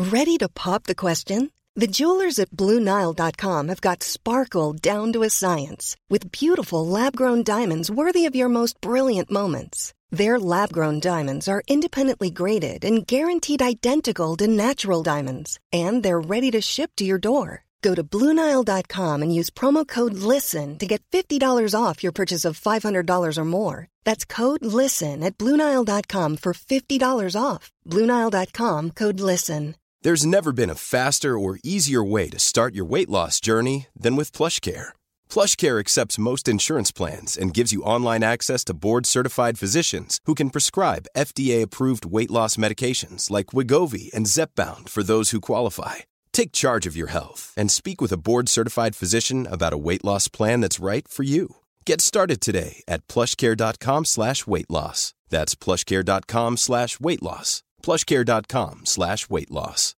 Ready to pop the question? The jewelers at BlueNile.com have got sparkle down to a science with beautiful lab-grown diamonds worthy of your most brilliant moments. Their lab-grown diamonds are independently graded and guaranteed identical to natural diamonds, and they're ready to ship to your door. Go to BlueNile.com and use promo code LISTEN to get $50 off your purchase of $500 or more. That's code LISTEN at BlueNile.com for $50 off. BlueNile.com, code LISTEN. There's never been a faster or easier way to start your weight loss journey than with PlushCare. PlushCare accepts most insurance plans and gives you online access to board-certified physicians who can prescribe FDA-approved weight loss medications like Wegovy and Zepbound for those who qualify. Take charge of your health and speak with a board-certified physician about a weight loss plan that's right for you. Get started today at plushcare.com/weightloss. That's plushcare.com/weightloss. plushcare.com/weightloss.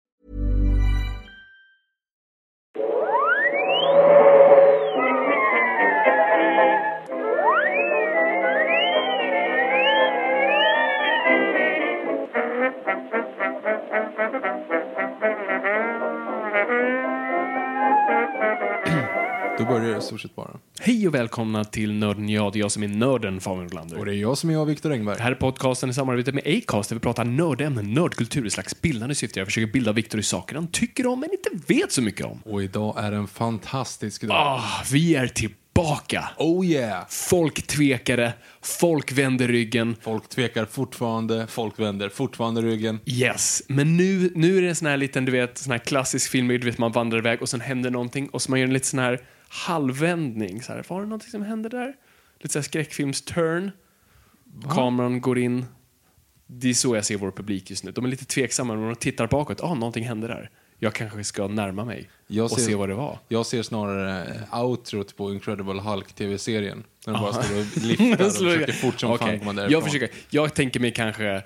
Då börjar det stort sett bara. Hej och välkomna till Nörden jag. Det är jag som är nörden, Fabian Olander. Och det är jag som är Viktor Engberg. Det här är podcasten i samarbete med Acast där vi pratar nördämnen, nördkultur i slags bildande syfte. Jag försöker bilda Viktor i saker han tycker om men inte vet så mycket om. Och idag är en fantastisk dag. Vi är tillbaka. Oh yeah. Folk tvekade, folk vände ryggen. Folk tvekar fortfarande, folk vänder fortfarande ryggen. Yes, men nu är det en sån här liten, du vet, sån här klassisk film, du vet, man vandrar iväg och sen händer någonting och så man gör en lite sån här halvvändning så här. Var det någonting som händer där? Lite så här skräckfilms-turn. Kameran går in. Det är så jag ser vår publik just nu. De är lite tveksamma när de tittar bakåt. Någonting händer där. Jag kanske ska närma mig och se vad det var. Jag ser snarare outrot på Incredible Hulk-tv-serien. När de bara står och liftar och försöker fort som fan komma därifrån. Jag tänker mig kanske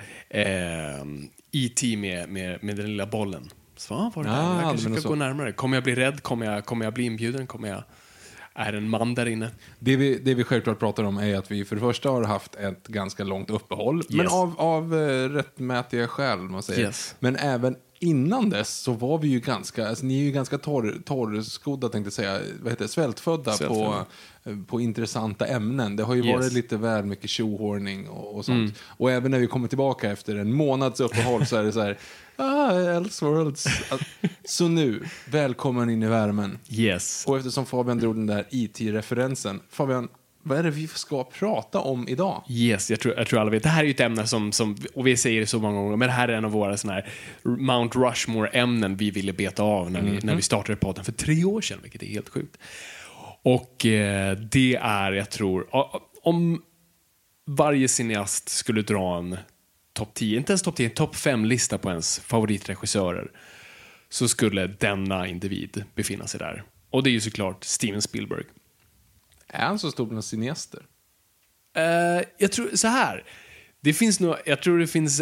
E.T. med den lilla bollen. Så var det där? Jag kanske ska gå närmare. Kommer jag bli rädd? Kommer jag bli inbjuden? Är en man där inne? Det vi självklart pratar om är att vi för det första har haft ett ganska långt uppehåll. Yes. Men av rättmätiga skäl, man säger. Yes. Men även innan dess så var vi ju ganska, alltså ni är ju ganska torrskodda, tänkte jag säga, svältfödda på intressanta ämnen. Det har ju varit lite väl mycket tjohorning och sånt. Och även när vi kommer tillbaka efter en månads uppehåll så är det så här Elseworlds. Så nu, välkommen in i värmen. Yes. Och eftersom Fabian drog den där IT-referensen, Fabian, vad är det vi ska prata om idag? Yes, jag tror alla vet. Det här är ju ett ämne som och vi säger det så många gånger, men det här är en av våra såna här Mount Rushmore-ämnen vi ville beta av när vi startade podden för 3 år sedan, vilket är helt sjukt. Och det är, jag tror, om varje cineast skulle dra en topp 10, inte ens topp 10, topp 5-lista på ens favoritregissörer, så skulle denna individ befinna sig där. Och det är ju såklart Steven Spielberg. Är han så stor bland cineaster? Jag tror så här. Jag tror det finns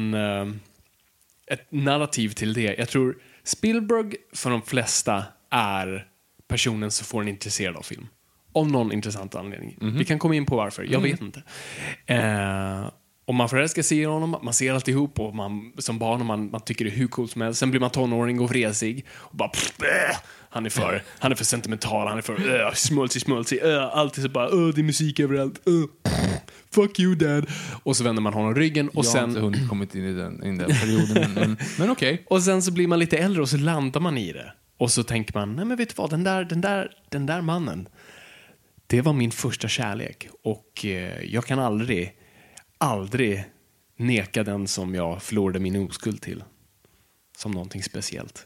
ett narrativ till det. Jag tror Spielberg för de flesta är personen som får en intresserad av film. Av någon intressant anledning. Vi kan komma in på varför. Jag vet inte. Och man förälskar sig i honom, man ser alltihop och som barn man tycker det är hur coolt som helst. Sen blir man tonåring och vresig och bara han är för sentimental, han är för smulsig, alltid så bara det är musik överallt. Fuck you dad. Och så vänder man honom ryggen och jag sen har inte hunnit kommit in i den perioden men okej. Och sen så blir man lite äldre och så landar man i det. Och så tänker man, nej men vet du vad, den där mannen, det var min första kärlek och jag kan aldrig neka den som jag förlorade min oskuld till som någonting speciellt.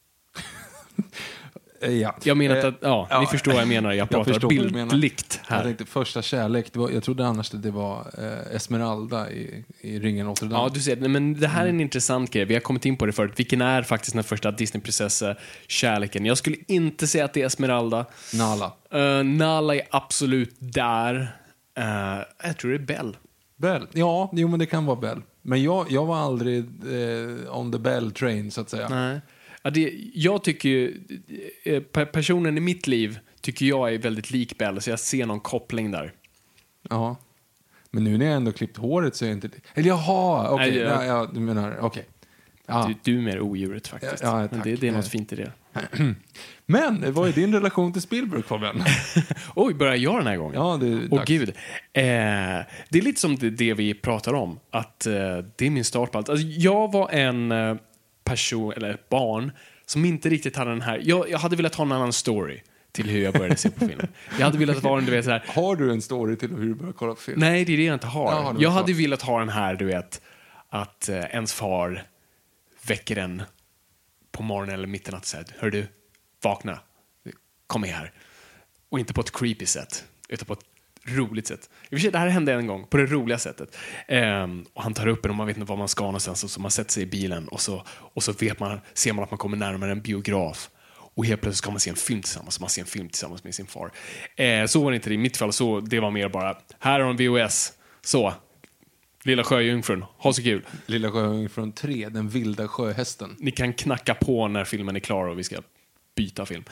Ja. Jag menar att ni förstår vad jag menar. Jag pratar bildligt här. Jag tänkte första kärlek, jag trodde annars det var Esmeralda i Ringen Notre Dame. Ja, du ser, men det här är en intressant grej. Vi har kommit in på det förut. Vilken är faktiskt den första Disney-prinsessa-kärleken? Jag skulle inte säga att det är Esmeralda. Nala. Nala är absolut där. Jag tror det är Belle. Belle? Ja, men det kan vara Belle. Men jag var aldrig on the Belle train, så att säga. Nej. Ja, jag tycker ju, personen i mitt liv tycker jag är väldigt lik Belle, så jag ser någon koppling där. Ja. Men nu när jag ändå klippt håret så är jag inte... Eller jaha, okej. Nej, ja, du menar, okej. Ja. Du är mer odjuret faktiskt. Ja, det är något fint i det. Men, vad är din relation till Spielberg, Fabian? Oj, börjar jag den här gången? Ja, det är dags. Gud. Det är lite som det vi pratar om. Att det är min start på allt. Alltså, jag var en person, eller ett barn, som inte riktigt hade den här... Jag hade velat ha en annan story till hur jag började se på film. Jag hade velat vara en, du vet, så här... Har du en story till hur du började kolla på film? Nej, det är det jag inte har. Jag hade velat ha den här, du vet, att ens far väcker en på morgonen eller mitten att säga, hör du, vakna, kom med här. Och inte på ett creepy sätt, utan på ett roligt sätt. I och för sig, det här hände en gång, på det roliga sättet. Och han tar upp en och man vet inte var man ska någonstans, så man sätter sig i bilen och så ser man att man kommer närmare en biograf. Och helt plötsligt ska man se en film tillsammans, så man ser en film tillsammans med sin far. Så var det inte i mitt fall, så det var mer bara, här har en VHS, så... Lilla sjöjungfrun, ha så kul. Lilla sjöjungfrun 3, den vilda sjöhästen. Ni kan knacka på när filmen är klar och vi ska byta film.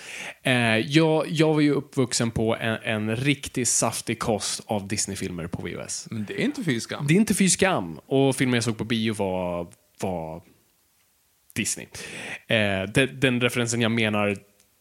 Jag var ju uppvuxen på en riktigt saftig kost av Disney-filmer på VHS. Men det är inte fy skam. Det är inte fy skam. Och filmen jag såg på bio var Disney. Den referensen jag menar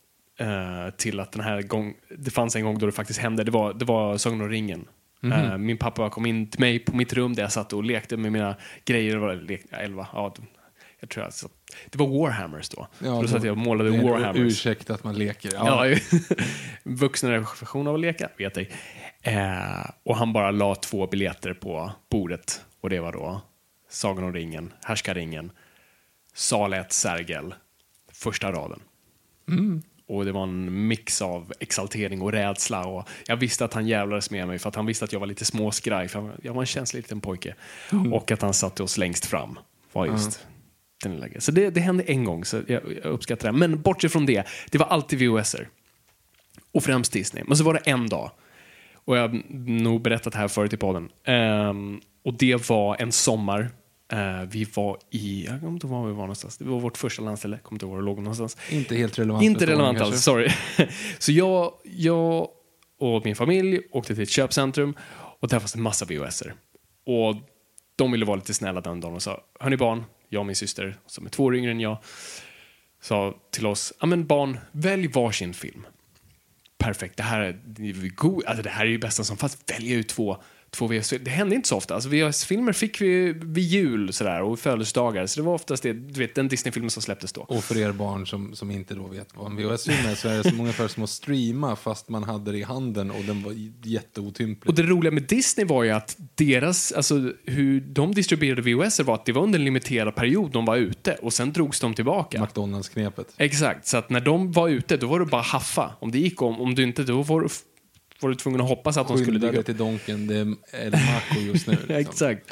till att den här det fanns en gång då det faktiskt hände, det var Sagan om ringen. Min pappa kom in till mig på mitt rum där jag satt och lekte med mina grejer. Det var 11, jag tror alltså. Det var Warhammers då. Ja, då satt jag och målade Warhammers. Ursäkta att man leker. Ja. Vuxna version av att leka, vet jag. Och han bara la 2 biljetter på bordet. Och det var då Sagan om ringen, Härskaringen, Sal 1, Sergel, första raden. Och det var en mix av exaltering och rädsla. Och jag visste att han jävlades med mig för att han visste att jag var lite småskraj. För jag var en känslig liten pojke. Och att han satte oss längst fram var just den läget. Så det hände en gång, så jag uppskattar det. Men bortsett från det var alltid VHSer. Och främst Disney. Men så var det en dag. Och jag har nog berättat här förut i podden. Och det var en sommar. Vi var i... Jag kommer inte ihåg var vi var någonstans. Det var vårt första landställe. Jag kommer inte ihåg var det låg någonstans. Inte helt relevant. Inte relevant alls, sorry. Så jag och min familj åkte till ett köpcentrum. Och där fanns en massa VHSer. Och de ville vara lite snälla den dagen och sa, hörni barn, jag och min syster som är 2 år yngre än jag, sa till oss, ja men barn, välj varsin film. Perfekt, det här är god, alltså det här är ju bästa som fast välja ut två VHS. Det hände inte så ofta. Alltså VHS-filmer fick vi vid jul sådär, och födelsedagar. Så det var oftast det, du vet, den Disney-filmen som släpptes då. Och för er barn som inte då vet vad en VHS-film är, så är det så många för som att streama fast man hade det i handen och den var jätteotymplig. Och det roliga med Disney var ju att deras, alltså hur de distribuerade VHS var att det var under en limiterad period de var ute och sen drogs de tillbaka. McDonalds-knepet. Exakt, så att när de var ute då var det bara haffa. Om det gick om du inte, då var du tvungen att hoppas att de skulle dyka upp. Till donken, det är El Maco just nu. Liksom. Exakt.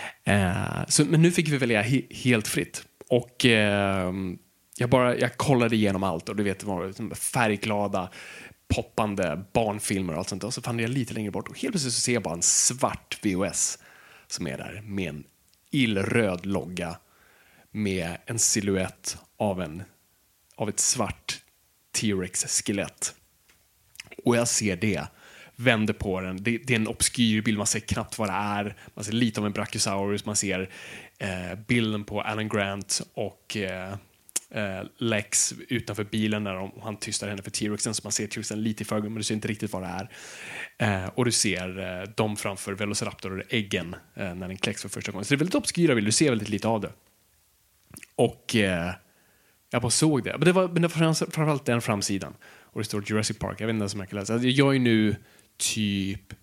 Men nu fick vi välja helt fritt. Och jag kollade igenom allt. Och du vet, det var färgglada, poppande barnfilmer och allt sånt. Och så fann jag lite längre bort. Och helt plötsligt så ser jag bara en svart VHS som är där med en illröd logga med en silhuett av ett svart T-Rex-skelett. Och jag ser det, vänder på den. Det är en obskyr bild, man ser knappt vad det är. Man ser lite av en Brachiosaurus, man ser bilden på Alan Grant och Lex utanför bilen när han tystar henne för T-Rexen, så man ser T-Rexen lite i förgrunden, men du ser inte riktigt vad det är. Och du ser dem framför Velociraptor och äggen när den kläcks för första gången. Så det är väldigt obskyra bilder, du ser väldigt lite av det. Och jag bara såg det. Men det var framförallt den framsidan. Och det står Jurassic Park. Jag vet inte som jag kan läsa. Alltså, jag är nu typ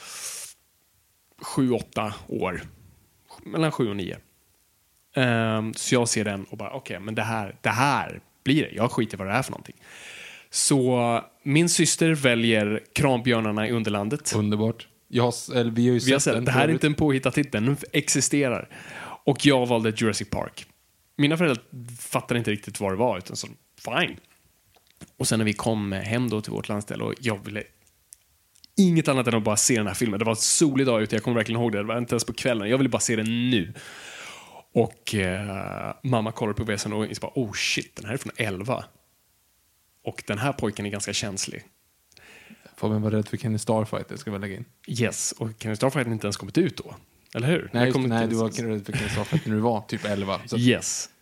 7-8 år. Mellan 7 och 9. Så jag ser den och bara okej, men det här blir det. Jag skiter vad det är för någonting. Så min syster väljer Kranbjörnarna i Underlandet. Underbart. Vi har ju sett den. Det här är inte en påhittad titel. Den existerar. Och jag valde Jurassic Park. Mina föräldrar fattade inte riktigt vad det var, utan så fine. Och sen när vi kom hem då till vårt landställe och jag ville inget annat än att bara se den här filmen. Det var en solig dag ute, jag kommer verkligen ihåg det. Det var inte ens på kvällen, jag ville bara se den nu. Och mamma kollade på VSN och bara, oh shit, den här är från 11. Och den här pojken är ganska känslig. Fabian var rädd för Kenny Starfighter, ska vi lägga in. Yes, och Kenny Starfighter inte ens kommit ut då. Eller hur? Nej, du var rädd för Kenny Starfighter när du var typ 11. Så. Yes.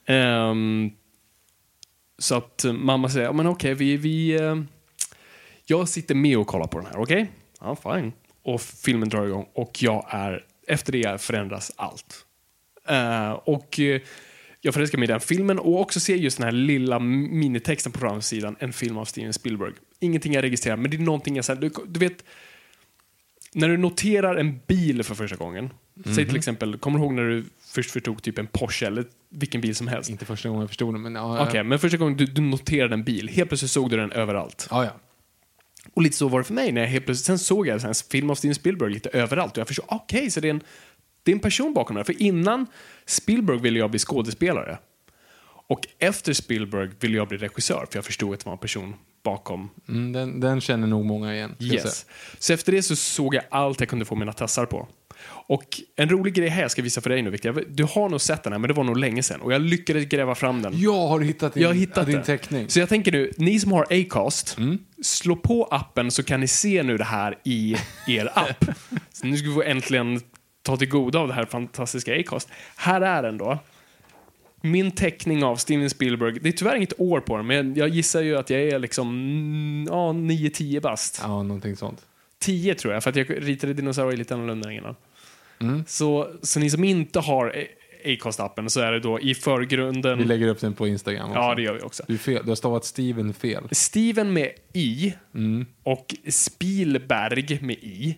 Så att mamma säger, men okej, jag sitter med och kollar på den här, okej? Ja, fine. Och filmen drar igång och efter det förändras allt. Och jag förälskar mig i den filmen och också ser just den här lilla minitexten på framsidan, en film av Steven Spielberg. Ingenting jag registrerar, men det är någonting jag säger. Du vet, när du noterar en bil för första gången, säg till exempel, kommer du ihåg när du först förstod typ en Porsche eller vilken bil som helst? Inte första gången jag förstod den, men Okej, men första gången du noterade en bil, helt plötsligt såg du den överallt. Ja. Och lite så var det för mig när jag helt plötsligt, sen såg jag en film av Steven Spielberg lite överallt och jag förstod, okej, så det är en person bakom det. För innan Spielberg ville jag bli skådespelare. Och efter Spielberg ville jag bli regissör, för jag förstod att det var en person bakom. Den känner nog många igen. Yes. Så efter det så såg jag allt jag kunde få mina tassar på. Och en rolig grej här jag ska visa för dig nu, Victor. Du har nog sett den här, men det var nog länge sedan. Och jag lyckades gräva fram den. Jag har hittat din teckning. Så jag tänker nu, ni som har Acast, slå på appen så kan ni se nu det här i er app. Så nu ska vi få äntligen ta till goda av det här fantastiska Acast. Här är den då. Min teckning av Steven Spielberg. Det är tyvärr inget år på den, men jag gissar ju att jag är liksom 9-10 bast. Ja, någonting sånt. 10 tror jag, för att jag ritade dinosaurier lite annorlunda innan. Så ni som inte har Acast-appen, så är det då i förgrunden... Vi lägger upp den på Instagram också. Ja, det gör vi också. Du har stavat Steven fel. Steven med I och Spielberg med I.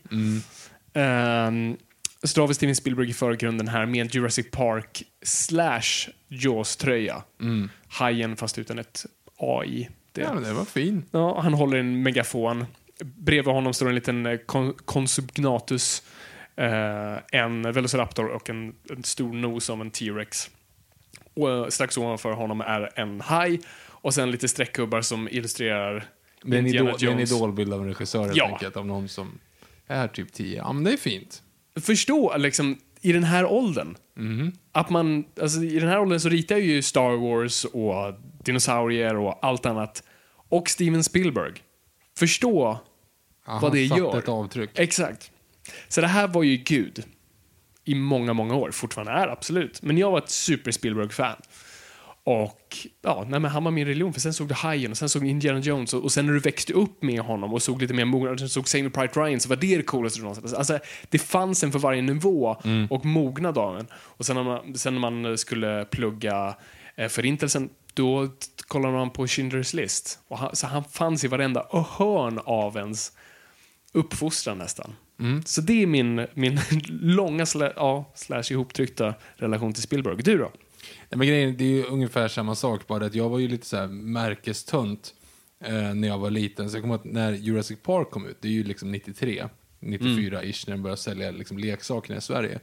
Så har vi Steven Spielberg i förgrunden här med en Jurassic Park / Jaws-tröja. Hajen fast utan ett AI. Ja, men det var fin. Ja, han håller en megafon. Bredvid honom står en liten Consubgnatus, en Velociraptor och en stor nos av en T-Rex. Och strax ovanför honom är en haj och sen lite streckgubbar som illustrerar Indiana Jones. Det är en idolbild av en regissör helt enkelt, av någon som är typ 10. Ja, men det är fint. Förstå liksom i den här åldern att man, alltså i den här åldern så ritar jag ju Star Wars och dinosaurier och allt annat och Steven Spielberg. Förstå vad det gör. Ett avtryck. Exakt. Så det här var ju Gud i många, många år. Fortfarande är, absolut. Men jag var ett super Spielberg-fan. Och men han var min religion. För sen såg du Hajen och sen såg Indiana Jones. Och sen när du växte upp med honom och såg lite mer mognad och sen såg Saving Private Ryan, så var det coolaste någonstans. Alltså, det fanns en för varje nivå och mognad av en. Och sen när man skulle plugga Förintelsen, då kollade man på Schindler's List. Och så han fanns i varenda hörn av ens uppfostran nästan. Så det är min långa slash ihoptryckta relation till Spielberg. Du då? Nej, men grejen, det är ju ungefär samma sak, bara att jag var ju lite så här märkestönt när jag var liten. Så jag kommer att när Jurassic Park kom ut, det är ju liksom 94 ish, när de började sälja liksom leksaker i Sverige.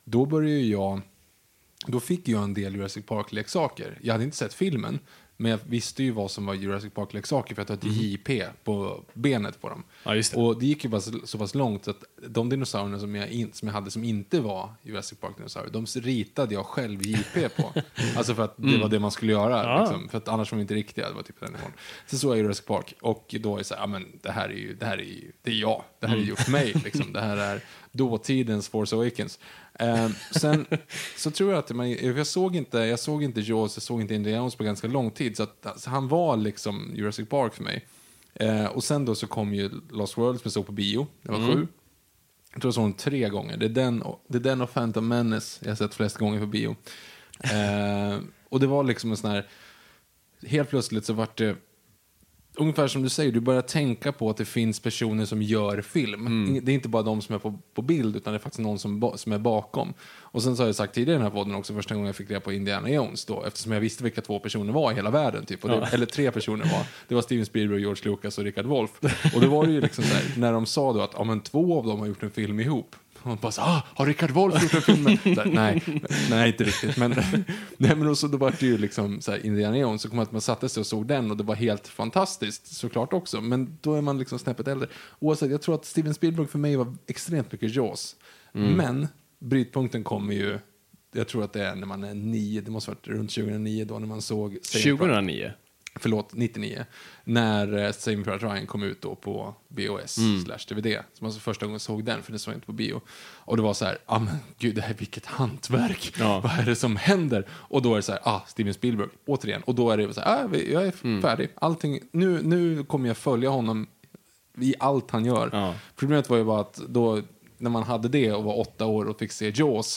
Då fick jag en del Jurassic Park-leksaker. Jag hade inte sett filmen, men jag visste ju vad som var Jurassic Park-leksaker för att jag hade JP på benet på dem. Ja, just det. Och det gick ju bara så pass långt att de dinosaurierna som jag hade som inte var Jurassic Park-dinosaurier, de ritade jag själv JP på. Alltså för att det var det man skulle göra. Ja. Liksom, för att annars var de inte riktiga. Det var typ den nivån. Så såg jag Jurassic Park och då är det så här, men det här är jag. Det här är gjort mig. Liksom. Det här är dåtidens Force Awakens. Sen så tror jag att jag såg inte Jaws, jag såg inte Indiana Jones på ganska lång tid, så han var liksom Jurassic Park för mig. Och sen då så kom ju Lost World som jag såg på bio. Det var 7. Jag tror jag såg den 3 gånger. Det är den och Phantom Menace jag har sett flest gånger på bio. Och det var liksom en sån här, helt plötsligt så vart det ungefär som du säger, du börjar tänka på att det finns personer som gör film. Det är inte bara de som är på bild, utan det är faktiskt någon som är bakom. Och sen så har jag sagt tidigare i den här podden också, första gången jag fick reda på Indiana Jones då, eftersom jag visste vilka 2 personer var i hela världen typ, eller 3 personer var. Det var Steven Spielberg, George Lucas och Richard Wolff. Och det var ju liksom så här, när de sa då att 2 av dem har gjort en film ihop. Och bara så, har Richard Wolff gjort en film? Nej, inte riktigt. Men också, då var det ju liksom så här, Indiana Jones, så kom att man satte sig och såg den och det var helt fantastiskt såklart också. Men då är man liksom snäppet äldre. Oavsett, jag tror att Steven Spielberg för mig var extremt mycket Jaws. Men brytpunkten kommer ju, jag tror att det är när man är 9, det måste ha varit runt 2009 då när man såg 2009? 99, när Saving Private Ryan kom ut då på VHS/DVD. Som alltså första gången såg den, för det såg inte på bio. Och det var så här, men gud, det här är vilket hantverk. Ja. Vad är det som händer? Och då är det så här, Steven Spielberg, återigen. Och då är det så här, jag är färdig. Allting, nu kommer jag följa honom i allt han gör. Ja. Problemet var ju bara att då, när man hade det och var 8 år och fick se Jaws,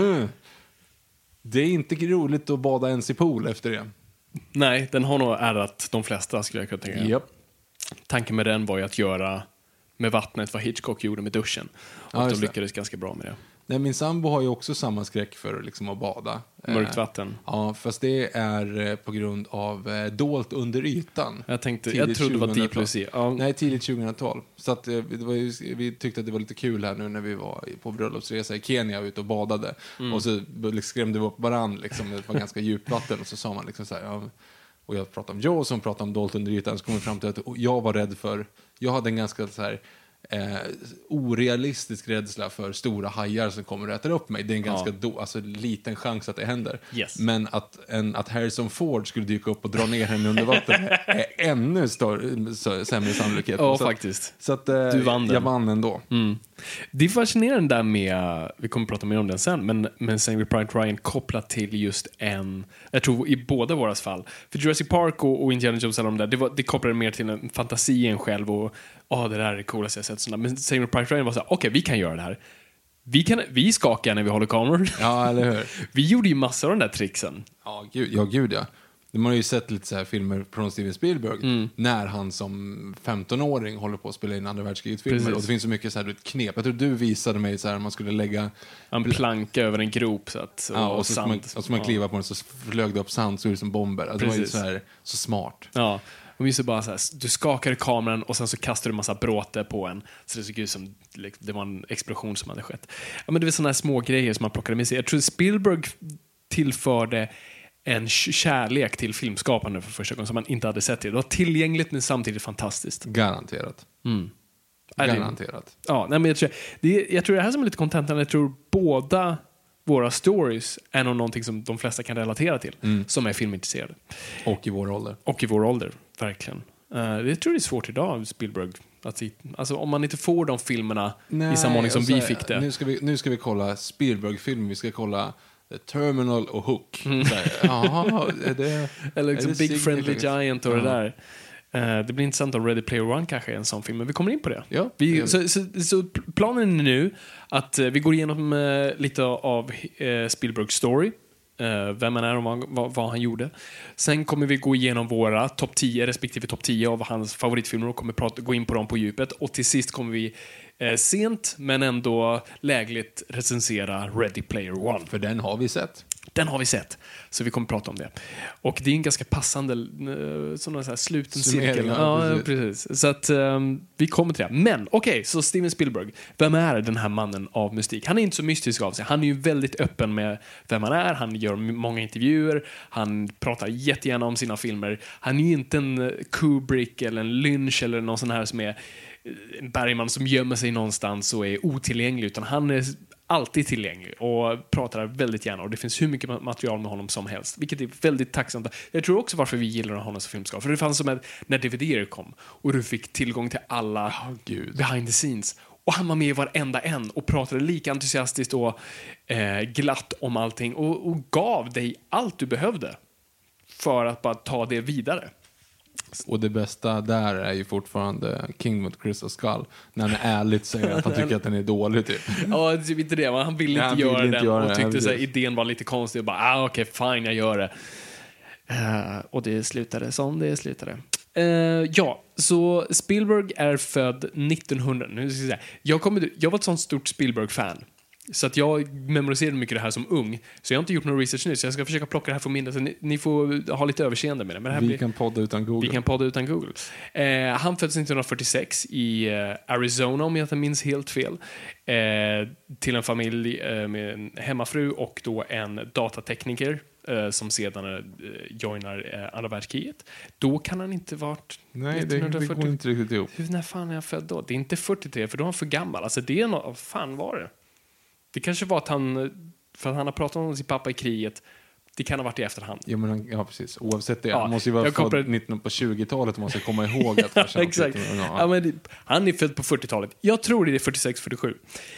det är inte roligt att bada ens i pool efter det. Nej, den har nog ärrat de flesta, skulle jag kunna tänka. Yep. Tanken med den var ju att göra med vattnet vad Hitchcock gjorde med duschen. Och de lyckades ganska bra med det. Nej, min sambo har ju också samma skräck för liksom, att bada. Mörkt vatten. Ja, fast det är på grund av dolt under ytan. Jag trodde det var Deep Blue Sea. Ja. Nej, tidigt 2012. Så att, vi tyckte att det var lite kul här nu när vi var på bröllopsresa i Kenya ute och badade. Och så skrämde vi upp varann. Liksom, det var ganska djupt vatten. Och så sa man liksom så här... och jag pratade om Joe som pratade om dolt under ytan. Så kom vi fram till att jag var rädd för... Jag hade en ganska så här... orealistisk rädsla för stora hajar som kommer att äta upp mig. Det är en ganska liten chans att det händer. Yes. Men att Harrison Ford skulle dyka upp och dra ner henne under vatten är ännu sämre sannolikhet. Ja, faktiskt. Så att du vann den. Jag vann ändå. Det är fascinerande där med, vi kommer prata mer om den sen, men Saving Private Ryan kopplat till just jag tror i båda våras fall. För Jurassic Park och Indiana Jones och det kopplade mer till en fantasi än själv och det där är det coolaste jag sett. Men Saving Private Ryan var så här, okej, vi kan göra det här. Vi skakar när vi håller kameror. Ja, eller hur? Vi gjorde ju massor av de där tricksen. Ja, gud. Man har ju sett lite så här filmer från Steven Spielberg när han som 15-åring håller på att spela in andra världskriget-filmer. Och det finns så mycket så här knep. Jag tror du visade mig så här, man skulle lägga en planka över en grop så att, och så ska man kliva på den så flög det upp sand så är det som bomber. Alltså, det var ju så här, så smart. Ja. Och vi så bara så här, du skakade kameran och sen så kastade du en massa bråte på en. Så det såg ut som det var en explosion som hade skett. Ja, men det var såna här små grejer som man plockade med sig. Jag tror Spielberg tillförde en kärlek till filmskapande för första gången som man inte hade sett det. Det var tillgängligt men samtidigt fantastiskt. Garanterat. Garanterat. Ja, nej, men jag tror det här som är lite kontentan. Jag tror båda våra stories är nog någonting som de flesta kan relatera till som är filmintresserade. Och i vår ålder. Och i vår ålder, verkligen. Jag tror det är svårt idag, Spielberg. Alltså, om man inte får de filmerna i samma ordning som vi fick det. Nu ska vi kolla Spielberg-film. Vi ska kolla Terminal och Hook. Eller liksom Big Friendly Giant och det där. Det blir intressant om Ready Player One kanske är en sån film, men vi kommer in på det. Ja, så planen är nu att vi går igenom lite av Spielbergs story, vem han är och vad han gjorde. Sen kommer vi gå igenom våra topp 10 respektive topp 10 av hans favoritfilmer och kommer gå in på dem på djupet. Och till sist kommer vi sent men ändå lägligt recensera Ready Player One. För den har vi sett. Den har vi sett, så vi kommer prata om det. Och det är en ganska passande sån här sluten cirkel. Ja, precis. Så att vi kommer till det. Men okej, så Steven Spielberg, vem är den här mannen av mystik? Han är inte så mystisk av sig. Han är ju väldigt öppen med vem han är. Han gör många intervjuer. Han pratar jättegärna om sina filmer. Han är ju inte en Kubrick eller en Lynch eller någon sån här som är en Bergman som gömmer sig någonstans och är otillgänglig, utan han är alltid tillgänglig och pratar väldigt gärna, och det finns hur mycket material med honom som helst, vilket är väldigt tacksamt. Jag tror också varför vi gillar honom som filmskapare, för det fanns som när DVD kom och du fick tillgång till alla behind the scenes, och han var med i varenda en och pratade lika entusiastiskt och glatt om allting och gav dig allt du behövde för att bara ta det vidare. Och det bästa där är ju fortfarande King with Crystal Skull, när han ärligt säger att han tycker att den är dålig typ. Ja, typ inte det, men han ville inte göra den och tyckte så här, idén var lite konstig och bara, okej, fine, jag gör det. Och det slutade som det slutade. Ja, så Spielberg är född 1900. Nu ska jag säga, jag var ett sånt stort Spielberg-fan. Så att jag memoriserade mycket det här som ung. Så jag har inte gjort någon research nu, så jag ska försöka plocka det här från minnet. Så ni får ha lite överseende med det. Men det här vi kan podda utan Google. Vi kan podda utan Google. Han föddes 1946 i Arizona, om jag inte minns helt fel. Till en familj med en hemmafru och då en datatekniker som sedan joinar andra världskriget. Då kan han inte varit... Nej, det går inte riktigt ihop. När fan är han född då? Det är inte 43, för då är han för gammal. Alltså det är något... Fan var det? Det kanske var att för att han har pratat om sin pappa i kriget, Det kan ha varit i efterhand. Ja, men precis. Oavsett det. Han måste ju vara född 1920-talet och man ska komma ihåg att ja, exakt. Ja, men han är född på 40-talet. Jag tror det är 46-47.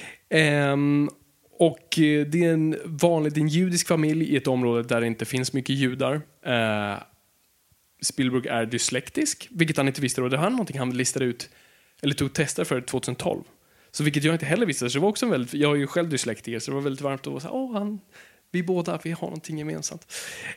Och det är en judisk familj i ett område där det inte finns mycket judar. Spielberg är dyslektisk, vilket han inte visste. Och det var någonting han listade ut, eller tog tester för 2012. Så vilket jag inte heller visste. Så det var också jag är ju själv dyslektiker, så det var väldigt varmt att säga, vi båda, vi har någonting gemensamt.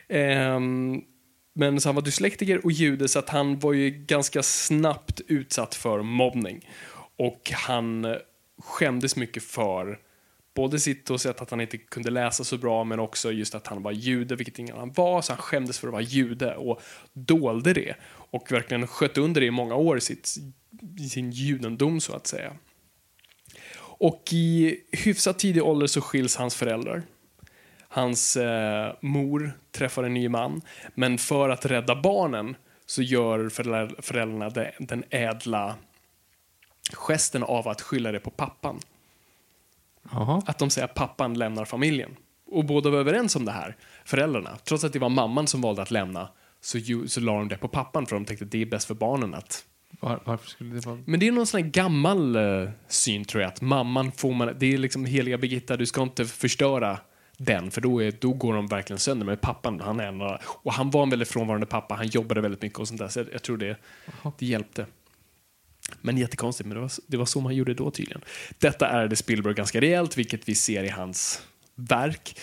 Men så han var dyslektiker och jude, så att han var ju ganska snabbt utsatt för mobbning. Och han skämdes mycket för både sitt och sätt att han inte kunde läsa så bra, men också just att han var jude, vilket ingen annan var. Så han skämdes för att vara jude och dolde det. Och verkligen sköt under det i många år i sin judendom, så att säga. Och i hyfsat tidig ålder så skiljs hans föräldrar. Hans mor träffar en ny man. Men för att rädda barnen så gör föräldrarna den ädla gesten av att skylla det på pappan. Aha. Att de säger att pappan lämnar familjen. Och båda var överens om det här, föräldrarna. Trots att det var mamman som valde att lämna, så la de det på pappan, för de tänkte att det är bäst för barnen att... Varför skulle det vara... Men det är någon sån här gammal syn, tror jag, att mamman det är liksom heliga Birgitta, du ska inte förstöra den, för då går de verkligen sönder. Men pappan, han var en väldigt frånvarande pappa, han jobbade väldigt mycket och sånt där, så jag tror det hjälpte. Men jättekonstigt, men det var så man gjorde då tydligen. Detta är det Spielberg ganska rejält, vilket vi ser i hans verk.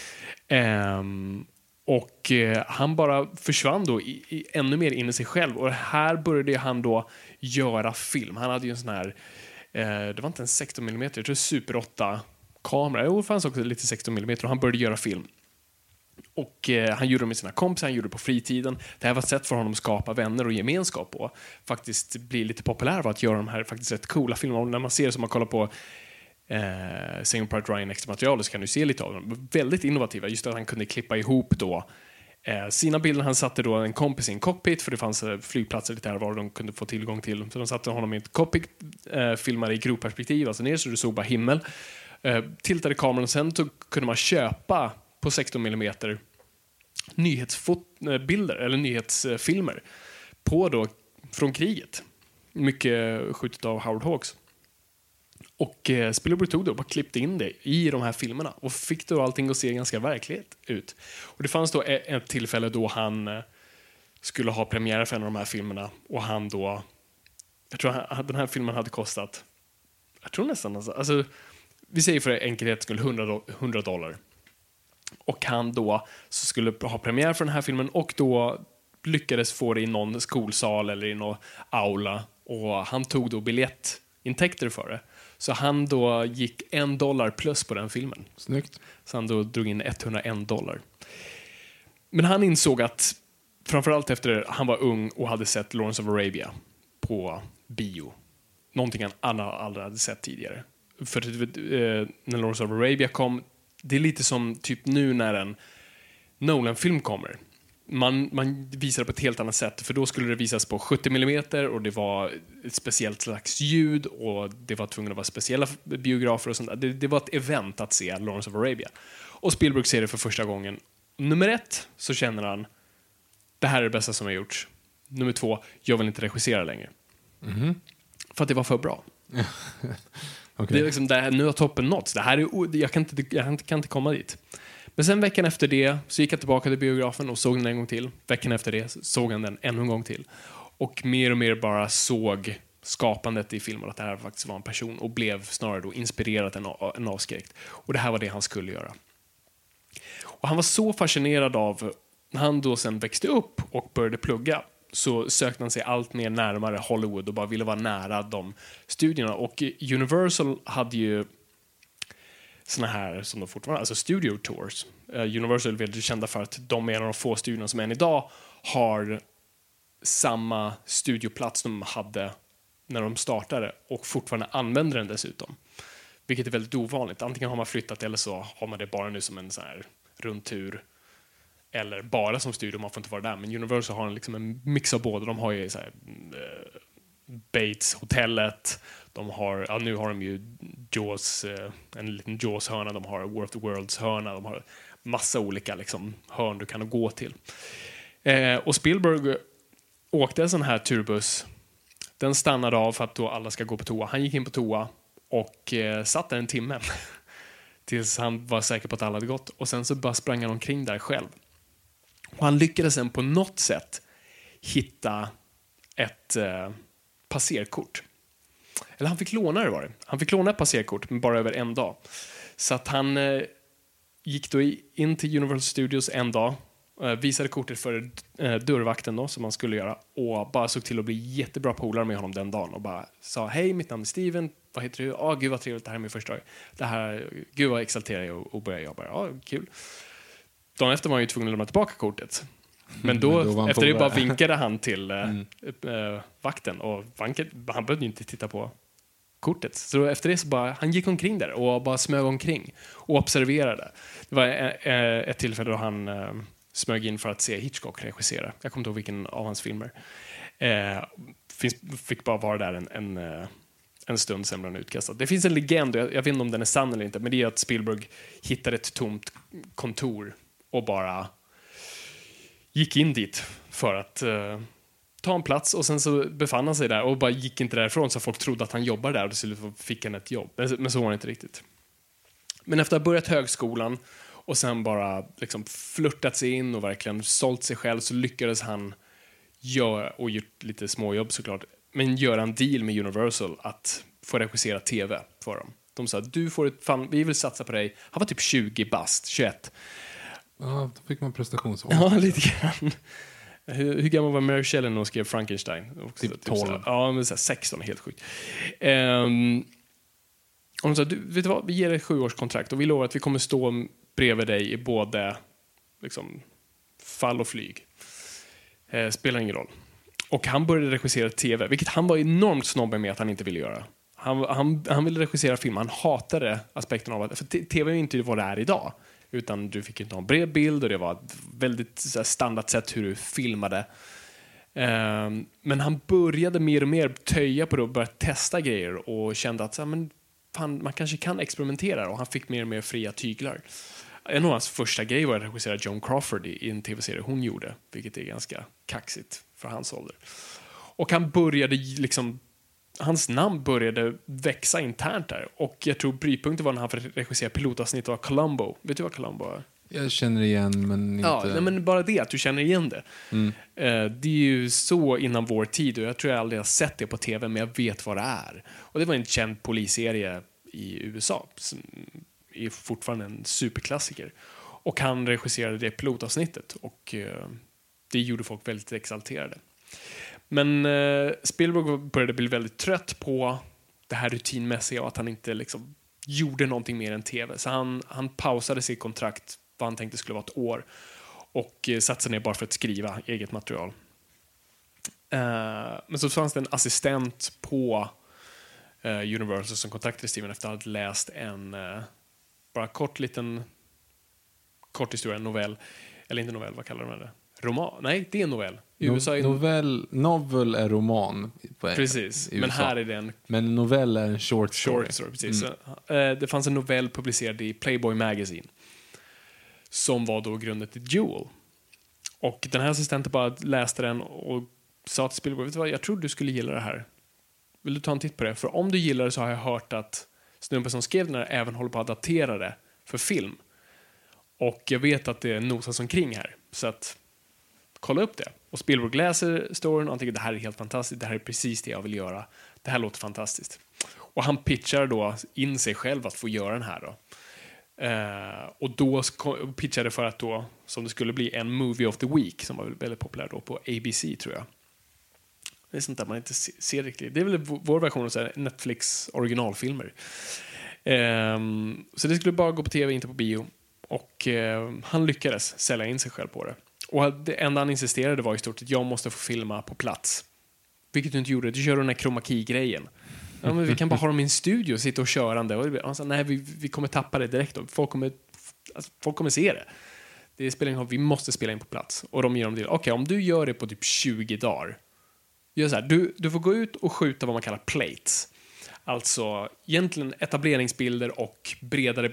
Och han bara försvann då ännu mer in i sig själv. Och här började han då göra film. Han hade ju en sån här, det var inte en 16 mm, jag tror Super 8-kamera. Jo, det fanns också lite 16 mm och han började göra film. Och han gjorde det med sina kompisar, han gjorde det på fritiden. Det här var ett sätt för honom att skapa vänner och gemenskap och faktiskt bli lite populär av att göra de här faktiskt rätt coola filmerna. Och när man ser det, som man kollar på Saving Private Ryan extra material, så kan du se lite av dem. Väldigt innovativa, just att han kunde klippa ihop då sina bilder. Han satte då en kompis i en cockpit, för det fanns flygplatser lite här var de kunde få tillgång till. Så de satte honom i ett cockpit, filmade i grovperspektiv, alltså ner så du såg bara himmel. Tiltade kameran och sen så kunde man köpa på 16 mm nyhetsbilder eller nyhetsfilmer på då från kriget. Mycket skjutet av Howard Hawks. Och Spielberg tog då och bara klippte in det i de här filmerna och fick då allting att se ganska verkligt ut. Och det fanns då ett tillfälle då han skulle ha premiär för en av de här filmerna, och han då, jag tror att den här filmen hade kostat, jag tror nästan, alltså vi säger för enkelhet skulle $100. Och han då så skulle ha premiär för den här filmen, och då lyckades få det i någon skolsal eller i någon aula, och han tog då biljettintäkter för det. Så han då gick $1 plus på den filmen. Snyggt. Så han då drog in $101. Men han insåg att, framförallt efter han var ung och hade sett Lawrence of Arabia på bio, någonting han aldrig hade sett tidigare. För när Lawrence of Arabia kom, det är lite som typ nu när en Nolan-film kommer. Man visar det på ett helt annat sätt, för då skulle det visas på 70 mm och det var ett speciellt slags ljud och det var tvungen att vara speciella biografer och sånt där. Det var ett event att se Lawrence of Arabia. Och Spielberg ser det för första gången. Nummer 1 så känner han, det här är det bästa som har gjorts. Nummer 2, jag vill inte regissera längre. För att det var för bra. Okay. Det är liksom, nu har toppen nåtts. Det här är, jag kan inte komma dit. Men sen veckan efter det så gick jag tillbaka till biografen och såg den en gång till. Veckan efter det såg han den ännu en gång till. Och mer bara såg skapandet i filmen, att det här faktiskt var en person, och blev snarare då inspirerad än avskräckt. Och det här var det han skulle göra. Och han var så fascinerad av, när han då sen växte upp och började plugga, så sökte han sig allt mer närmare Hollywood och bara ville vara nära de studierna. Och Universal hade ju såna här som de fortfarande, alltså studio tours. Universal är väldigt kända för att de är en av de få studierna som än idag har samma studioplats de hade när de startade och fortfarande använder den dessutom. Vilket är väldigt ovanligt. Antingen har man flyttat eller så har man det bara nu som en sån här rundtur. Eller bara som studio, man får inte vara där. Men Universal har liksom en mix av båda. De har ju så här, Bates-hotellet. De har, nu har de ju Jaws, en liten Jaws-hörna. De har War of the Worlds-hörna. De har massa olika liksom, hörn du kan gå till. Och Spielberg åkte en sån här turbuss. Den stannade av för att då alla ska gå på toa. Han gick in på toa och satt där en timme tills han var säker på att alla hade gått. Och sen så bara sprang han omkring där själv. Och han lyckades sen på något sätt hitta ett passerkort. Eller han fick låna det var det. Han fick låna ett passerkort men bara över en dag. Så att han gick då in till Universal Studios en dag. Visade kortet för dörrvakten då, som man skulle göra. Och bara såg till att bli jättebra polare med honom den dagen. Och bara sa, hej, mitt namn är Steven. Vad heter du? Gud vad trevligt, det här är min första dag. Gud vad exalterad jag och började jobba. Kul. Dagen efter var han ju tvungen att lämna tillbaka kortet. Men då efter det bara vinkade han till vakten. Och han behövde inte titta på kortet. Så efter det så bara, han gick omkring där och bara smög omkring och observerade. Det var ett tillfälle då han smög in för att se Hitchcock regissera. Jag kommer inte ihåg vilken av hans filmer. Fick bara vara där en stund sen blev han utkastad. Det finns en legend, jag vet inte om den är sann eller inte, men det är att Spielberg hittade ett tomt kontor och bara gick in dit för att ta en plats, och sen så befann han sig där och bara gick inte därifrån, så folk trodde att han jobbade där och så fick han ett jobb. Men så var det inte riktigt. Men efter att ha börjat högskolan och sen bara liksom flörtat sig in och verkligen sålt sig själv, så lyckades han och gjort lite småjobb såklart, men göra en deal med Universal att få regissera tv för dem. De sa, du får vi vill satsa på dig. Han var typ 20 bast, 21. Ja, då fick man prestationsångest. Ja, lite grann. Hur gammal var Mary Shelley när hon skrev Frankenstein? Typ 12. Ja, men 16, helt sjukt. Och de sa, vet du vad, vi ger dig 7-årskontrakt och vi lovar att vi kommer stå bredvid dig i både liksom, fall och flyg. Spelar ingen roll. Och han började regissera tv, vilket han var enormt snobbig med att han inte ville göra. Han ville regissera film, han hatade aspekten av att, för tv är inte vad det är idag, utan du fick inte ha en bred bild och det var ett väldigt standard sätt hur du filmade. Men han började mer och mer töja på det och började testa grejer och kände att man kanske kan experimentera, och han fick mer och mer fria tyglar. En av hans första grejer var att regissera Joan Crawford i en tv-serie hon gjorde, vilket är ganska kaxigt för hans ålder. Och han började liksom, hans namn började växa internt där, och jag tror brytpunkten var när han fick regissera pilotavsnitt av Columbo. Vet du vad Columbo är? Jag känner igen, men inte... Ja, nej, men bara det, att du känner igen det. Det är ju så innan vår tid, och jag tror jag aldrig har sett det på tv, men jag vet vad det är. Och det var en känd polisserie i USA som är fortfarande en superklassiker. Och han regisserade det pilotavsnittet, och det gjorde folk väldigt exalterade. Men Spielberg började bli väldigt trött på det här rutinmässiga och att han inte liksom gjorde någonting mer än tv. Så han pausade sitt kontrakt, vad han tänkte skulle vara ett år, och satte sig ner bara för att skriva eget material. Men så fanns det en assistent på Universal som kontaktade Steven efter att ha läst en bara kort historia, en novell, eller inte novell, vad kallar de det? Roman? Nej, det är en novell. Novel är roman. Precis, men här är det en... Men novell är en short story. Precis. Det fanns en novell publicerad i Playboy Magazine som var då grunden till Jewel. Och den här assistenten bara läste den och sa till Spielberg, vet du vad, jag tror du skulle gilla det här. Vill du ta en titt på det? För om du gillar det så har jag hört att snubben som skrev den här även håller på att adaptera det för film. Och jag vet att det är nosas omkring här. Så att kolla upp det. Och Spielberg läser storyn och han tänker, det här är helt fantastiskt. Det här är precis det jag vill göra. Det här låter fantastiskt. Och han pitchar då in sig själv att få göra den här då. Och då pitchade för att då, som det skulle bli, en movie of the week som var väldigt populär då på ABC, tror jag. Det är sånt där man inte ser riktigt. Det är väl vår version av Netflix originalfilmer. Så det skulle bara gå på tv, inte på bio. Och han lyckades sälja in sig själv på det. Och det enda han insisterade var i stort att jag måste få filma på plats. Vilket du inte gjorde. Du kör den här chroma key-grejen. Ja, men vi kan bara ha dem i en studio och sitta och körande. Och han sa, nej, vi kommer tappa det direkt. Folk kommer se det. Det spelar ingen roll, vi måste spela in på plats. Och de ger dem det. Okej, om du gör det på typ 20 dagar. Gör så här, du får gå ut och skjuta vad man kallar plates. Alltså egentligen etableringsbilder och bredare, alltså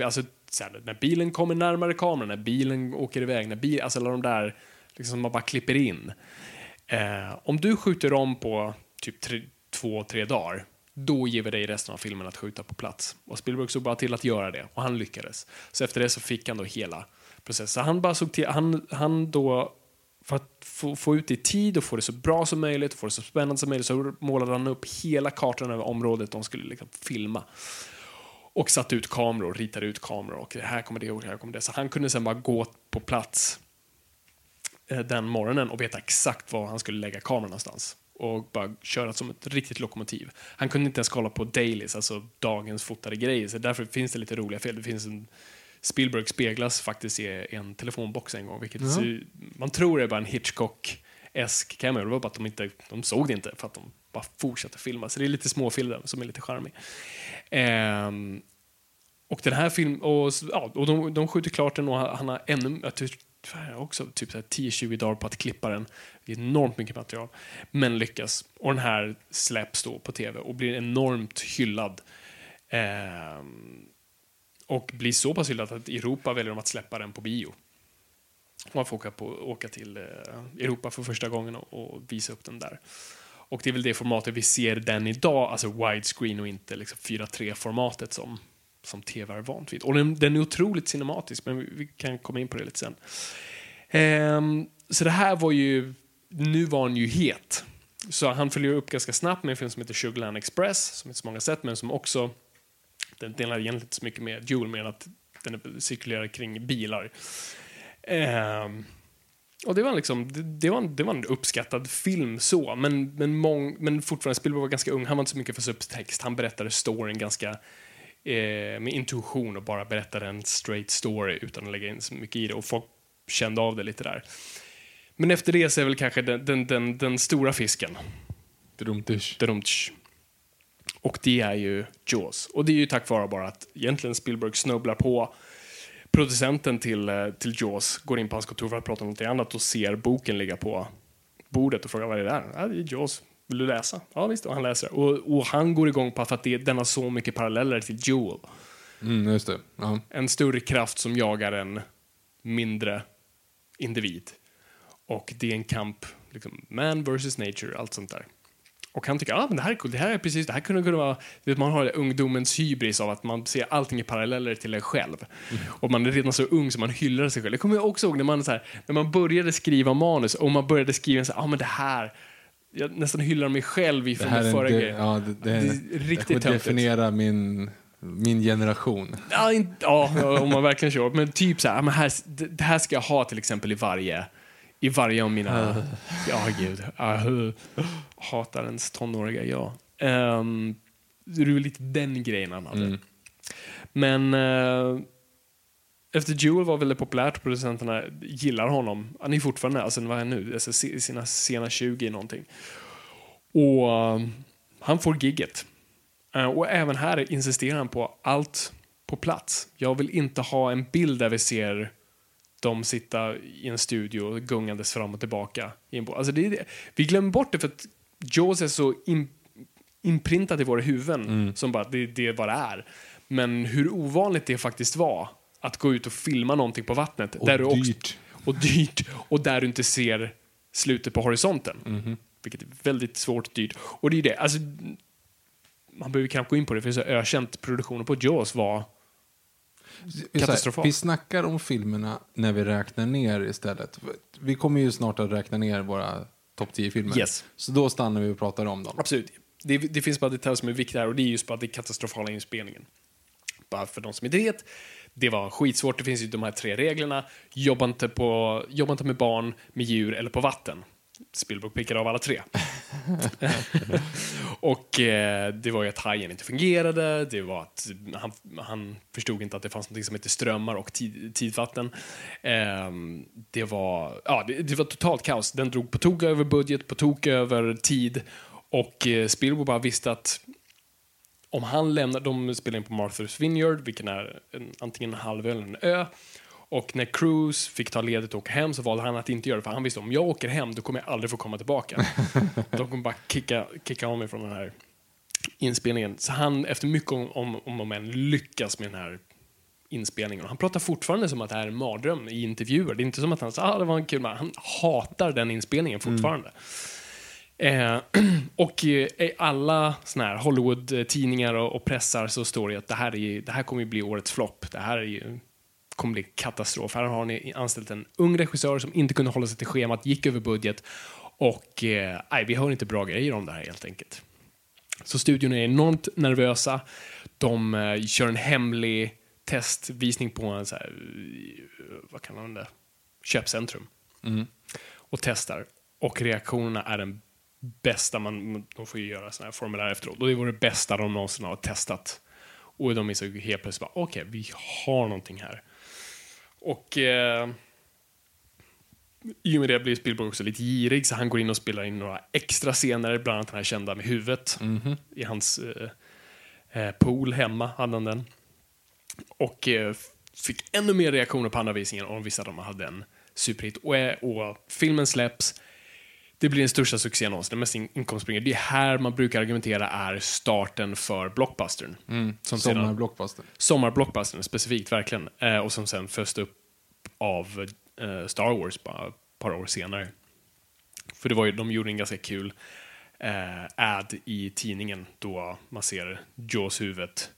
när bilen kommer närmare kameran, när bilen åker iväg, alltså alla de där liksom man bara klipper in. Om du skjuter om på typ 2-3 dagar, då ger vi dig resten av filmen att skjuta på plats. Och Spielberg såg bara till att göra det, och han lyckades. Så efter det så fick han då hela processen. Så han bara såg till, han då, för att få ut i tid och få det så bra som möjligt, få det så spännande som möjligt, så målade han upp hela kartan över området de skulle liksom filma. Och satte ut kameror, ritade ut kameror, och här kommer det och här kommer det. Så han kunde sen bara gå på plats den morgonen och veta exakt var han skulle lägga kameran någonstans. Och bara köra som ett riktigt lokomotiv. Han kunde inte ens kolla på dailies, alltså dagens fotade grejer. Så därför finns det lite roliga fel. Det finns Spielberg speglas faktiskt i en telefonbox en gång, vilket man tror är bara en Hitchcock-esk camera. Det var bara att de såg det inte, för att de bara fortsatte filma. Så det är lite småfilmer som är lite charmig. Och den här filmen, och de skjuter klart den, och han har också typ 10-20 dagar på att klippa den. Det är enormt mycket material, men lyckas. Och den här släpps då på tv och blir enormt hyllad. Och blir så pass hyllad att Europa väljer de att släppa den på bio. Man får åka till Europa för första gången och visa upp den där. Och det är väl det formatet vi ser den idag, alltså widescreen och inte liksom 4:3-formatet som tv är vant vid. Och den är otroligt cinematisk, men vi kan komma in på det lite sen. Så det här var ju, nu var han ju het. Så han följer upp ganska snabbt med en film som heter Sugarland Express, som inte så många sett, men som också, den delar egentligen inte så mycket med Jewel, men att den cirkulerar kring bilar. Och det var liksom, det var en uppskattad film så, men fortfarande Spielberg var ganska ung, han var inte så mycket för subtext, han berättade storyn ganska med intuition och bara berättade en straight story utan att lägga in så mycket i det, och folk kände av det lite där. Men efter det så är väl kanske den stora fisken. Drumtisch. Och det är ju Jaws. Och det är ju tack vare bara att egentligen Spielberg snubblar på producenten till Jaws, går in på hans kontor för att prata om något annat och ser boken ligga på bordet och frågar vad är det där? Ja, det är Jaws. Vill du läsa? Ja visst, och han läser. Och han går igång på att den har så mycket paralleller till Jewel. Just det. Ja. En större kraft som jagar en mindre individ. Och det är en kamp, liksom, man versus nature, allt sånt där. Och han tycker, men det här är coolt, det här är precis, det här kunde vara, man har ungdomens hybris av att man ser allting i paralleller till en själv. Och man är redan så ung så man hyllar sig själv. Det kommer jag också ihåg när man började skriva manus och man började skriva så här, men det här, jag nästan hyllar mig själv ifrån det förra grejen. Ja, det är riktigt töntigt. Definiera min generation. Ja, om man verkligen kör. Men typ så här, det här ska jag ha till exempel i varje av mina... Ja, gud. Hatar ens tonåriga, ja. Det är lite den grejen han hade. Men efter Jewel var väldigt populärt, producenterna gillar honom. Han är fortfarande, alltså vad är han nu? Alltså, i sina sena 20 någonting. Och han får gigget. Och även här insisterar han på allt på plats. Jag vill inte ha en bild där vi ser de sitta i en studio gungandes fram och tillbaka. Alltså vi glömmer bort det för att Jaws är så inprintat i våra huvuden som bara det är vad det är. Men hur ovanligt det faktiskt var att gå ut och filma någonting på vattnet. Och där dyrt. Dyrt. Och där du inte ser slutet på horisonten. Vilket är väldigt svårt dyrt. Och det är det. Alltså, man behöver knappt gå in på det, för så ökänt produktionen på Jaws var katastrofal. Vi snackar om filmerna när vi räknar ner istället. Vi kommer ju snart att räkna ner våra topp 10 filmer. Yes. Så då stannar vi och pratar om dem. Absolut. Det finns bara detaljer som är viktiga här, och det är just bara det katastrofala inspelningen. Bara för de som inte vet, det var skitsvårt. Det finns ju de här 3 reglerna. Jobba inte med barn, med djur eller på vatten. Spielberg pickade av alla 3. Och det var ju att hajen inte fungerade. Det var att han förstod inte att det fanns något som heter strömmar och tidvatten. Det var totalt kaos. Den drog på tok över budget, på tok över tid. Och Spielberg bara visste att om han lämnar, de spelar in på Martha's Vineyard, vilken är antingen en halvö eller en ö. Och när Cruise fick ta ledigt och åka hem så valde han att inte göra det, för han visste om jag åker hem då kommer jag aldrig få komma tillbaka. De kommer bara kicka av mig från den här inspelningen. Så han efter mycket om en lyckas med den här inspelningen. Och han pratar fortfarande som att det här är en mardröm i intervjuer. Det är inte som att han sa det var en kul man. Han hatar den inspelningen fortfarande. Och i alla såna här Hollywood-tidningar och pressar så står det att det här kommer bli årets flopp. Det här kommer bli katastrof. Här har ni anställt en ung regissör som inte kunde hålla sig till schemat, gick över budget och vi hör inte bra grejer om det här helt enkelt. Så studion är enormt nervösa. De kör en hemlig testvisning på en så här, vad kan man det? Köpcentrum. Och testar. Och reaktionerna är den bästa. De får ju göra såna här formulär efteråt. Och det var det bästa de någonsin har testat. Och de är så helt plötsligt bara, okej, vi har någonting här. Och i och med det blir Spielberg också lite girig, så han går in och spelar in några extra scener, bland annat den här kända med huvudet i hans pool hemma, hade han den. Och fick ännu mer reaktioner på andra visningen och de visste att de hade en superhit. Och filmen släpps. Det blir den största succén någonsin, den mest inkomstbringande. Det är här man brukar argumentera är starten för blockbustern. Sommarblockbustern specifikt, verkligen. Och som sen följs upp av Star Wars bara ett par år senare. För de gjorde en ganska kul ad i tidningen då man ser Jaws huvudet.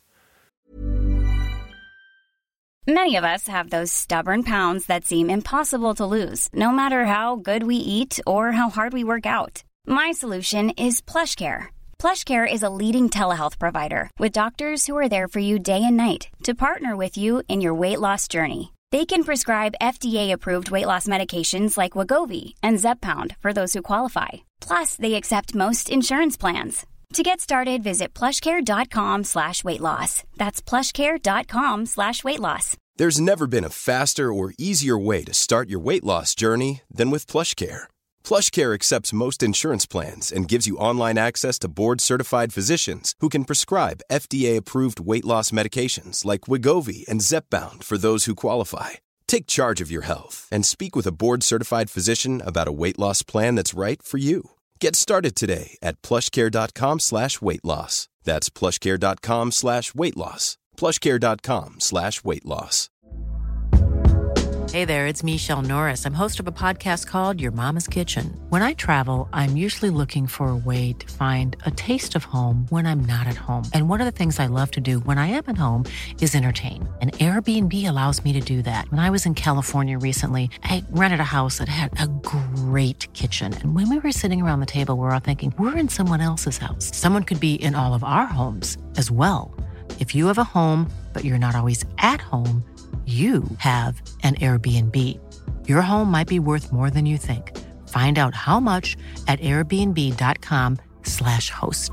Many of us have those stubborn pounds that seem impossible to lose, no matter how good we eat or how hard we work out. My solution is PlushCare. PlushCare is a leading telehealth provider with doctors who are there for you day and night to partner with you in your weight loss journey. They can prescribe FDA-approved weight loss medications like Wegovy and Zepbound for those who qualify. Plus, they accept most insurance plans. To get started, visit plushcare.com/weightloss. That's plushcare.com/weightloss. There's never been a faster or easier way to start your weight loss journey than with PlushCare. PlushCare accepts most insurance plans and gives you online access to board-certified physicians who can prescribe FDA-approved weight loss medications like Wegovy and Zepbound for those who qualify. Take charge of your health and speak with a board-certified physician about a weight loss plan that's right for you. Get started today at plushcare.com/weightloss. That's plushcare.com/weightloss. plushcare.com/weightloss. Hey there, it's Michelle Norris. I'm host of a podcast called Your Mama's Kitchen. When I travel, I'm usually looking for a way to find a taste of home when I'm not at home. And one of the things I love to do when I am at home is entertain. And Airbnb allows me to do that. When I was in California recently, I rented a house that had a great kitchen. And when we were sitting around the table, we were all thinking, we're in someone else's house. Someone could be in all of our homes as well. If you have a home, but you're not always at home, you have an Airbnb. Your home might be worth more than you think. Find out how much at airbnb.com/host.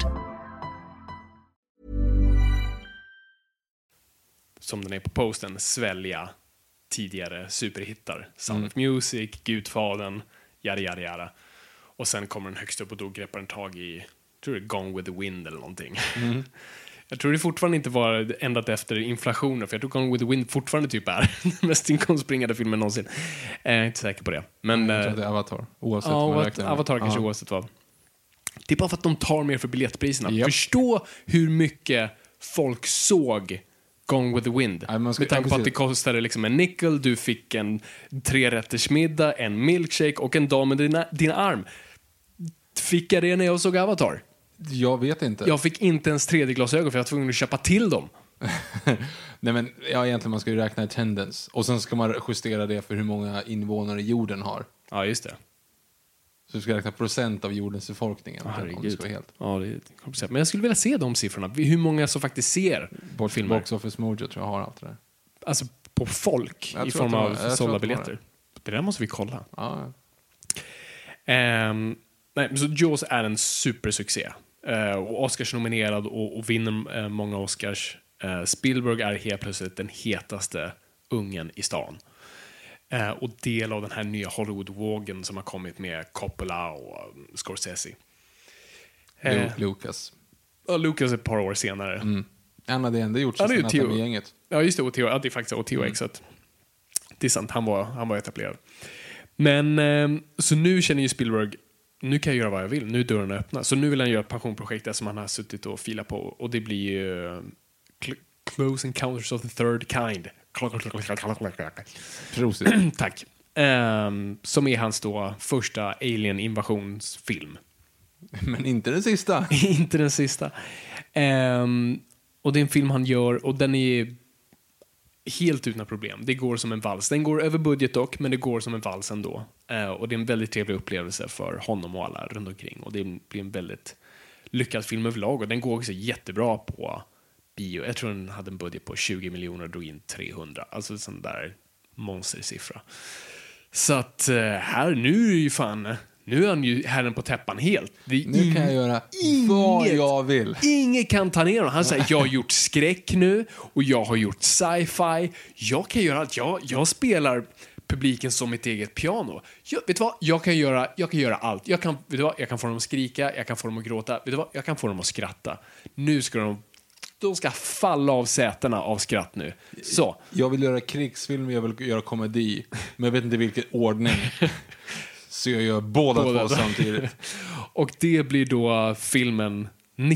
Som den är på posten, svälja tidigare superhittar. Sound of Music, Gudfadern, yada. Och sen kommer den högst upp och då greppar den tag i, tror det är Gone with the Wind eller någonting. Jag tror det fortfarande inte var ändat efter inflationen, för jag tror Gone with the Wind fortfarande typ är den mest inkomstbringande filmen någonsin. Jag är inte säker på det. Men jag tror det är Avatar, oavsett Avatar kanske oavsett vad. Det är bara för att de tar mer för biljettpriserna. Yep. Förstå hur mycket folk såg Gone with the Wind. Med tanke på att det kostade liksom en nickel, du fick en 3-rättersmiddag, en milkshake och en dag med din arm. Fick jag det när jag såg Avatar? Jag vet inte. Jag fick inte ens 3D-glasögon för jag var tvungen att köpa till dem. Nej men, egentligen man ska ju räkna attendance. Och sen ska man justera det för hur många invånare jorden har. Ja, just det. Så du ska räkna procent av jordens befolkning. Helt. Ja, det är komplicerat. Men jag skulle vilja se de siffrorna. Hur många som faktiskt ser filmer. Box Office Mojo tror jag har allt det där. Alltså på folk i form av sålda biljetter. Det där måste vi kolla. Ja. Nej, så Jaws är en supersuccé. Och Oscars-nominerad och vinner många Oscars. Spielberg är helt plötsligt den hetaste ungen i stan. Och del av den här nya Hollywood-vågen som har kommit med Coppola och Scorsese. Lucas. Och Lucas ett par år senare. Han hade ändå gjort sig med gänget. Ja, just det. Och Theo, det är faktiskt OTX. Det är sant, han var etablerad. Men så nu känner ju Spielberg, nu kan jag göra vad jag vill. Nu är dörren öppna. Så nu vill han göra ett passionprojekt där som han har suttit och filat på. Och det blir ju Close Encounters of the Third Kind. Tack. Som är hans då första alien-invasionsfilm. Men inte den sista. Inte den sista. Och det är en film han gör, och den är helt utan problem. Det går som en vals. Den går över budget dock, men det går som en vals ändå. Och det är en väldigt trevlig upplevelse för honom och alla runt omkring. Och det blir en väldigt lyckad film överlag. Och den går också jättebra på bio. Jag tror den hade en budget på 20 miljoner och drog in 300. Alltså en sån där monstersiffra. Så att nu är ju fan... Nu är han ju herren på täppan helt. Nu kan jag göra vad jag vill. Ingen kan ta ner honom. Han säger, jag har gjort skräck nu och jag har gjort sci-fi. Jag kan göra allt. Jag spelar publiken som mitt eget piano. Vet du vad? Jag kan göra allt. Jag kan få dem att skrika, jag kan få dem att gråta. Vet du vad? Jag kan få dem att skratta. Nu ska de ska falla av sätena av skratt nu. Så. Jag vill göra krigsfilm, jag vill göra komedi. Men jag vet inte vilken ordning. Så jag gör båda två samtidigt. Och det blir då filmen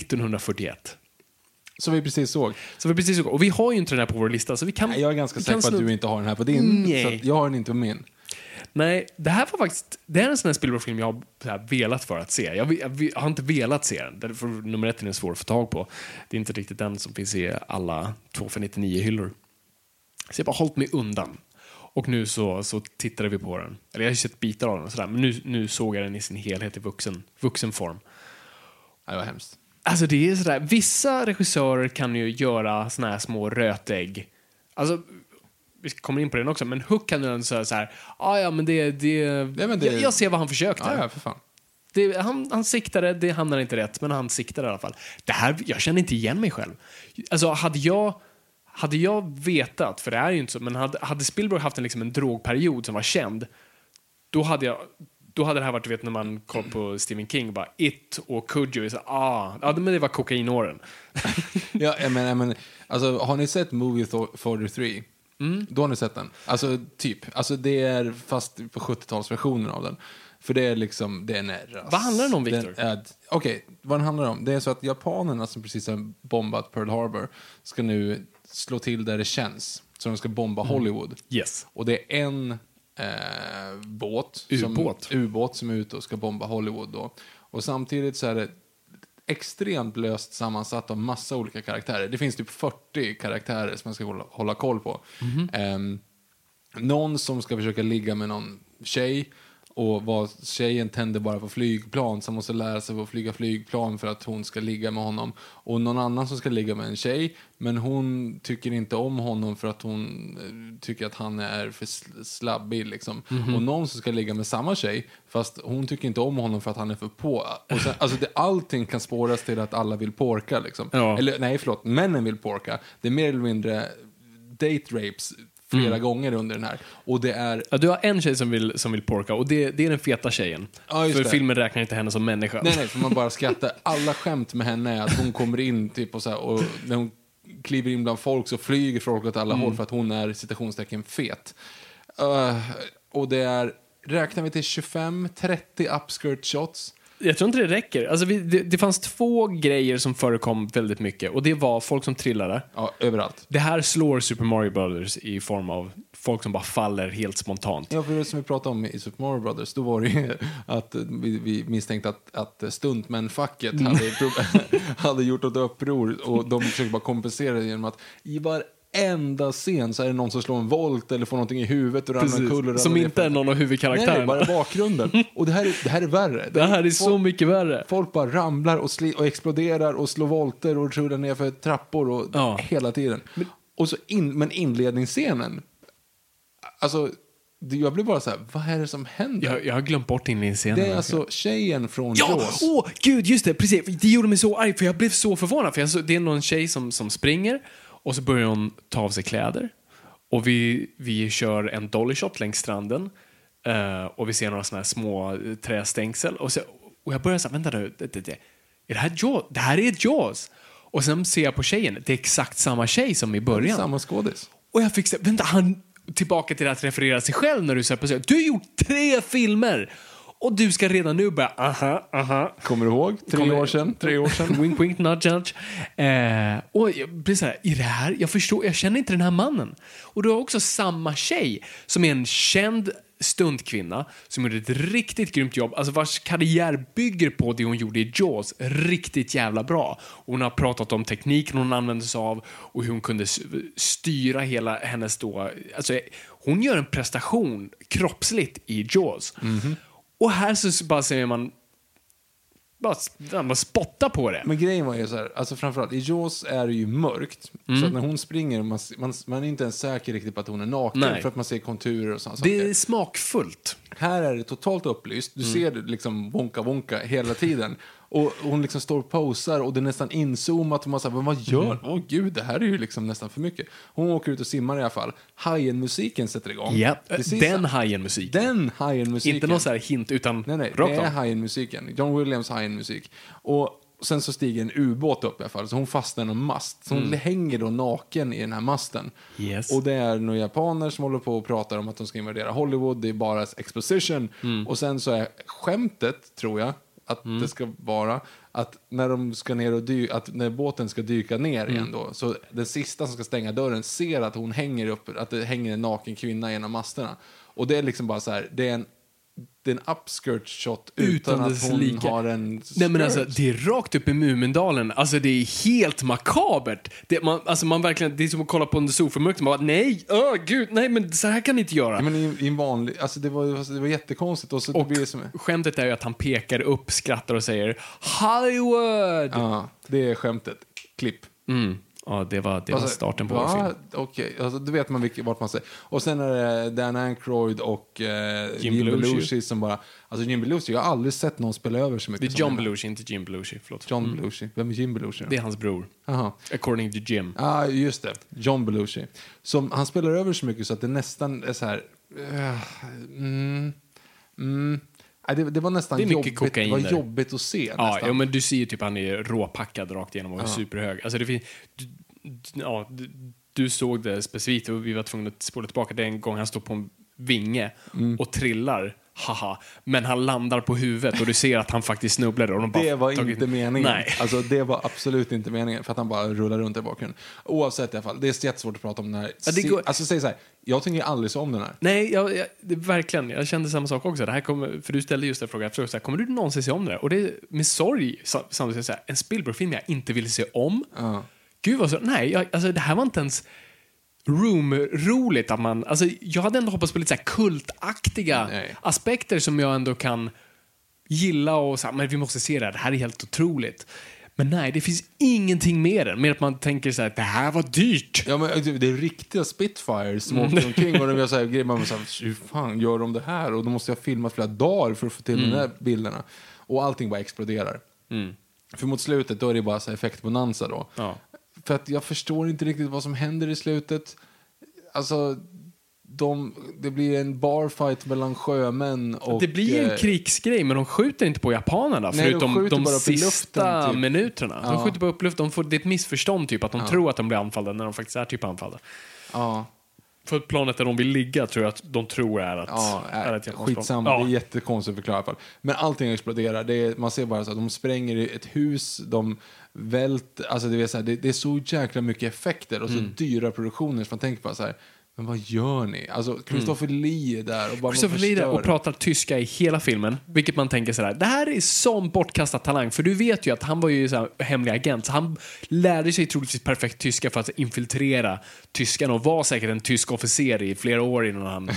1941. Som vi precis såg. Och vi har ju inte den här på vår lista. Så vi kan, jag är ganska säker på att du inte har den här på din. Så jag har den inte på min. Nej, det här är en sån här Spielberg-film jag har velat för att se. Jag har inte velat se den. Därför nummer 1 är svår att få tag på. Det är inte riktigt den som finns i alla 2 för 99 hyllor. Så jag har bara hållit mig undan. Och nu så tittade vi på den. Eller jag har sett bitar av den och sådär. Men nu såg jag den i sin helhet i vuxen form. Det var hemskt. Alltså det är sådär. Vissa regissörer kan ju göra såna här små rötägg. Alltså, vi kommer in på den också. Men Hook kan ju säga så här. Men jag ser vad han försökte. Ja, för fan. Han siktade, det hamnar inte rätt. Men han siktade i alla fall. Det här, jag känner inte igen mig själv. Alltså hade jag vetat, för det är ju inte så, men hade Spielberg haft en drogperiod som var känd, då hade det här varit, du vet, när man kollar på Stephen King, bara It och Cujo, men det var kokainõren. Ja, men alltså, har ni sett Movie 43? Då har ni sett den. Alltså, det är fast på 70-talsversionen av den. För det är det är en Vad handlar den om, Victor? Okej, vad den handlar om? Det är så att japanerna som precis har bombat Pearl Harbor ska nu slå till där det känns. Så de ska bomba Hollywood. Yes. Och det är en ubåt som är ute och ska bomba Hollywood då. Och samtidigt så är det extremt löst sammansatt av massa olika karaktärer. Det finns typ 40 karaktärer som man ska hålla koll på. Någon som ska försöka ligga med någon tjej. Och tjejen tänder bara på flygplan, så måste lära sig att flyga flygplan för att hon ska ligga med honom. Och någon annan som ska ligga med en tjej, men hon tycker inte om honom för att hon tycker att han är för slabbig liksom. Och någon som ska ligga med samma tjej, fast hon tycker inte om honom för att han är för på. Och sen, alltså allting kan spåras till att alla vill porka liksom. Ja. Eller nej, förlåt, männen vill porka. Det är mer eller mindre date rapes flera gånger under den här. Och det är... Ja, du har en tjej som vill porka, och det är den feta tjejen. Ja, för filmen räknar inte henne som människa. Nej, för man bara skrattar. Alla skämt med henne är att hon kommer in typ och så här, och när hon kliver in bland folk så flyger folk åt alla håll för att hon är citationstecken fet. Och det är, räknar vi till 25-30 upskirt shots. Jag tror inte det räcker. Alltså det fanns 2 grejer som förekom väldigt mycket. Och det var folk som trillade. Ja, överallt. Det här slår Super Mario Brothers i form av folk som bara faller helt spontant. Ja, för det som vi pratade om i Super Mario Brothers, då var det ju att vi misstänkte att stuntmän-facket hade gjort ett uppror. Och de försökte bara kompensera genom att i varenda scen så är det någon som slår en volt eller får någonting i huvudet och ramlar omkull. Som inte är någon av huvudkaraktärerna. Nej, bara bakgrunden. Och det här är värre. Det här är så mycket värre. Folk bara ramlar och exploderar och slår volter och trillar ner för trappor och hela tiden. Men inledningsscenen, alltså jag blir bara så här, vad är det som händer? Jag har glömt bort inledningsscenen. Det är alltså tjejen från Jaws. Gud, just det, precis. Det gjorde mig så arg, för jag blev så förvånad. För det är någon tjej som springer. Och så börjar hon ta av sig kläder. Och vi kör en dolly shot längs stranden. Och vi ser några såna här små trästängsel. Och jag börjar säga, vänta nu. Är det här Jaws? Det här är Jaws. Och sen ser jag på tjejen. Det är exakt samma tjej som i början. Samma skådis. Och jag fick säga, vänta, tillbaka till att referera sig själv när du säger på sig. Du har gjort 3 filmer. Och du ska redan nu bara, aha. Kommer du ihåg? 3 år sedan. Wink, wink, nudge, nudge. Och jag blir så här, i det här, jag känner inte den här mannen. Och du har också samma tjej som är en känd stuntkvinna som gjorde ett riktigt grymt jobb, alltså vars karriär bygger på det hon gjorde i Jaws riktigt jävla bra. Och hon har pratat om tekniken hon använde sig av och hur hon kunde styra hela hennes då, alltså hon gör en prestation kroppsligt i Jaws. Och här så bara säger man bara spotta på det. Men grejen var ju så här, alltså framförallt i Jaws är det ju mörkt, så att när hon springer man är inte ens säker riktigt på att hon är naken. Nej. För att man ser konturer och sånt. Det är smakfullt. Här är det totalt upplyst. Du ser liksom wonka hela tiden. Och hon liksom står och posar och det är nästan inzoomat och man säger, men vad gör? Åh gud, det här är ju liksom nästan för mycket. Hon åker ut och simmar i alla fall. Hajen-musiken sätter igång. Ja, den Hajen-musiken. Inte någon så här hint utan nej, det är Hajen-musiken. John Williams Hajen-musik. Och sen så stiger en ubåt upp i alla fall. Så hon fastnar i någon mast. Så hon hänger då naken i den här masten. Yes. Och det är några japaner som håller på och pratar om att de ska invadera Hollywood. Det är bara exposition. Och sen så är skämtet, tror jag, att det ska vara att när de ska ner och när båten ska dyka ner igen då, så den sista som ska stänga dörren ser att hon hänger upp, att det hänger en naken kvinna i en av masterna. Och det är liksom bara så här, det är en upskirt shot utan att hon har en skirt. Nej, men alltså, det är rakt upp i Mumindalen. Alltså det är helt makabert. Man verkligen, det är som att kolla på en solförmörkelse. Man bara, nej, gud, nej, men så här kan ni inte göra. Ja, men i en vanlig, alltså det var jättekonstigt. Och det blir som skämtet är ju att han pekar upp, skrattar och säger Hollywood. Ja, det är skämtet. Klipp. Ja, det var starten på vår film. Okej, alltså, då vet man vart man säger. Och sen är det Dan Aykroyd och Jim Belushi som bara... Alltså Jim Belushi, jag har aldrig sett någon spela över så mycket. Det är John Belushi, inte Jim Belushi. Förlåt. John Belushi. Vem är Jim Belushi? Det är hans bror. Aha. According to Jim. Just det. John Belushi. Som, han spelar över så mycket så att det nästan är så här... Det var nästan jobbigt att se. Ja, men du ser ju typ han är råpackad rakt igenom och är superhög. Alltså det finns... Du såg det specifikt och vi var tvungna att spola tillbaka. Det är en gång han står på en vinge och trillar. Haha. Men han landar på huvudet och du ser att han faktiskt snubblar. Och det var inte meningen. Nej. Alltså, det var absolut inte meningen för att han bara rullar runt i bakgrunden. Oavsett i alla fall. Det är jättesvårt att prata om den här. Alltså säg så här. Jag tänker aldrig så om den här. Nej, verkligen. Jag kände samma sak också. Det här för du ställde just den frågan. Jag frågade så här, kommer du någonsin se om det här? Och det är med sorg samtidigt så här, en Spielberg-film jag inte ville se om. Gud vad så. Nej, alltså det här var inte ens roligt att man, alltså jag hade ändå hoppats på lite så här kultaktiga aspekter som jag ändå kan gilla och så här, men vi måste se det här är helt otroligt. Men nej, det finns ingenting med den. Mer att man tänker så här, det här var dyrt. Ja, men det är riktiga Spitfires som åker omkring och de gör så här grejer. Man så här, hur fan gör de det här? Och då måste jag filma flera dagar för att få till de här bilderna. Och allting bara exploderar. För mot slutet, då är det bara så här effektbonanza då. Ja. För att jag förstår inte riktigt vad som händer i slutet. Alltså, det blir en barfight mellan sjömän och... Det blir en krigsgrej, men de skjuter inte på japanerna. Nej, förutom de bara sista luften, typ. minuterna. De skjuter bara upp luften. Det är ett missförstånd typ, att de tror att de blir anfallda när de faktiskt är typ anfallda. Ja. För att planet där de vill ligga tror jag att de tror är att... är ett skitsamma, det är jättekonstigt att förklara i alla fall. Men allting exploderar. Man ser bara så att de spränger i ett hus, de alltså det är så jäkla mycket effekter och så dyra produktioner så man tänker bara så här, men vad gör ni? Alltså Christopher Lee är där och bara Christopher Lee där och pratar tyska i hela filmen, vilket man tänker sådär, det här är som bortkastad talang, för du vet ju att han var ju så här hemlig agent, så han lärde sig troligtvis perfekt tyska för att infiltrera tyskarna och var säkert en tysk officer i flera år innan han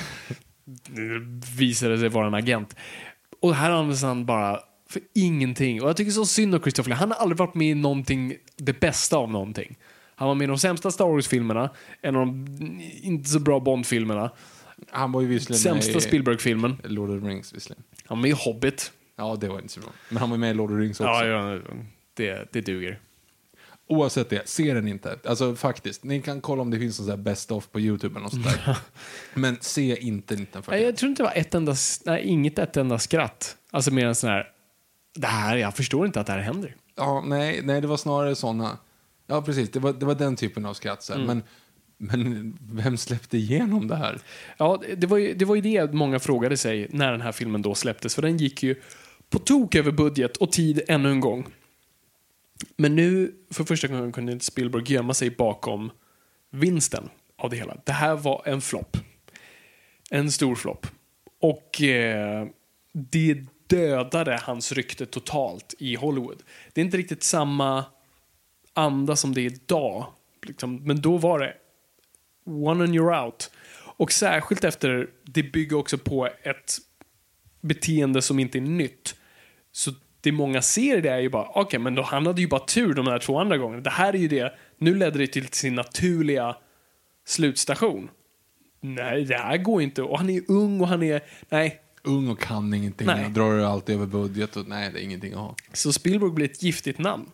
visade sig vara en agent. Och här används han bara för ingenting. Och jag tycker så synd om Christopher Lee. Han har aldrig varit med i någonting, det bästa av någonting. Han var med i de sämsta Star Wars-filmerna, en av de inte så bra Bond-filmerna. Han var ju visserligen sämsta Spielberg-filmen. Lord of the Rings visserligen. Han var med i Hobbit. Ja, det var inte så bra. Men han var med i Lord of the Rings också. Ja, det duger. Oavsett det, se den inte. Alltså faktiskt, ni kan kolla om det finns sån där best of på YouTube eller något sånt där. Men se inte den faktiskt. Jag tror inte det var inget enda skratt. Alltså mer en sån här, jag förstår inte att det här händer. Ja, nej, det var snarare såna. Ja, precis. Det var den typen av skratt. Men Men vem släppte igenom det här? Ja, det var ju det många frågade sig när den här filmen då släpptes. För den gick ju på tok över budget och tid ännu en gång. Men nu, för första gången, kunde inte Spielberg gömma sig bakom vinsten av det hela. Det här var en flopp. En stor flopp. Och det dödade hans rykte totalt i Hollywood. Det är inte riktigt samma anda som det är idag. Liksom. Men då var det one and you're out. Och särskilt efter, det bygger också på ett beteende som inte är nytt. Så det många ser det är ju bara, okej, men då han hade ju bara tur de här 2 andra gångerna. Det här är ju det, nu ledde det till sin naturliga slutstation. Nej, det här går inte. Och han är ung och han är, nej. Ung och kan ingenting. Och drar alltid över budget och nej, det är ingenting att ha. Så Spielberg blir ett giftigt namn.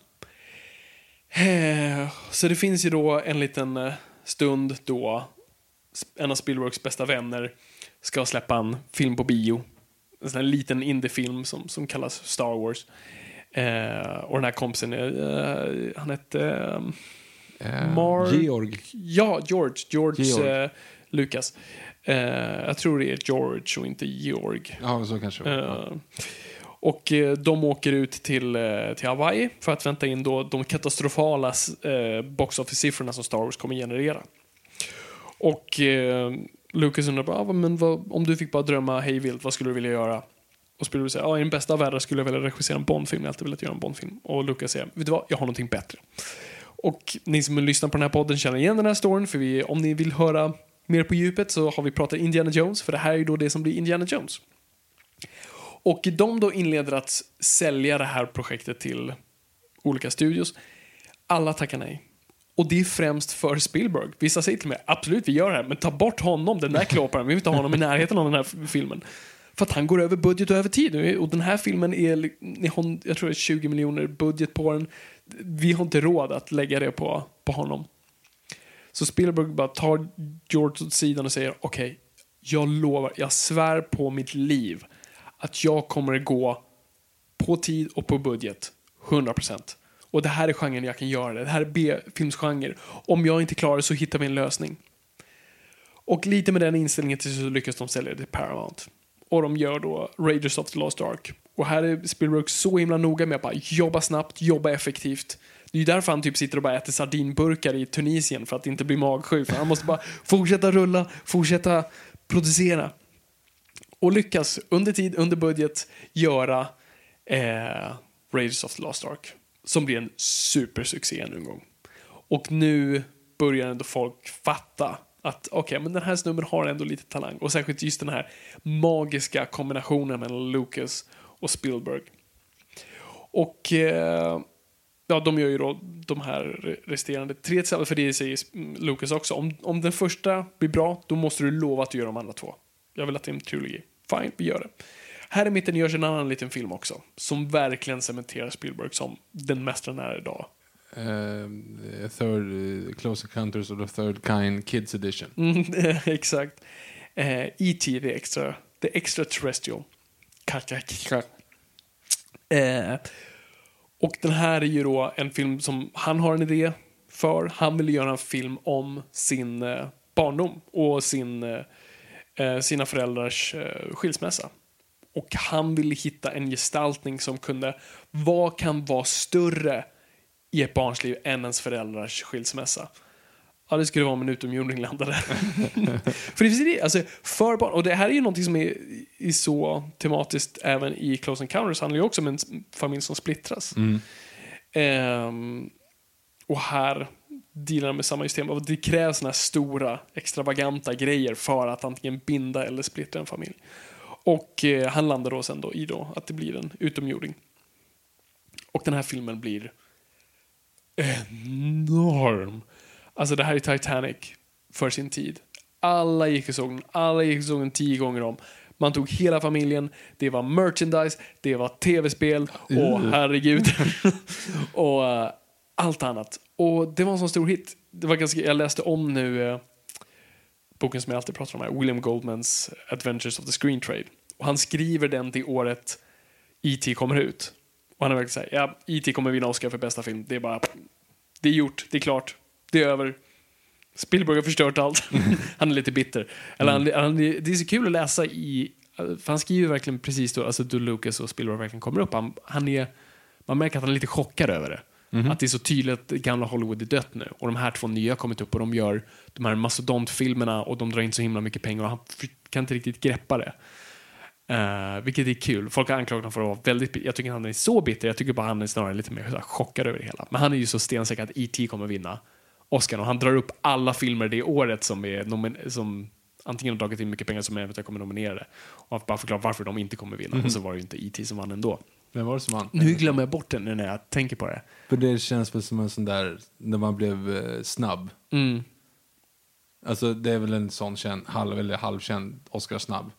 Så det finns ju då en liten stund då en av Spielbergs bästa vänner ska släppa en film på bio. En sån här liten indiefilm som kallas Star Wars. Och den här kompisen han hette Georg. Ja, George. Lucas. Jag tror det är George och inte Georg. Ja, så kanske. Och de åker ut till Hawaii för att vänta in då de katastrofala box office-siffrorna som Star Wars kommer generera. Och Lucas undrar bara, men om du fick bara drömma hej vilt, vad skulle du vilja göra? Och Spielberg säger, i den bästa av världar skulle jag vilja regissera en Bondfilm. Jag har alltid velat göra en Bondfilm. Och Lucas säger, vet du vad, jag har någonting bättre. Och ni som lyssnar på den här podden känner igen den här storyn, för om ni vill höra mer på djupet så har vi pratat Indiana Jones, för det här är ju då det som blir Indiana Jones. Och de då inleder att sälja det här projektet till olika studios. Alla tackar nej. Och det är främst för Spielberg. Vissa säger till mig, absolut vi gör det här, men ta bort honom, den där klåparen. Vi vill inte ha honom i närheten av den här filmen. För att han går över budget och över tid. Och den här filmen är, jag tror det är 20 miljoner budget på den. Vi har inte råd att lägga det på honom. Så Spielberg bara tar George åt sidan och säger, okej, jag lovar, jag svär på mitt liv att jag kommer gå på tid och på budget 100%. Och det här är genren jag kan göra det. Det här är B-filmsgenre. Om jag inte klarar det så hittar vi en lösning. Och lite med den inställningen till så lyckas de sälja det till Paramount. Och de gör då Raiders of the Lost Ark. Och här är Spielberg så himla noga med att bara jobba snabbt, jobba effektivt. Det är ju därför han typ sitter och bara äter sardinburkar i Tunisien för att inte bli magsjuk. För han måste bara fortsätta rulla, fortsätta producera. Och lyckas under budget göra Raiders of the Lost Ark. Som blir en supersuccé ännu en gång. Och nu börjar ändå folk fatta att okej, men den här snubben har ändå lite talang. Och särskilt just den här magiska kombinationen mellan Lucas och Spielberg. Och ja, de gör ju då de här resterande 3 tillsammans, för det säger Lucas också. Om den första blir bra, då måste du lova att du gör de andra 2. Jag vill att det är en trilogi. Fine, vi gör det. Här i mitten görs en annan liten film också, som verkligen cementerar Spielberg som den mästaren är idag. Close Encounters of the Third Kind Kids Edition. Exakt. E.T. The Extraterrestrial. Och den här är ju då en film som han har en idé för. Han vill göra en film om sin barndom och sina föräldrars skilsmässa. Och han ville hitta en gestaltning som kan vara större i ett barns liv än ens föräldrars skilsmässa. Ja, det skulle vara om en utomjording landade. För det är det, alltså för barn, och det här är ju någonting som är så tematiskt även i Close Encounters, handlar ju också om en familj som splittras. Och här dealar med samma system. Det krävs såna här stora, extravaganta grejer för att antingen binda eller splittra en familj. Och han landar då sen i att det blir en utomjording. Och den här filmen blir enorm. Alltså det här är Titanic för sin tid. Alla gick och såg den 10 gånger om. Man tog hela familjen. Det var merchandise, det var tv-spel och herregud. Och allt annat. Och det var en sån stor hit. Det var jag läste om nu boken som jag alltid pratar om här, William Goldmans Adventures of the Screen Trade. Och han skriver den till året E.T. kommer ut. Och han har verkligen sagt, ja, E.T. kommer vinna Oscar för bästa film. Det är gjort, det är klart, det är över. Spielberg har förstört allt. Han är lite bitter. Eller det är så kul att läsa för han skriver verkligen precis då, alltså då Lucas och Spielberg verkligen kommer upp. Man märker att han är lite chockad över det. Att det är så tydligt att gamla Hollywood är dött nu. Och de här 2 nya har kommit upp och de gör de här mastodontfilmerna och de drar in så himla mycket pengar och han kan inte riktigt greppa det. Vilket är kul. Folk har anklagat honom för att vara väldigt bitter. Jag tycker han är så bitter. Jag tycker bara han är snarare lite mer så här chockad över det hela. Men han är ju så stensäker att E.T. kommer vinna Oscar. Och han drar upp alla filmer det året som antingen har dragit in mycket pengar som eventuellt kommer nominerade. Och han bara förklarar varför de inte kommer vinna. Och så var det ju inte E.T. som vann ändå. Vem var det som vann? Nu glömmer jag bort det när jag tänker på det. För det känns väl som en sån där när man blev snabb. Alltså det är väl en sån halvkänd Oscar-snabb.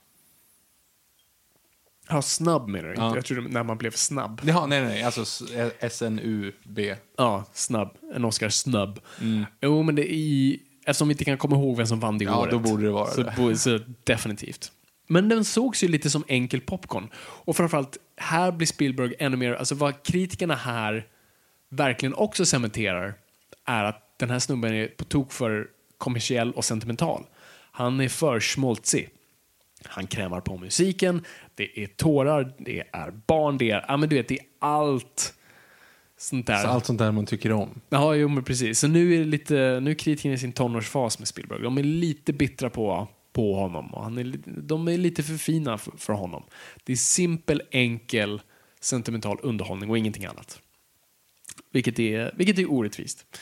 Ja, snabb menar du inte. Jag tror när man blev snabb. Ja, nej. Alltså S-N-U-B. Ja, snabb. En Oscar-snabb. Jo, men det är... Eftersom vi inte kan komma ihåg vem som vann det året. Ja, då borde det vara så definitivt. Men den sågs ju lite som enkel popcorn. Och framförallt, här blir Spielberg ännu mer... Alltså vad kritikerna här verkligen också cementerar är att den här snubben är på tok för kommersiell och sentimental. Han är för schmaltzig. Han krämar på musiken, det är tårar, det är barn, det är... Ja, men du vet, det är allt sånt där. Så allt sånt där man tycker om. Ja, jo, men precis. Så nu är kritikerna i sin tonårsfas med Spielberg. De är lite bittra på honom. Och de är lite för fina för honom. Det är simpel, enkel, sentimental underhållning och ingenting annat. Vilket är orättvist.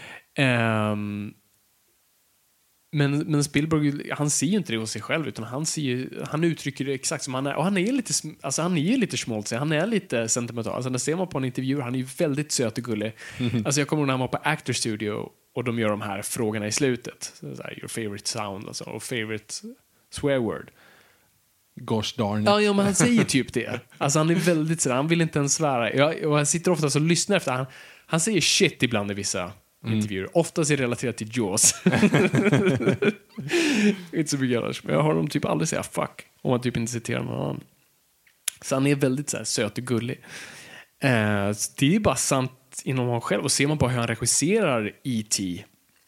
Men Spielberg, han ser ju inte det hos sig själv, utan han uttrycker det exakt som han är. Och han är ju lite schmaltzig, han är lite sentimental. Alltså när ser man på en intervju, han är ju väldigt söt och gullig. Alltså jag kommer ihåg när han var på Actor Studio och de gör de här frågorna i slutet. Så här, your favorite sound, alltså, och favorite swear word. Gosh darn it. Ja, men han säger typ det. Alltså han är väldigt sådär, han vill inte ens svära. Jag sitter ofta och lyssnar efter. Han säger shit ibland i vissa intervjuer. Oftast är det relaterat till Jaws. Inte så mycket annars. Men jag har dem typ aldrig säga fuck. Om man typ inte citerar någon annan. Så han är väldigt så här, söt och gullig. Så det är ju bara sant inom honom själv. Och ser man på hur han regisserar E.T.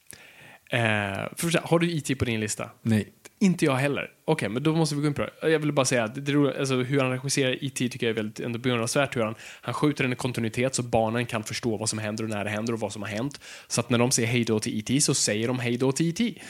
Har du E.T. på din lista? Nej. Inte jag heller. Okej, men då måste vi gå in på det. Jag vill bara säga att alltså, hur han regisserar E.T. tycker jag är väldigt ändå beundransvärt. Hur han skjuter en kontinuitet så barnen kan förstå vad som händer och när det händer och vad som har hänt. Så att när de säger hej då till E.T. så säger de hej då till E.T.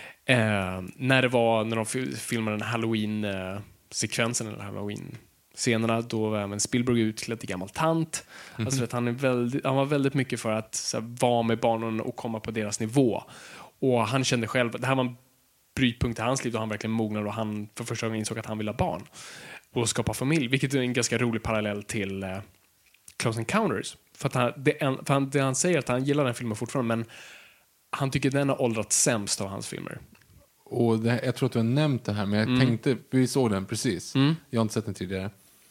När de filmade den Halloween-sekvensen eller Halloween-scenerna, då var Spielberg utklädd till gammal tant. Alltså att han var väldigt mycket för att så här, vara med barnen och komma på deras nivå. Och han kände själv, det här var en brytpunkt i hans liv då han verkligen mognade och han för första gången insåg att han ville ha barn och skapa familj, vilket är en ganska rolig parallell till Close Encounters. För att han säger att han gillar den filmen fortfarande, men han tycker den har åldrats sämst av hans filmer. Och jag tror att du har nämnt det här, men jag tänkte, vi såg den precis. Jag har inte sett den tidigare.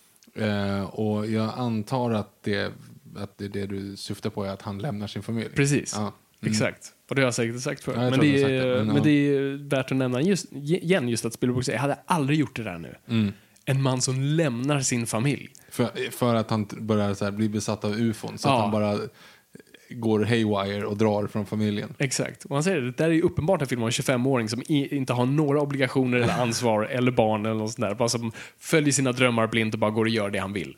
Och jag antar att det är det du syftar på, är att han lämnar sin familj. Precis, exakt. Och det har jag säkert sagt förut. Men det är värt att nämna just att Spielberg säger, jag hade aldrig gjort det där nu. En man som lämnar sin familj. För att han börjar så här, bli besatt av UFOn. Så att han bara går haywire och drar från familjen. Exakt. Och han säger, det där är ju uppenbart en film om en 25-åring som inte har några obligationer eller ansvar eller barn eller något sånt där. Bara som följer sina drömmar blint och bara går och gör det han vill.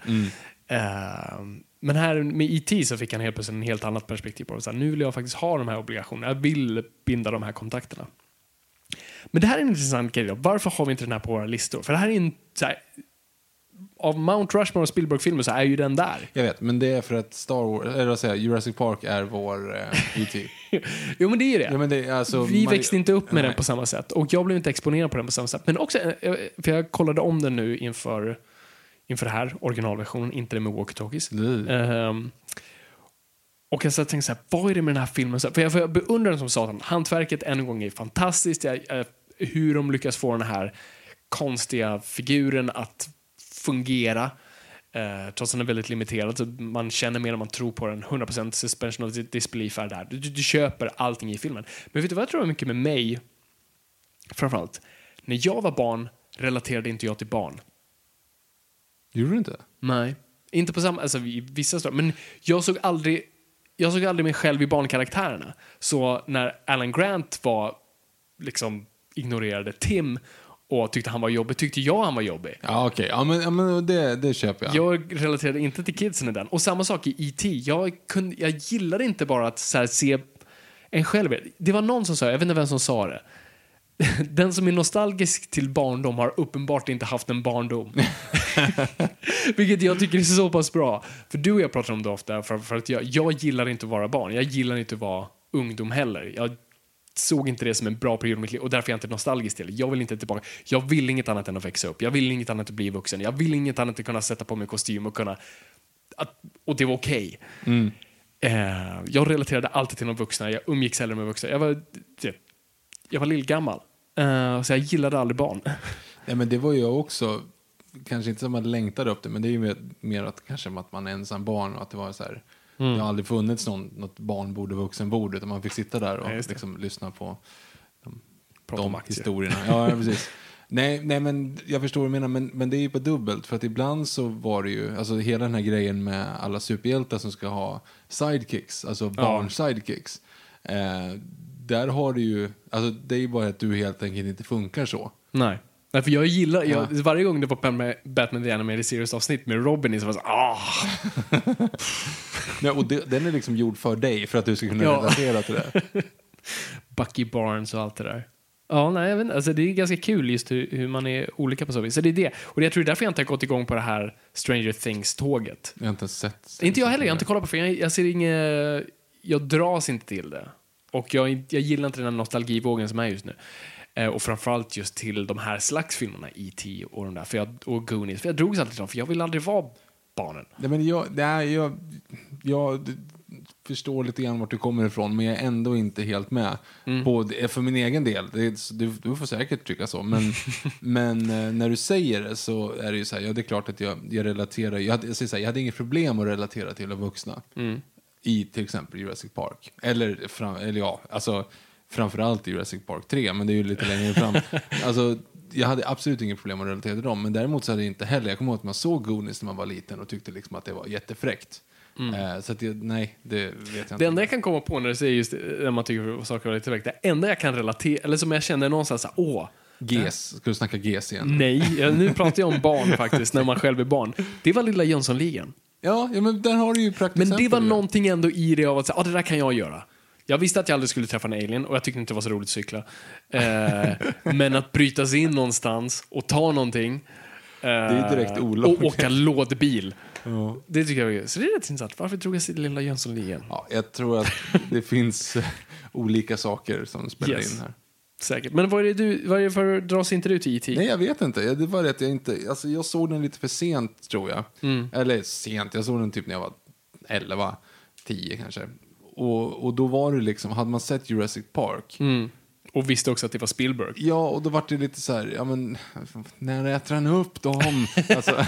Men här med E.T. så fick han helt plötsligt en helt annat perspektiv på det. Så här, nu vill jag faktiskt ha de här obligationerna. Jag vill binda de här kontakterna. Men det här är en intressant grej då. Varför har vi inte den här på våra listor? För det här är en så här, av Mount Rushmore och Spielberg-filmer så är ju den där. Jag vet, men det är för att Star Wars, eller vad säger Jurassic Park är vår E.T. Jo, men det är ju det. Ja, men det alltså, vi växte inte upp med den på samma sätt. Och jag blev inte exponerad på den på samma sätt. Men också, för jag kollade om den nu inför det här, originalversionen, inte det med walkie-talkies. Och jag tänkte så här, vad är det med den här filmen? För jag beundrar den som satan. Hantverket en gång är fantastiskt. Hur de lyckas få den här konstiga figuren att fungera. Trots att den är väldigt limiterad. Så man känner mer när man tror på den. 100% suspension of disbelief är där. Du köper allting i filmen. Men vet du vad jag tror var mycket med mig? Framförallt, när jag var barn relaterade inte jag till barn. Gjorde du inte? Nej, inte på samma, alltså vissa ställen. Men jag jag såg aldrig mig själv i barnkaraktärerna. Så när Alan Grant liksom ignorerade Tim och tyckte han var jobbig, tyckte jag han var jobbig. Ja, okej. Ja, men det köper jag. Jag relaterade inte till kidsen i den. Och samma sak i E.T. Jag gillade inte bara att så här, se en själv. Det var någon som sa, jag vet inte vem som sa det. Den som är nostalgisk till barndom har uppenbart inte haft en barndom. Vilket jag tycker är så pass bra. För du och jag pratar om det ofta. För att jag gillar inte att vara barn. Jag gillar inte att vara ungdom heller. Jag såg inte det som en bra period i mitt liv. Och därför är jag inte nostalgisk till det. Jag vill inte tillbaka. Jag vill inget annat än att växa upp. Jag vill inget annat än att bli vuxen. Jag vill inget annat än att kunna sätta på mig kostym och kunna... Och det var okej. Jag relaterade alltid till någon vuxna. Jag umgicks hellre med vuxna. Jag var lillgammal. Så jag gillade aldrig barn. Ja, men det var ju också... Kanske inte som man längtade upp det, men det är ju mer att kanske att man är ensam barn och att det var så här... Det har aldrig funnits något barnbord och vuxenbord, utan man fick sitta där och liksom lyssna på de historierna. Ja, precis. Nej, men jag förstår vad du menar, men det är ju på dubbelt, för att ibland så var det ju, alltså hela den här grejen med alla superhjältar som ska ha sidekicks, alltså barn-sidekicks. Där har du ju, alltså det är ju bara att du helt enkelt inte funkar så. Nej, för jag gillar, varje gång det var Batman The Animated Series-avsnitt med Robin så var det så Nej, och den är liksom gjord för dig, för att du ska kunna relatera till det. Bucky Barnes och allt det där. Ja, nej, jag vet inte. Alltså, det är ganska kul just hur man är olika på så vis. Så det är det. Och jag tror därför jag inte har gått igång på det här Stranger Things-tåget. Jag har inte sett. Inte jag heller, jag har inte kollat på, för jag ser inget... Jag dras inte till det. Och jag gillar inte den här nostalgivågen som är just nu. Och framförallt just till de här slags filmerna, E.T. och de där, och Goonies. För jag drogs alltid till dem, för jag vill aldrig vara barnen. Nej, men jag förstår lite grann vart du kommer ifrån, men jag är ändå inte helt med på det, för min egen del. Du får säkert tycka så, men när du säger det så är det ju så här, det är klart att jag relaterar. Jag hade inget problem att relatera till de vuxna i till exempel Jurassic Park. Eller framförallt i Jurassic Park 3, men det är ju lite längre fram. Alltså, jag hade absolut inget problem att relatera till dem, men däremot så hade det inte heller. Jag kommer ihåg att man såg Goonies när man var liten och tyckte liksom att det var jättefräckt. Så att nej, det vet jag inte. Det enda jag kan komma på när du säger just när man tycker saker var lite fräckt, det enda jag kan relatera, eller som jag känner någonstans GES, ska du snacka GES igen? Nej, nu pratar jag om barn faktiskt, när man själv är barn. Det var lilla Jönssonligan. Ja, men där har du ju praktiskt. Men det var någonting ändå i det av att säga, det där kan jag göra. Jag visste att jag aldrig skulle träffa en alien och jag tyckte inte det var så roligt att cykla. Men att bryta sig in någonstans och ta någonting det är direkt olagligt. och åka lådbil. Ja. Det tycker jag är. Så det är rätt intressant. Varför drog jag sig lilla Jönssonligan? Ja, jag tror att det finns olika saker som spelar in här. Säkert. Men varför dras inte du till E.T.? Nej, jag vet inte. Det var rätt jag inte. Alltså, jag såg den lite för sent, tror jag. Eller sent. Jag såg den typ när jag var 11, 10 kanske. Och då var det liksom, hade man sett Jurassic Park och visste också att det var Spielberg. Ja, och då var det lite så här, ja men när äter han upp dem? Alltså,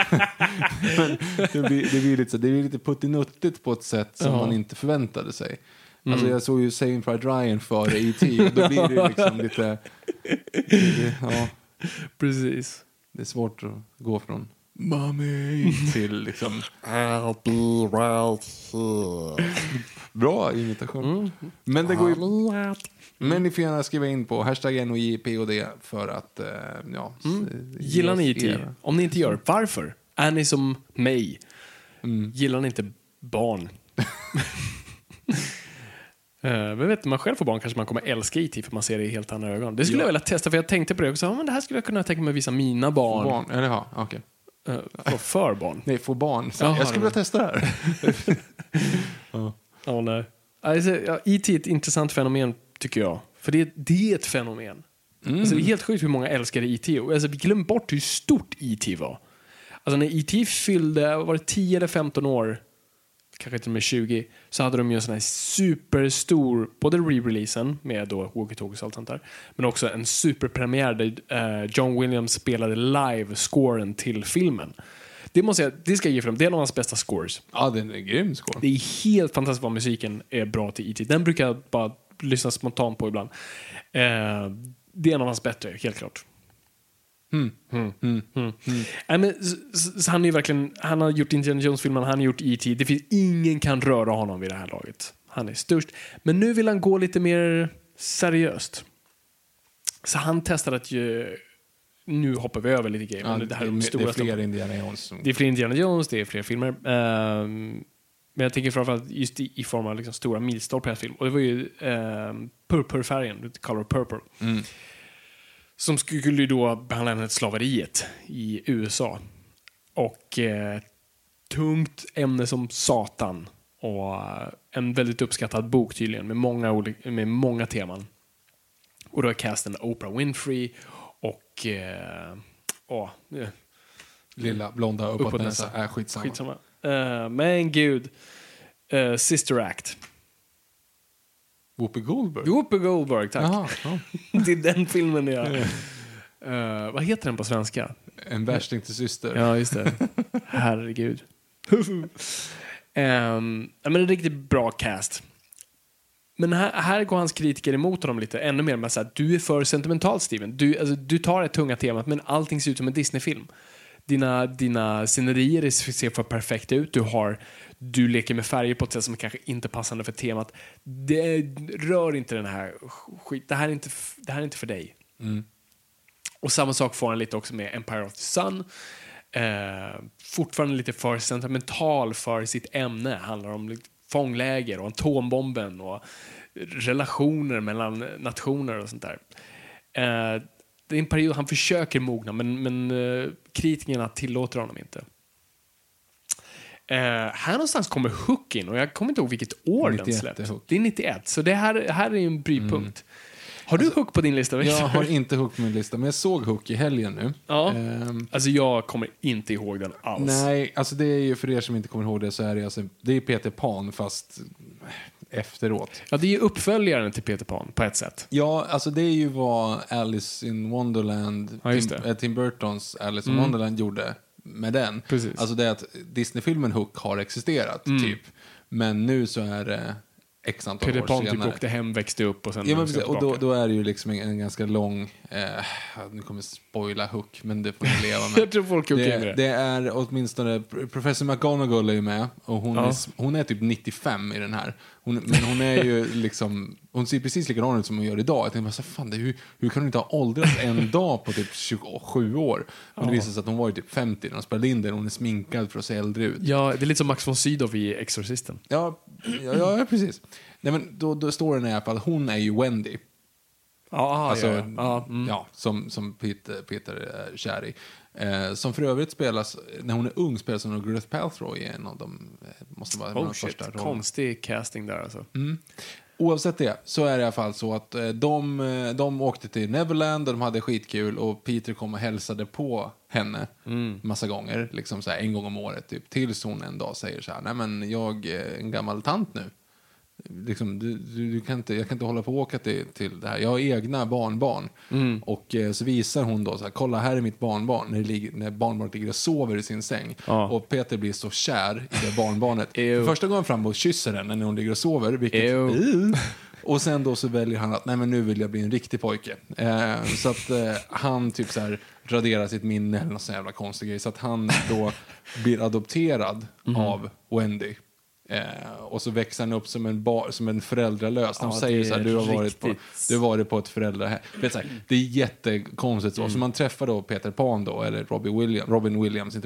det blir lite så, det blir lite puttinuttigt på ett sätt som man inte förväntade sig. Alltså jag såg ju Saving Private Ryan före E.T. och då blir det liksom lite precis. Det är svårt att gå från Mommy till liksom I'll be right here. Bra imitation. Men det går ju. Men ni får gärna skriva in på #NOJPOD för att gillar ni E.T.? Om ni inte gör, varför? Är ni som mig? Gillar ni inte barn? Men vet man själv får barn kanske man kommer älska E.T. för man ser det i helt andra ögon. Det skulle jag vilja testa, för jag tänkte på det och sa, men det här skulle jag kunna tänka mig att visa mina barn. Eller okej. För barn. Nej, få barn. Jag skulle vilja testa det här. Nej. Alltså, E.T. är ett intressant fenomen, tycker jag. För det är ett fenomen. Alltså, det är helt sjukt hur många älskar E.T. Alltså, vi glömmer bort hur stort E.T. var. Alltså, när E.T. fyllde, var det 10 eller 15 år, kanske till och med 20, så hade de ju en sån här superstor, både re-releasen med då walkie-talkies och allt sånt där, men också en superpremiär där John Williams spelade live-scoren till filmen. Det ska jag ge för dem. Det är en av hans bästa scores. Ja, det är en grym score. Det är helt fantastiskt vad musiken är bra till E.T. Den brukar jag bara lyssna spontant på ibland. Det är en av hans bättre, helt klart. Men, så han är verkligen, han har gjort Indiana Jones-filmen, han har gjort E.T. Det finns ingen kan röra honom vid det här laget. Han är störst. Men nu vill han gå lite mer seriöst. Så han testade att nu hoppar vi över lite grejer. Det är fler Indiana Jones. Det är fler Indiana Jones, det är fler filmer. Men jag tänker framförallt just i form av liksom stora milstolpar i film. Och det var ju purpurfärgen, The Color Purple. Som skulle ju då behandla slaveriet i USA. Och tungt ämne som satan. Och en väldigt uppskattad bok tydligen med många teman. Och då är casten Oprah Winfrey och lilla blonda uppåtnäsa. Skitsamma. Men gud, Sister Act. Whoopi Goldberg, tack. Aha, ja. Det är den filmen vad heter den på svenska? En värsting till syster. Ja, just det. Herregud. Men en riktigt bra cast. Men här går hans kritiker emot honom lite ännu mer med att du är för sentimental, Steven. Du tar ett tunga temat, men allting ser ut som en Disney-film. Dina scenerier ser för perfekt ut. Du leker med färger på ett sätt som är kanske inte passande för temat. Det rör inte den här skit. Det här är inte för dig. Och samma sak får han lite också med Empire of the Sun. Fortfarande lite för sentimental för sitt ämne. Handlar om fångläger och atombomben och relationer mellan nationer och sånt där. Det är en period han försöker mogna, men kritikerna tillåter honom inte. Här någonstans kommer Hook in, och jag kommer inte ihåg vilket år 91, den släpps. Det är 91, så det här är en brytpunkt. Har du Hook på din lista? Jag har inte Hook på min lista, men jag såg Hook i helgen nu. Ja. Alltså jag kommer inte ihåg den alls. Nej, alltså det är ju, för er som inte kommer ihåg det, så är det alltså, det är Peter Pan fast efteråt. Ja, det är ju uppföljaren till Peter Pan på ett sätt. Ja, alltså det är ju vad Alice in Wonderland, Tim Burtons Alice in Wonderland gjorde med den. Precis. Alltså det är att Disney-filmen Hook har existerat, typ. Men nu så är det x antal Peter år Pan senare. Typ åkte hem, växte upp och sen... Ja, men och då är det ju liksom en ganska lång... nu kommer jag spoila Hook, men det får ni leva med. Jag tror folk är okej med det. Det är åtminstone... Professor McGonagall är ju med, och hon är typ 95 i den här. Men hon är ju liksom... Hon ser precis likadan ut som hon gör idag. Jag tänkte bara, fan, hur kan hon inte ha åldrats en dag på typ 27 år? Och det visar sig att hon var ju typ 50 när hon spelade in den. Hon är sminkad för att se äldre ut. Ja, det är lite som Max von Sydow i Exorcisten. Ja, precis. Nej, men då står det i alla fall, hon är ju Wendy. Som Peter är kär i. Som för övrigt spelas, när hon är ung, spelas som Gwyneth Paltrow i en av de, måste vara de första rollerna. Konstig casting där alltså. Oavsett det, så är det i alla fall så att de åkte till Neverland och de hade skitkul, och Peter kom och hälsade på henne massa gånger, liksom så här, en gång om året typ, tills hon en dag säger så här: nej men jag är en gammal tant nu. Liksom, jag kan inte hålla på att åka till det här. Jag har egna barnbarn. Och så visar hon då så här: kolla, här är mitt barnbarn, när barnbarnet ligger och sover i sin säng. Och Peter blir så kär i det barnbarnet. Första gången fram och kysser henne när hon ligger och sover, vilket och sen då så väljer han att nej, men nu vill jag bli en riktig pojke. Så att han typ så här raderar sitt minne eller något så jävla konstig grej, så att han då blir adopterad av Wendy. Och så växer han upp som en föräldralös. De säger så här: du har varit på ett föräldrahem. Det är jättekonstigt så. Så man träffar då Peter Pan då, eller Robin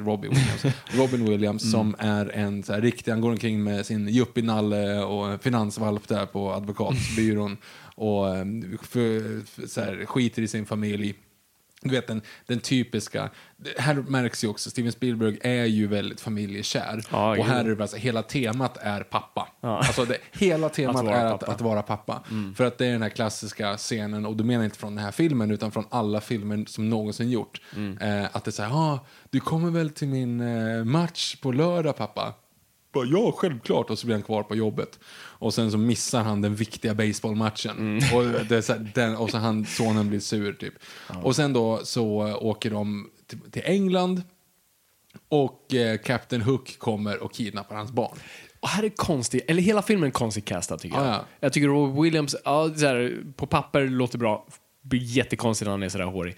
Williams som är en så här riktig, han går omkring med sin yuppie-nalle och finansvalp där på advokatbyrån och så här, skiter i sin familj. Du vet, den typiska, här märks ju också, Steven Spielberg är ju väldigt familjekär. Och här är det bara så, hela temat är pappa. Alltså hela temat är att vara pappa. För att det är den här klassiska scenen, och du menar inte från den här filmen utan från alla filmer som någonsin gjort. Att det är så här: du kommer väl till min match på lördag, pappa? Ja, självklart. Och så blir han kvar på jobbet. Och sen så missar han den viktiga baseballmatchen. Och det är så här, och så sonen blir sur typ. Och sen då så åker de till England. Och Captain Hook kommer och kidnappar hans barn. Och här är konstigt, eller hela filmen är konstigt castad tycker jag. Jag tycker Robert Williams, så här, på papper låter bra. Blir jättekonstigt när han är sådär hårig.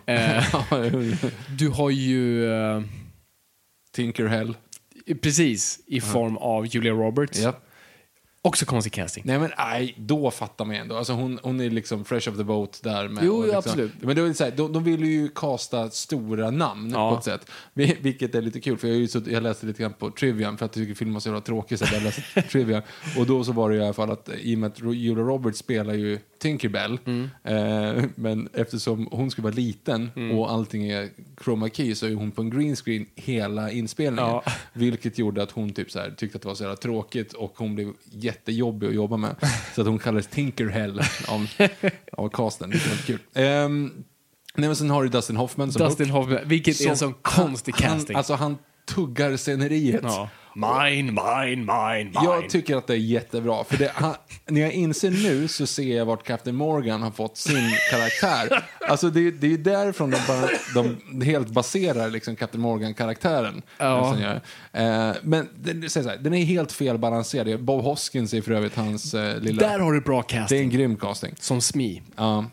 Du har ju Tinker Hell. Precis, i form av Julia Roberts. Också konstig casting. Nej, men då fattar man ändå. Alltså hon är liksom fresh off the boat där med. Jo, liksom, absolut. Men det är så här, de vill ju kasta stora namn på ett sätt. Vilket är lite kul, för jag läste lite grann på Trivian för att jag tycker filmen var så jävla tråkig, så jag läste Trivian. Och då så var det i alla fall att i och med att Julia Roberts spelar ju Tinkerbell, men eftersom hon skulle vara liten och allting är chroma key, så är hon på en green screen hela inspelningen. Vilket gjorde att hon typ så här, tyckte att det var så jävla tråkigt och hon blev jättejobbig att jobba med. Så att hon kallades Tinkerhell av casten. Det var kul. Nej, men sen har du Dustin Hoffman. Vilket är en sån konstig casting. Han tuggar sceneriet. Ja. Mine. Jag tycker att det är jättebra. För när jag inser nu så ser jag vart Captain Morgan har fått sin karaktär. Alltså det är ju därifrån de helt baserar liksom Captain Morgan-karaktären. Ja. Men den är helt felbalanserad. Bob Hoskins är för övrigt hans lilla... Där har du bra casting. Det är en grym casting. Som Smee. Ja,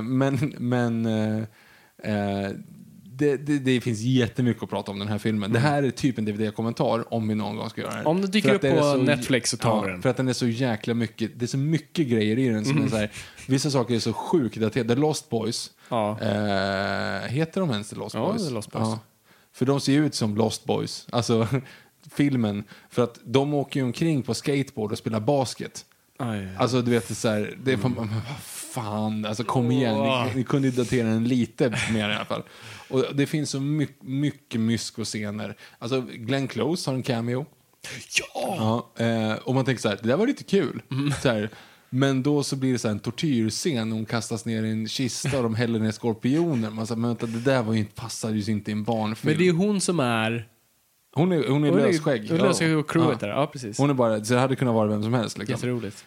det finns jättemycket att prata om den här filmen. Det här är typ en DVD-kommentar om vi någon gång ska göra det. Om det dyker upp på Netflix så tar den. För att den är så jäkla mycket, det är så mycket grejer i den som är så här, vissa saker är så sjukt daterade. The Lost Boys. Heter de ens The Lost Boys? The Lost Boys. Ja. För de ser ju ut som Lost Boys. Alltså filmen. För att de åker ju omkring på skateboard och spelar basket. Alltså du vet det så här, det är fan, alltså kom igen, ni kunde ju datera den lite mer i alla fall. Och det finns så mycket mysko-scener. Alltså Glenn Close har en cameo. Och man tänker så här, det där var lite kul. Så här, men då så blir det så här en tortyrscen, hon kastas ner i en kista och de häller ner skorpioner. Man säger, men det där var ju inte, passade ju inte i en barnfilm. Men det är hon som är... Hon är lösskägg. Hon är lösskägg och crewet där, ja precis. Hon är bara, så det hade kunnat vara vem som helst. Liksom. Jätteroligt.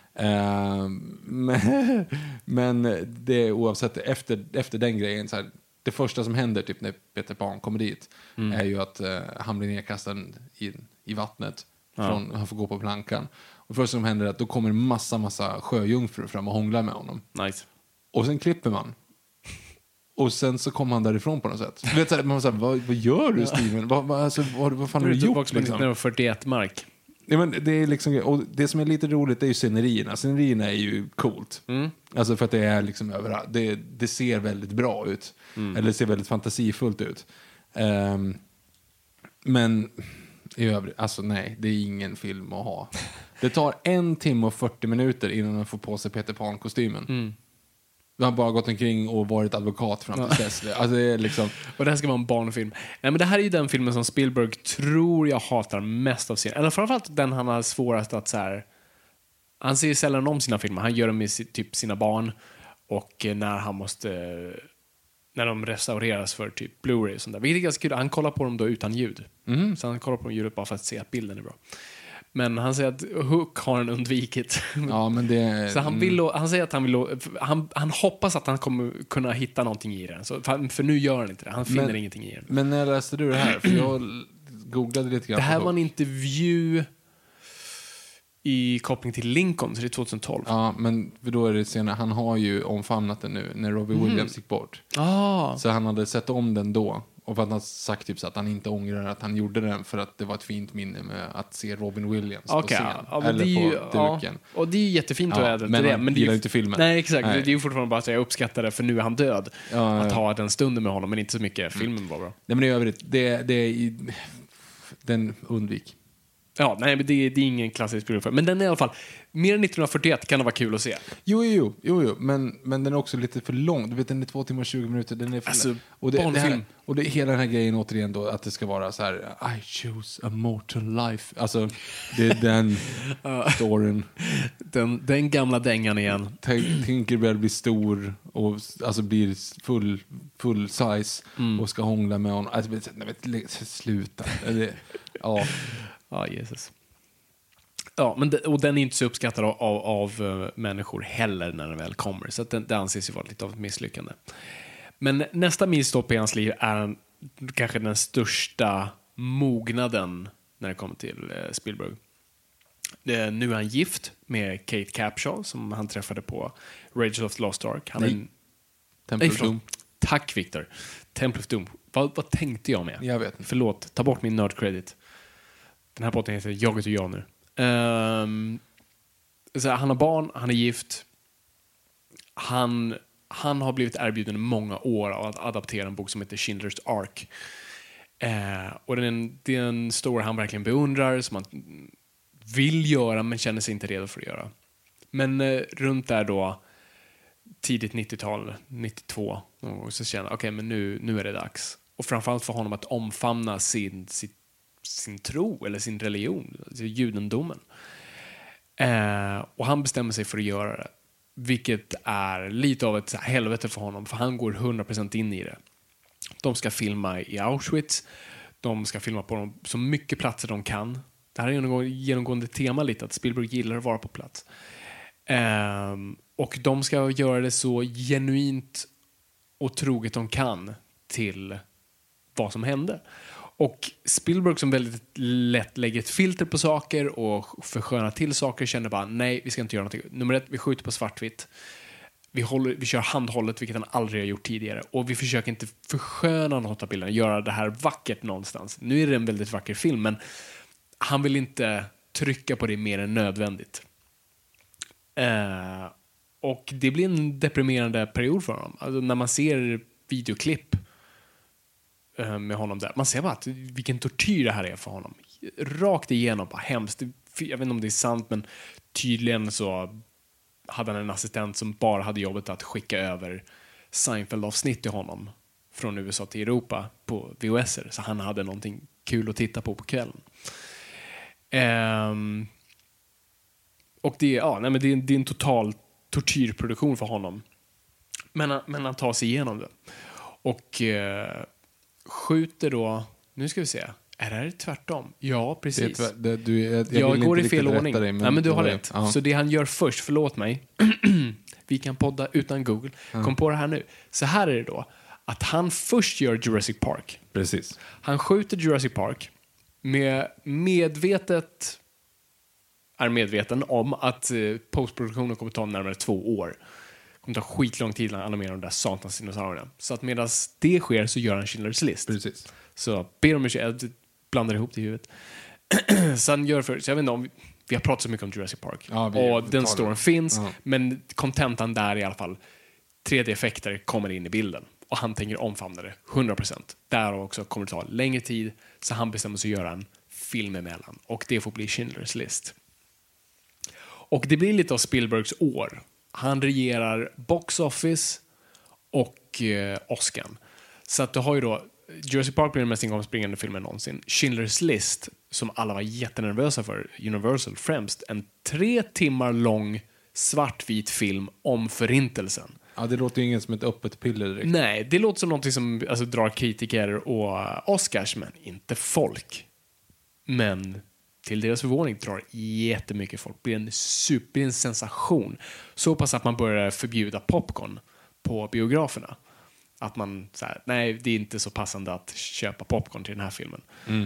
Men det är oavsett, efter den grejen, så här, det första som händer typ när Peter Pan kommer dit är ju att han blir nedkastad i vattnet. Han får gå på plankan. Och första som händer är att då kommer massa sjöjungfrur fram och hånglar med honom. Nice. Och sen klipper man. Och sen så kommer han därifrån på något sätt. Du vet, så här, man säger, vad gör du, Steven? Vad fan har du gjort? Liksom? 41 mark. Ja, men det är liksom, och det som är lite roligt är ju scenerierna. Scenerierna är ju coolt. Alltså för att det är liksom överallt. Det ser väldigt bra ut. Eller det ser väldigt fantasifullt ut. Men i övrigt, alltså nej, det är ingen film att ha. Det tar 1 timme och 40 minuter innan man får på sig Peter Pan-kostymen. Du har bara gått omkring och varit advokat fram till dess. Alltså det är liksom... Och det här ska vara en barnfilm. Nej, men det här är ju den filmen som Spielberg tror jag hatar mest av sin. Eller framförallt den han har svårast att så här... Han ser ju sällan om sina filmer. Han gör dem med typ sina barn. Och när de restaureras för typ Blu-ray och sånt där. Vilket är ganska kul. Han kollar på dem då utan ljud. Så han kollar på dem ljudet bara för att se att bilden är bra. Men han säger att Hook har han undvikit. Ja, men det... Så han säger att han hoppas att han kommer kunna hitta någonting i den. Så, för nu gör han inte det. Han finner ingenting i den. Men när läste du det här? För jag googlade lite grann. Det här var en intervju i koppling till Lincoln, så det är 2012. Ja, men då är det senare. Han har ju omfamnat den nu när Robbie Williams gick bort. Så han hade sett om den då. Och för att han har sagt typ så att han inte ångrar att han gjorde den för att det var ett fint minne med att se Robin Williams på scen. Eller på duken. Och det är ju jättefint att ädra men det. Men det gillar inte filmen. Nej, exakt. Nej. Det är ju fortfarande bara att jag uppskattar det, för nu är han död. Att ha den stunden med honom, men inte så mycket. Filmen var bra. Nej, men det är övrigt. Den undvik. Ja, nej, men det är ingen klassisk bild. Men den är i alla fall, mer än 1941 kan det vara kul att se. Jo, men den är också lite för lång. Du vet, den är 2 timmar och 20 minuter. Den är för alltså, och det hela den här grejen återigen då, att det ska vara så här: I choose a mortal life. Alltså, det är den storyn. Den gamla dängan igen. Tinkerbell blir stor och alltså blir full size och ska hångla med honom. Alltså, sluta. Ja, Jesus. Ja, men och den är inte så uppskattad av människor heller när den väl kommer. Så att det anses ju vara lite av ett misslyckande. Men nästa milstolpe i hans liv är kanske den största mognaden när det kommer till Spielberg. Nu är han gift med Kate Capshaw som han träffade på Raiders of the Lost Ark. Temple of Doom. Tack, Victor. Temple of Doom. Vad tänkte jag med? Jag vet inte. Förlåt, ta bort min nerd credit. Den här podden heter Jaget och jag nu. så han har barn, han är gift. Han har blivit erbjuden i många år av att adaptera en bok som heter Schindler's Ark. Och det är en story han verkligen beundrar, som han vill göra men känner sig inte redo för att göra. Men runt där då, tidigt 90-tal, 92, så känner jag, okej, men nu är det dags. Och framförallt för honom att omfamna sin tro eller sin religion, alltså judendomen. Och han bestämmer sig för att göra det. Vilket är lite av ett helvete för honom, för han går 100% in i det. De ska filma i Auschwitz. De ska filma på så mycket platser de kan. Det här är genomgående tema lite, att Spielberg gillar att vara på plats. Och de ska göra det så genuint och troget de kan till vad som hände. Och Spielberg, som väldigt lätt lägger ett filter på saker och förskönar till saker, känner bara, nej, vi ska inte göra någonting. Nummer 1, vi skjuter på svartvitt. Vi kör handhållet, vilket han aldrig har gjort tidigare. Och vi försöker inte försköna något av bilden, göra det här vackert någonstans. Nu är det en väldigt vacker film, men han vill inte trycka på det mer än nödvändigt. Och det blir en deprimerande period för honom. Alltså, när man ser videoklipp med honom där, man ser bara att vilken tortyr det här är för honom. Rakt igenom, bara hemskt. Jag vet inte om det är sant, men tydligen så hade han en assistent som bara hade jobbet att skicka över Seinfeld-avsnitt till honom från USA till Europa på VHS-er, så han hade någonting kul att titta på kvällen. Och det är en total tortyrproduktion för honom. Men han tar sig igenom det. Och skjuter då, nu ska vi se, är det här tvärtom? Ja, precis. Jag går i fel ordning. Nej, men du har rätt. Ja. Så det han gör först, förlåt mig, vi kan podda utan Google, kom på det här nu. Så här är det då, att han först gör Jurassic Park. Precis. Han skjuter Jurassic Park med medveten om att postproduktionen kommer ta närmare 2 år. Det kommer ta skitlång tid att animera de där satans dinosaurierna. Så att medan det sker så gör han Schindler's List. Precis. Så ber om ursäkt, jag blandar ihop det i huvudet. Så han gör så jag vet inte om vi har pratat så mycket om Jurassic Park. Ja, och den storyn finns, men kontentan där i alla fall, 3D-effekter kommer in i bilden. Och han tänker omfamna det 100%. Därav också kommer det ta längre tid, så han bestämmer sig att göra en film emellan. Och det får bli Schindler's List. Och det blir lite av Spielbergs år. Han regerar Box Office och Oscar. Så att du har ju då Jurassic Park blir den mest inkomstbringande filmen någonsin. Schindler's List, som alla var jättenervösa för, Universal främst, en 3 timmar lång svartvit film om förintelsen. Ja, det låter ju inget som ett öppet piller direkt. Nej, det låter som något som drar kritiker och Oscars, men inte folk. Men till deras förvåning drar jättemycket folk. Det blir en sensation. Så pass att man börjar förbjuda popcorn på biograferna. Att man säger, nej, det är inte så passande att köpa popcorn till den här filmen.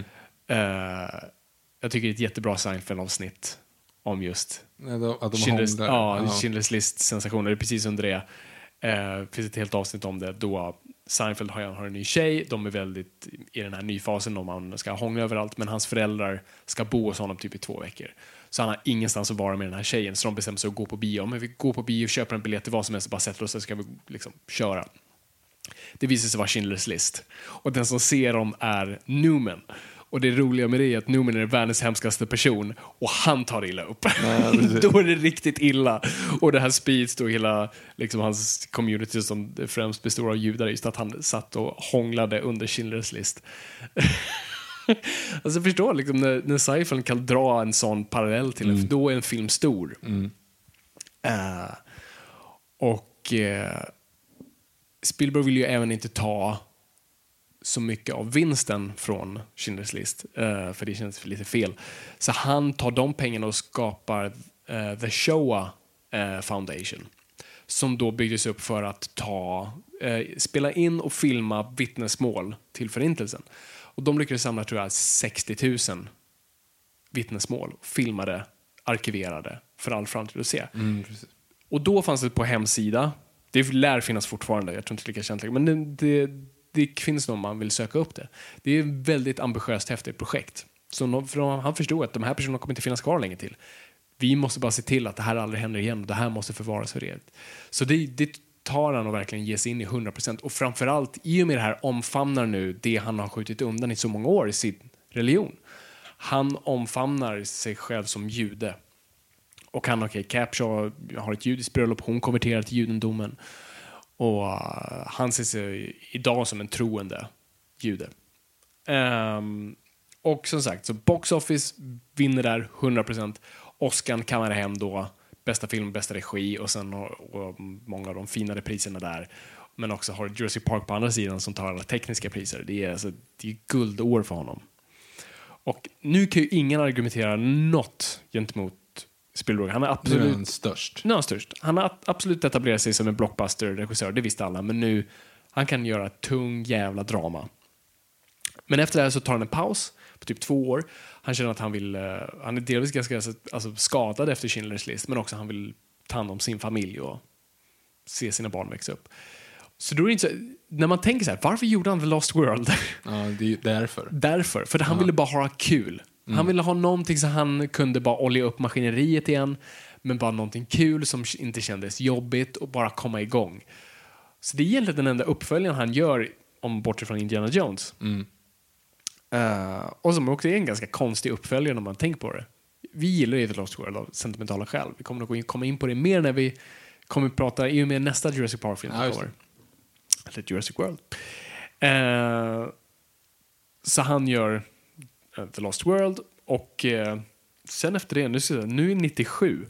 Jag tycker det är ett jättebra Seinfeld-avsnitt om just Schindler's List-sensationer. Det är precis under det. Finns ett helt avsnitt om det då Seinfeld har en ny tjej. De är väldigt i den här nyfasen om man ska hångla överallt, men hans föräldrar ska bo hos honom typ i 2 veckor. Så han har ingenstans att vara med den här tjejen, så de bestämmer sig att gå på bio. Men vi går på bio och köper en biljett till vad som helst, bara sätter oss så ska vi liksom köra. Det visar sig vara Schindler's List. Och den som ser dem är Newman. Och det roliga med det är att Newman är världens hemskaste person och han tar illa upp. Då är det riktigt illa. Och det här sprids då hela liksom, hans community som främst består av judar, just att han satt och hånglade under Schindler's List. Alltså förstår liksom, när Seinfeld kan dra en sån parallell till då är en film stor. Spielberg vill ju även inte ta så mycket av vinsten från Schindler's List, för det känns lite fel. Så han tar de pengarna och skapar The Shoah Foundation, som då byggdes upp för att spela in och filma vittnesmål till förintelsen. Och de lyckades samla, tror jag, 60 000 vittnesmål, filmade, arkiverade för all framtid att se. Och då fanns det på hemsida, det lär finnas fortfarande, jag tror inte det är lika känt, men det finns någon man vill söka upp det. Det är ett väldigt ambitiöst häftigt projekt. Så han förstod att de här personerna kommer inte finnas kvar länge till. vi måste bara se till att det här aldrig händer igen och det här måste förvaras för evigt. Så det tar han och verkligen ger sig in i 100%. Och framförallt i och med det här omfamnar nu det han har skjutit undan i så många år i sin religion. Han omfamnar sig själv som jude. Och han, Capshaw har ett judiskt bröllop, hon konverterar till judendomen. Och han ser sig idag som en troende jude. Och som sagt, så Box Office vinner där 100%. Oscar kammar hem då bästa film, bästa regi och sen och många av de finare priserna där. Men också har Jurassic Park på andra sidan som tar alla tekniska priser. Det är guldår för honom. Och nu kan ju ingen argumentera något gentemot Spielberg. Han är absolut störst. Han har absolut etablerat sig som en blockbuster-regissör, det visste alla. Men nu, han kan göra ett tung jävla drama. Men efter det här så tar han en paus på typ 2 år. Han känner att han är delvis ganska skadad efter Schindler's List, men också han vill ta hand om sin familj och se sina barn växa upp. Så då är det inte så, när man tänker så här, varför gjorde han The Lost World? Ja, det är därför. Därför, för han ville bara ha kul. Han ville ha någonting så han kunde bara olja upp maskineriet igen, men bara någonting kul som inte kändes jobbigt och bara komma igång. Så det är egentligen den enda uppföljningen han gör om bortsett från Indiana Jones. Och som också är en ganska konstig uppföljare när man tänker på det. Vi gillar ju The Lost World av sentimentala skäl. Vi kommer nog komma in på det mer när vi kommer prata i och med nästa Jurassic Park-film som kommer. Eller Jurassic World. Så han gör The Lost World och sen efter det, nu är 97.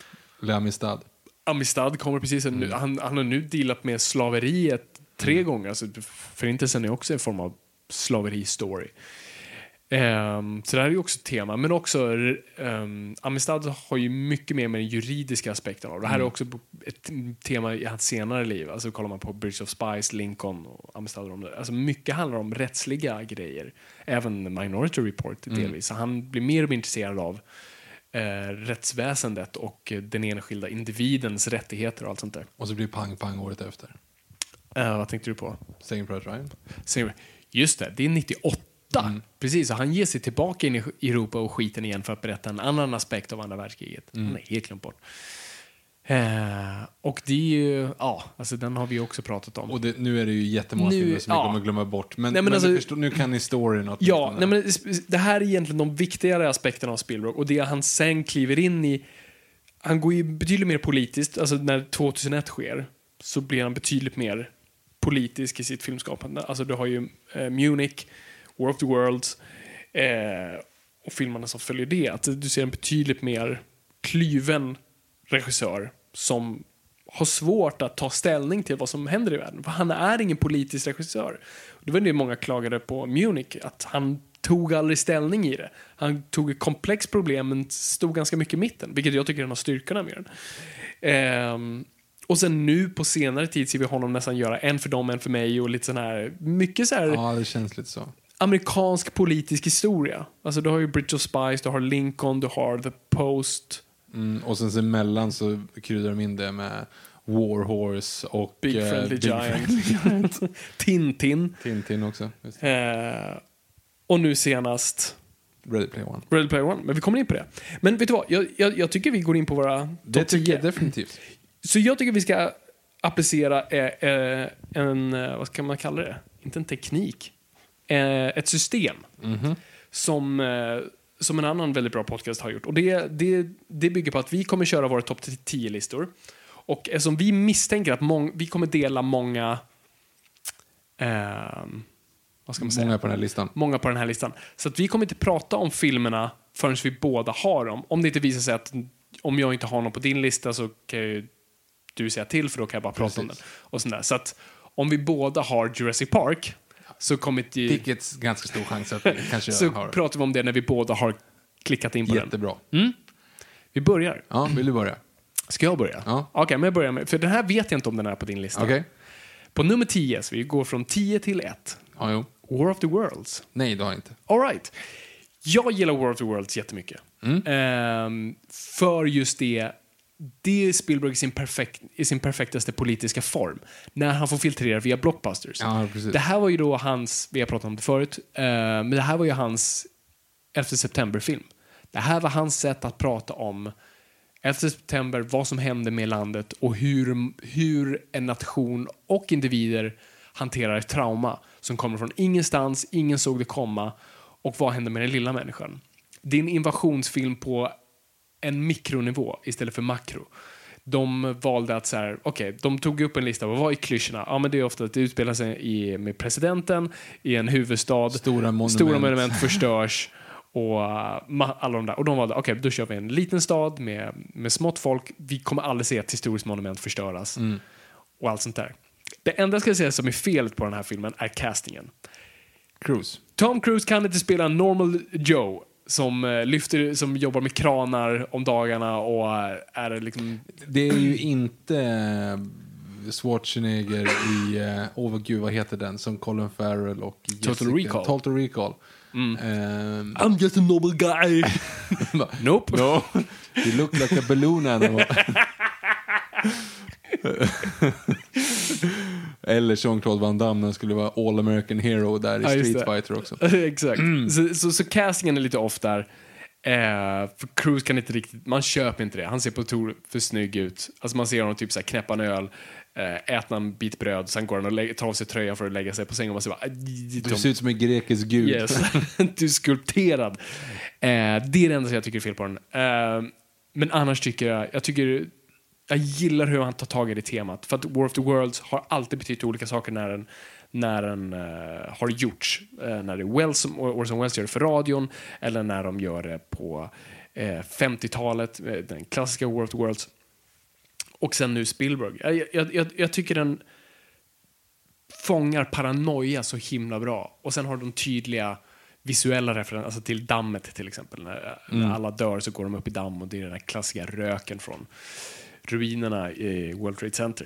Amistad kommer precis. Han har nu dealat med slaveriet 3 gånger. Alltså, förintelsen är också en form av slaveri-story. Så det här är ju också ett tema. Men också Amistad har ju mycket mer med den juridiska aspekten av. Det här är också ett tema i hans senare liv. Alltså kollar man på Bridge of Spies, Lincoln och Amistad. Alltså mycket handlar om rättsliga grejer. Även Minority Report delvis. Så han blir mer och mer intresserad av rättsväsendet och den enskilda individens rättigheter och allt sånt där. Och så blir pang året efter. Vad tänkte du på? Saving Private Ryan. Just det är 98. Precis, så han ger sig tillbaka in i Europa och skiten igen för att berätta en annan aspekt av andra världskriget. Han är helt glömt bort. Och det är ju, alltså den har vi också pratat om. Och nu är det ju jättemånga filmer som vi kommer glömma bort. Men alltså, nu kan ni storyn något. Ja, men det här är egentligen de viktigare aspekterna av Spielberg. Och det han sen kliver in i, han går ju betydligt mer politiskt. Alltså när 2001 sker så blir han betydligt mer politisk i sitt filmskapande. Alltså du har ju Munich, War of the Worlds och filmerna som följer det. Att du ser en betydligt mer klyven regissör som har svårt att ta ställning till vad som händer i världen. För han är ingen politisk regissör. Det var det många klagade på Munich, att han tog aldrig ställning i det. Han tog ett komplext problem men stod ganska mycket i mitten, vilket jag tycker är en av styrkorna med den. Och sen nu på senare tid ser vi honom nästan göra en för dem, en för mig och lite sån här, mycket så här. Ja, det känns lite så. Amerikansk politisk historia. Alltså du har ju Bridge of Spies, du har Lincoln, du har The Post. Och sen emellan så kryddar de in det med War Horse och Big Friendly Giant. Tintin också. Och nu senast Ready Player One. Men vi kommer in på det. Men vet du vad? Jag tycker vi går in på våra topp 10. Definitivt. Så jag tycker vi ska applicera en, vad kan man kalla det? Inte en teknik. Ett system. Som en annan väldigt bra podcast har gjort. Och det bygger på att vi kommer köra våra topp 10-listor. Och eftersom vi misstänker att vi kommer dela många vad ska man säga? Många på den här listan. Så att vi kommer inte prata om filmerna förrän vi båda har dem. Om det inte visar sig att om jag inte har någon på din lista så kan ju du säga till, för då kan jag bara prata om den. Och sånt där. Så att om vi båda har Jurassic Park så kommer det ju... Vilket ganska stor chans att kanske så har... pratar vi om det när vi båda har klickat in på Jättebra. den. Vi börjar. Ja, vill du börja? Ska jag börja? Ja. Okej, men jag börjar med... För den här vet jag inte om den är på din lista. Okej. På nummer 10, så vi går från 10 till 1. Ja, jo. War of the Worlds. Nej, det har jag inte. All right. Jag gillar War of the Worlds jättemycket. För just det är Spielberg i sin perfektaste politiska form. När han får filtrera via blockbusters. Ja, precis. Det här var ju då hans, vi har pratat om det förut, men det här var ju hans 11 september-film. Det här var hans sätt att prata om 11 september, vad som hände med landet och hur en nation och individer hanterar ett trauma som kommer från ingenstans, ingen såg det komma, och vad hände med den lilla människan. Det är en invasionsfilm på en mikronivå istället för makro. De valde att de tog upp en lista. Vad är klyschorna? Ja, men det är ofta att det utspelar sig med presidenten i en huvudstad. Stora monument förstörs och alla de där. Och de valde, då kör vi en liten stad med smått folk. Vi kommer aldrig se ett historiskt monument förstöras. Och allt sånt där. Det enda ska jag säga som är felet på den här filmen är castingen. Tom Cruise kan inte spela en normal Joe som jobbar med kranar om dagarna och är liksom... Det är ju inte Schwarzenegger i vad heter den som Colin Farrell och Total Recall. I'm just a noble guy. Nope. No. You look like a balloon animal. Eller Jean-Claude Van Damme, han skulle vara All American Hero där i Street Fighter också. Exakt. Så castingen är lite off där. För Cruise kan inte riktigt, man köper inte det. Han ser på Tor för snygg ut. Alltså man ser honom typ så här knäppa en öl, äta en bit bröd, sen går han och tar av sig tröjan för att lägga sig på sängen och man säger du ser ut som en grekisk gud. Yes. Du är skulpterad. Det är det enda som jag tycker är fel på den. Men annars tycker jag gillar hur han tar tag i det temat. För att War of the Worlds har alltid betytt olika saker när den har gjorts. När det är Orson Welles gör det för radion. Eller när de gör det på 50-talet. Den klassiska War of the Worlds. Och sen nu Spielberg. Jag tycker den fångar paranoia så himla bra. Och sen har de tydliga visuella referenser, alltså till dammet till exempel. När alla dör så går de upp i damm och det är den här klassiska röken från ruinerna i World Trade Center.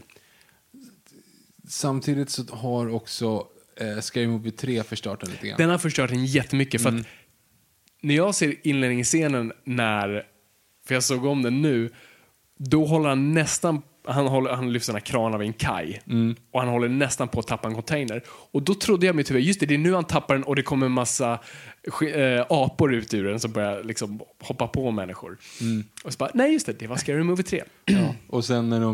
Samtidigt så har också Scary Movie 3 förstört den lite grann. Den har förstört den jättemycket för att när jag ser inledningsscenen för jag såg om den nu, då håller han nästan han lyfter den här kranen vid en kaj och han håller nästan på att tappa en container och då trodde jag mig tyvärr, just det är nu han tappar den och det kommer en massa apor ut ur den som börjar liksom hoppa på människor och så bara, nej just det var Scary Movie 3 och sen när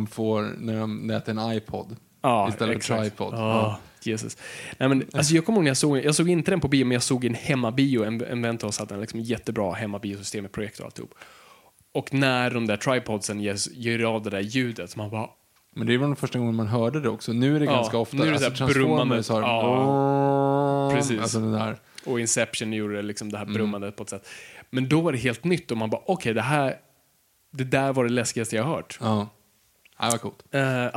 de äter en iPod istället för tripod Jesus. Nej, men, alltså, jag kommer ihåg när jag såg inte den på bio, men jag såg en hemmabio, en vän till oss hade en liksom jättebra hemmabiosystem med projektor och alltihop. Och när de där tripodsen gör av det där ljudet, man bara... Men det var den första gången man hörde det också. Nu är det ganska ofta. Nu är det alltså, Transformers har... precis. Alltså den där. Och Inception gjorde liksom det här brummandet på ett sätt. Men då var det helt nytt och man bara, okej, det där var det läskigaste jag har hört. Ja, det var coolt.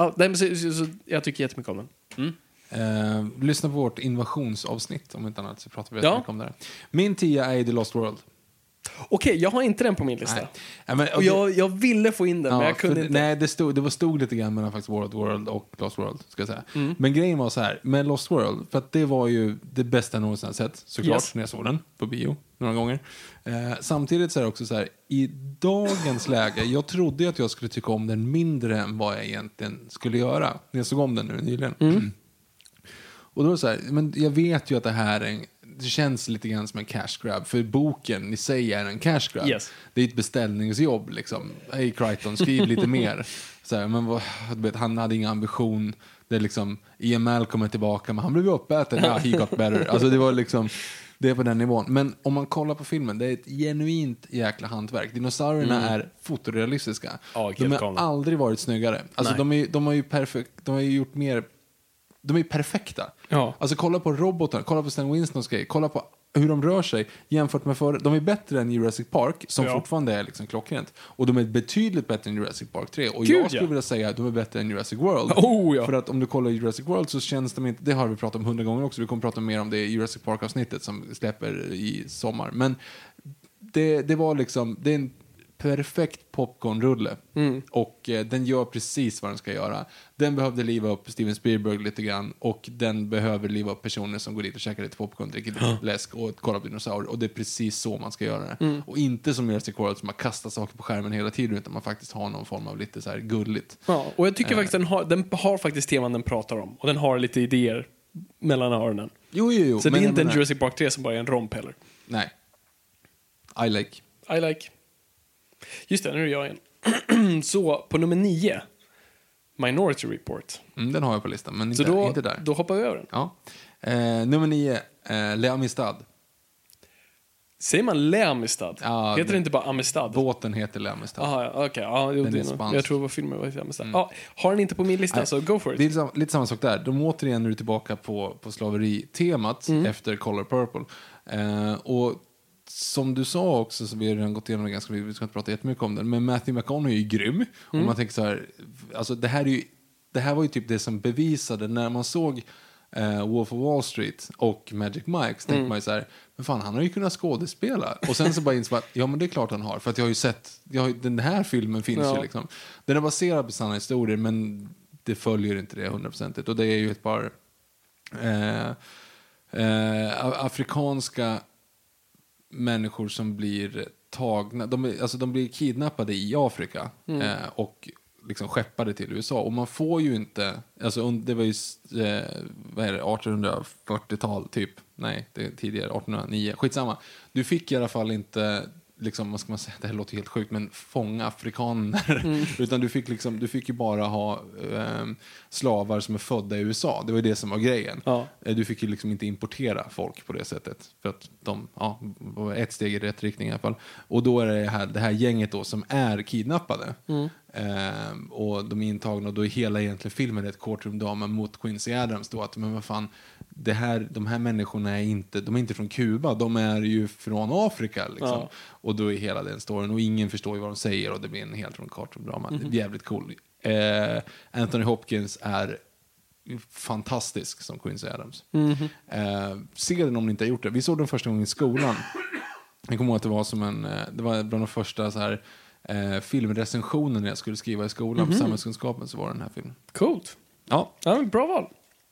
Så jag tycker jättemycket om den. Lyssna på vårt invasionsavsnitt om inte annat så pratar vi mycket om det här. Min 10 är The Lost World. Okej, jag har inte den på min lista. Och jag ville få in den, men jag kunde inte. Nej, det stod lite grann mellan faktiskt War of the World och Lost World, ska jag säga. Men grejen var så här, med Lost World, för att det var ju det bästa jag någonsin sett, såklart, när jag såg den på bio några gånger. Samtidigt så är det också så här, i dagens läge, jag trodde att jag skulle tycka om den mindre än vad jag egentligen skulle göra när jag såg om den nu nyligen. Och då är det så här, men jag vet ju att det här det känns lite grann som en cash grab. För boken i sig är en cash grab. Yes. Det är ett beställningsjobb liksom. Hej Crichton, skriv lite mer. Så här, men han hade ingen ambition. Det är liksom, EML kommer tillbaka, men han blev uppäten. Ja, he got better. Alltså det var liksom, det är på den nivån. Men om man kollar på filmen, det är ett genuint jäkla hantverk. Dinosaurierna är fotorealistiska. De har aldrig varit snyggare. Alltså de har ju gjort mer. De är perfekta. Ja. Alltså kolla på robotarna, kolla på Stan Winstons grej, kolla på hur de rör sig jämfört med förr. De är bättre än Jurassic Park som fortfarande är liksom klockrent. Och de är betydligt bättre än Jurassic Park 3. Och jag skulle vilja säga att de är bättre än Jurassic World. För att om du kollar Jurassic World så känns de inte, det har vi pratat om 100 gånger också. Vi kommer prata mer om det i Jurassic Park-avsnittet som släpper i sommar. Men det var liksom, det är en perfekt popcornrulle och den gör precis vad den ska göra. Den behövde liva upp Steven Spielberg lite grann och den behöver liva upp personer som går dit och käkar lite popcorn, dricker lite läsk och kollar på dinosaurier, och det är precis så man ska göra det. Och inte som Jurassic World som man kastar saker på skärmen hela tiden, utan man faktiskt har någon form av lite så här gulligt. Ja, och jag tycker faktiskt den har faktiskt teman den pratar om, och den har lite idéer mellan öronen. Jo. Så det är inte en Jurassic Park 3 som bara är en romp heller. Nej. I like. Just det, nu är jag igen. Så på nummer 9, Minority Report. Den har jag på listan, men inte, så inte där. Då hoppar vi över den. Ja. Nummer 9, Les Amistad. Säger man Les Amistad? Ja, heter det inte bara Amistad? Båten heter Les Amistad. Aha, okej. Ja, jag tror det var filmen var Amistad. Ja, har den inte på min lista, så go for it. Det är lite samma sak där. De återigen är tillbaka på slaveri-temat efter Color Purple. Och som du sa också, så vi har redan gått igenom det ganska mycket, vi ska inte prata jättemycket om den, men Matthew McConaughey är ju grym. Och man tänker så här, alltså det här var ju typ det som bevisade när man såg Wolf of Wall Street och Magic Mike, så tänkte man ju så här, men fan, han har ju kunnat skådespela. Och sen så bara insåg att, ja men det är klart han har, för att jag har ju sett, den här filmen finns ju liksom. Den är baserad på sanna historier, men det följer inte det 100%. Och det är ju ett par afrikanska människor som blir tagna, de blir kidnappade i Afrika och liksom skeppade till USA, och man får ju inte, alltså det var ju vad är det, 1840-tal typ, nej det är tidigare, 1809, skitsamma, du fick i alla fall inte liksom, vad ska man säga, det här låter helt sjukt, men fånga afrikaner utan du fick ju bara ha slavar som är födda i USA. Det var ju det som var grejen. Du fick ju liksom inte importera folk på det sättet, för att de var ett steg i rätt riktning i alla fall. Och då är det här gänget då som är kidnappade och de är intagna, och då är hela egentligen filmen ett courtroom-drama mot Quincy Adams då, att men vad fan, de här människorna är inte från Kuba, de är ju från Afrika liksom. Och då är hela den storyn, och ingen förstår ju vad de säger, och det blir en helt från courtroom-drama. Det är jävligt cool. Anthony Hopkins är fantastisk som Quincy Adams. Se den om ni inte har gjort det. Vi såg den första gången i skolan. Jag kommer ihåg att det var bland de första så här filmrecensionen jag skulle skriva i skolan på samhällskunskapen, så var den här filmen. Coolt. Ja, bra val.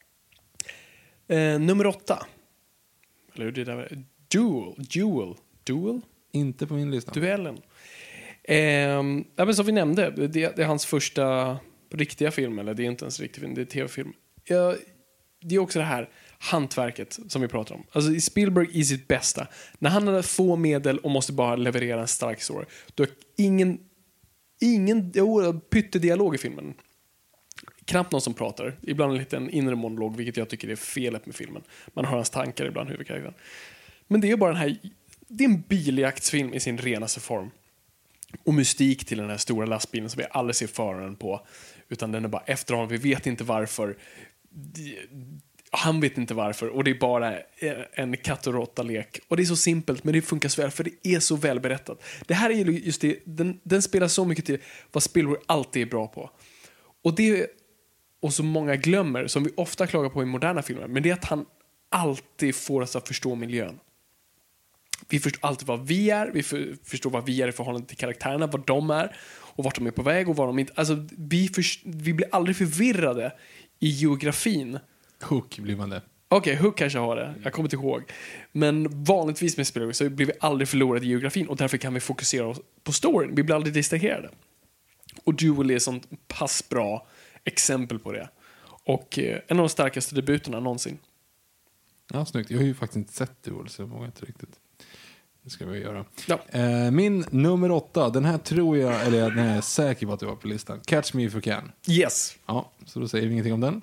Nummer 8. Eller hur det där? Duel? Inte på min lista. Duellen. Men som vi nämnde, det är hans första riktiga film, eller det är inte ens riktig film, det är tv-film. Det är också det här hantverket som vi pratar om. Alltså Spielberg i sitt bästa. När han har få medel och måste bara leverera en stark story, då är ingen pyttedialog i filmen. Knappt någon som pratar. Ibland en liten inre monolog, vilket jag tycker är felet med filmen. Man hör hans tankar ibland, huvudkaraktären. Men det är bara det är en biljaktsfilm i sin renaste form. Och mystik till den här stora lastbilen som vi aldrig ser föraren på. Utan den är bara efter honom. Vi vet inte varför. Han vet inte varför. Och det är bara en katt och råtta-lek. Och det är så simpelt, men det funkar så väl, för det är så väl berättat. Det här är just det. Den spelar så mycket till vad Spielberg alltid är bra på. Och så många glömmer, som vi ofta klagar på i moderna filmer, men det är att han alltid får oss att förstå miljön. Vi förstår alltid vad vi är, vi förstår vad vi är i förhållande till karaktärerna, vad de är och vart de är på väg och vad de inte. Alltså vi blir aldrig förvirrade i geografin. Hook blir man det. Okej, Hook kanske har det. Jag kommer inte ihåg. Men vanligtvis med Spielberg så blir vi aldrig förlorade i geografin, och därför kan vi fokusera oss på storyn. Vi blir aldrig distraherade. Och Duel är ett sånt pass bra exempel på det. Och en av de starkaste debuterna någonsin. Ja, snyggt. Jag har ju faktiskt inte sett Duel, så jag vågar inte riktigt. Det ska vi göra. Ja. Min nummer 8, den här tror jag, eller den är säker på att du var på listan. Catch Me If You Can. Yes. Ja, så då säger vi ingenting om den.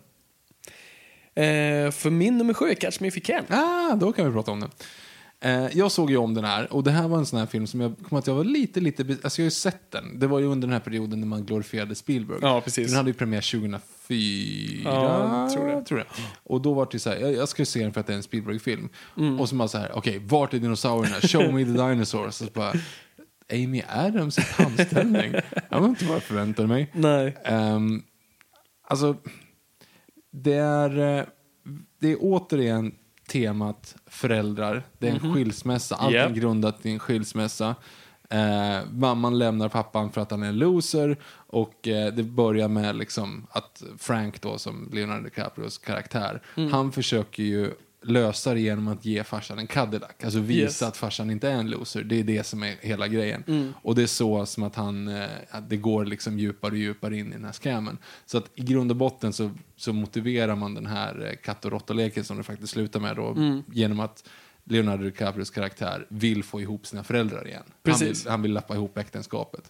För min nummer 7 är Catch Me If You Can. Då kan vi prata om den. Jag såg ju om den här, och det här var en sån här film som jag kom att jag var lite alltså jag har ju sett den. Det var ju under den här perioden när man glorifierade Spielberg. Ja, precis. Den hade ju premiär 2004. Ja, tror det. Och då var det så här, jag ska se den för att det är en Spielberg-film. Och så man så här, okej, vart är dinosaurierna? Show me the dinosaurs. Så bara, Amy Adams i handställning. Jag vet inte vad jag förväntade mig. Nej. Alltså, det är återigen temat föräldrar. Det är en skilsmässa. Allt är grundat i en skilsmässa. Mamman lämnar pappan för att han är en loser, och det börjar med liksom att Frank då, som Leonardo DiCaprios karaktär, han försöker ju lösa det genom att ge farsan en Cadillac, alltså visa att farsan inte är en loser. Det är det som är hela grejen. Och det är så som att att det går liksom djupare och djupare in i den här scammen. Så att i grund och botten så motiverar man den här katt- och råttaleken som det faktiskt slutar med då, genom att Leonardo DiCaprios karaktär vill få ihop sina föräldrar igen. Han vill lappa ihop äktenskapet.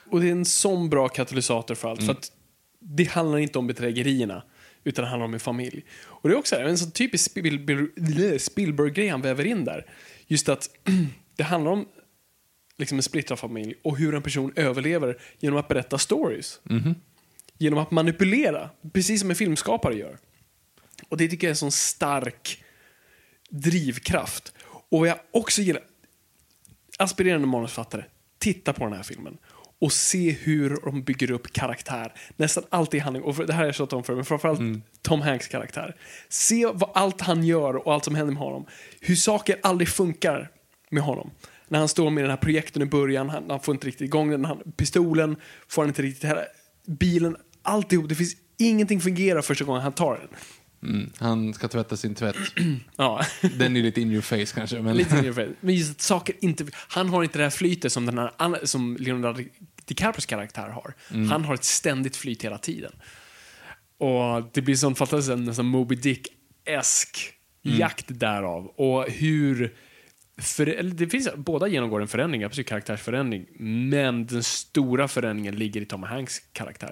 Och det är en sån bra katalysator för allt. För att det handlar inte om bedrägerierna, utan det handlar om en familj. Och det är också en sån typisk Spielberg-grej han väver in där. Just att det handlar om liksom en splittrad familj och hur en person överlever genom att berätta stories. Genom att manipulera, precis som en filmskapare gör. Och det tycker jag är en sån stark drivkraft. Och jag också gillar, aspirerande manusförfattare, titta på den här filmen och se hur de bygger upp karaktär. Nästan alltid handling, och det här är jag tjatat om för, men framförallt Tom Hanks karaktär. Se vad allt han gör och allt som händer med honom. Hur saker aldrig funkar med honom. När han står med den här projekten i början, han får inte riktigt igång den, pistolen får han inte riktigt här, bilen, alltihop, det finns ingenting fungerar första gången han tar den. Han ska tvätta sin tvätt. Ja. Den är lite in your face kanske. Men... lite in your face. Men just att saker inte... Han har inte det här flytet som, som Leonardo DiCaprios karaktär har. Han har ett ständigt flyt hela tiden. Och det blir sån fantastiskt nästan Moby Dick-esk jakt därav. Och hur... det finns, båda genomgår en förändring, absolut karaktärsförändring. Men den stora förändringen ligger i Tom Hanks karaktär.